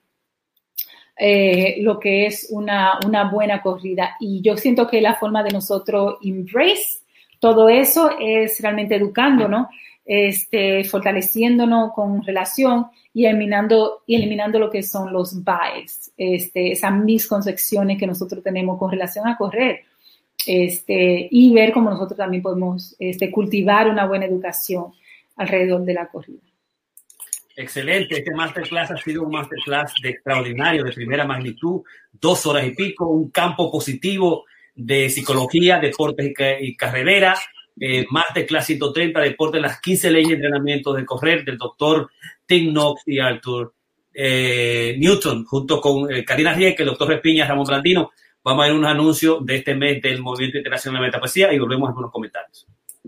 lo que es una buena corrida. Y yo siento que la forma de nosotros embrace todo eso es realmente educándonos, fortaleciéndonos con relación y eliminando lo que son los bias, esas misconcepciones que nosotros tenemos con relación a correr, y ver cómo nosotros también podemos cultivar una buena educación alrededor de la corrida. Excelente, este masterclass ha sido un masterclass extraordinario, de primera magnitud, 2 horas y pico, un campo positivo de psicología, deportes y carrera, masterclass 130, deportes, las 15 leyes de entrenamiento de correr, del doctor Tim Knox y Arthur Newton, junto con Karina Rieke, el doctor Respiña, Ramón Blandino. Vamos a ver un anuncio de este mes del Movimiento Internacional de Metapoesía y volvemos a algunos comentarios.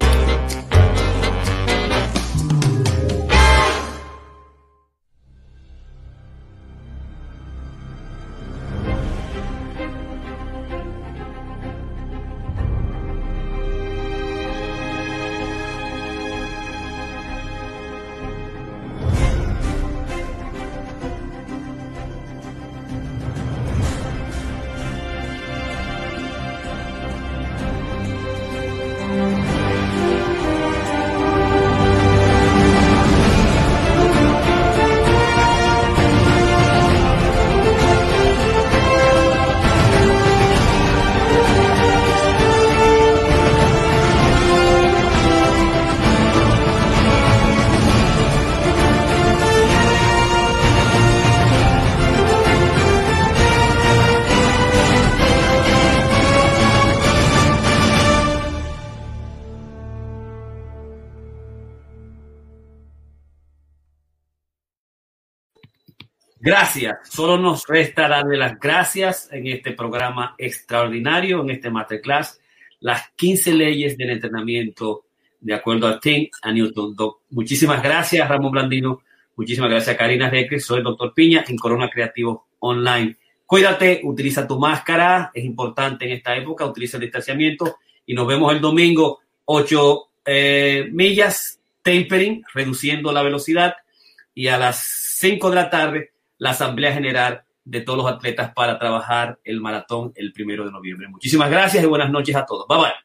Gracias. Solo nos resta darle las gracias en este programa extraordinario, en este masterclass, las 15 leyes del entrenamiento de acuerdo a Tim a Newton. Muchísimas gracias, Ramón Blandino. Muchísimas gracias, Karina Rieke. Soy el doctor Piña en Corona Creativo Online. Cuídate, utiliza tu máscara, es importante en esta época, utiliza el distanciamiento y nos vemos el domingo, 8 millas, tapering, reduciendo la velocidad, y a las 5 de la tarde la Asamblea General de todos los atletas para trabajar el maratón el 1 de noviembre. Muchísimas gracias y buenas noches a todos. Bye bye.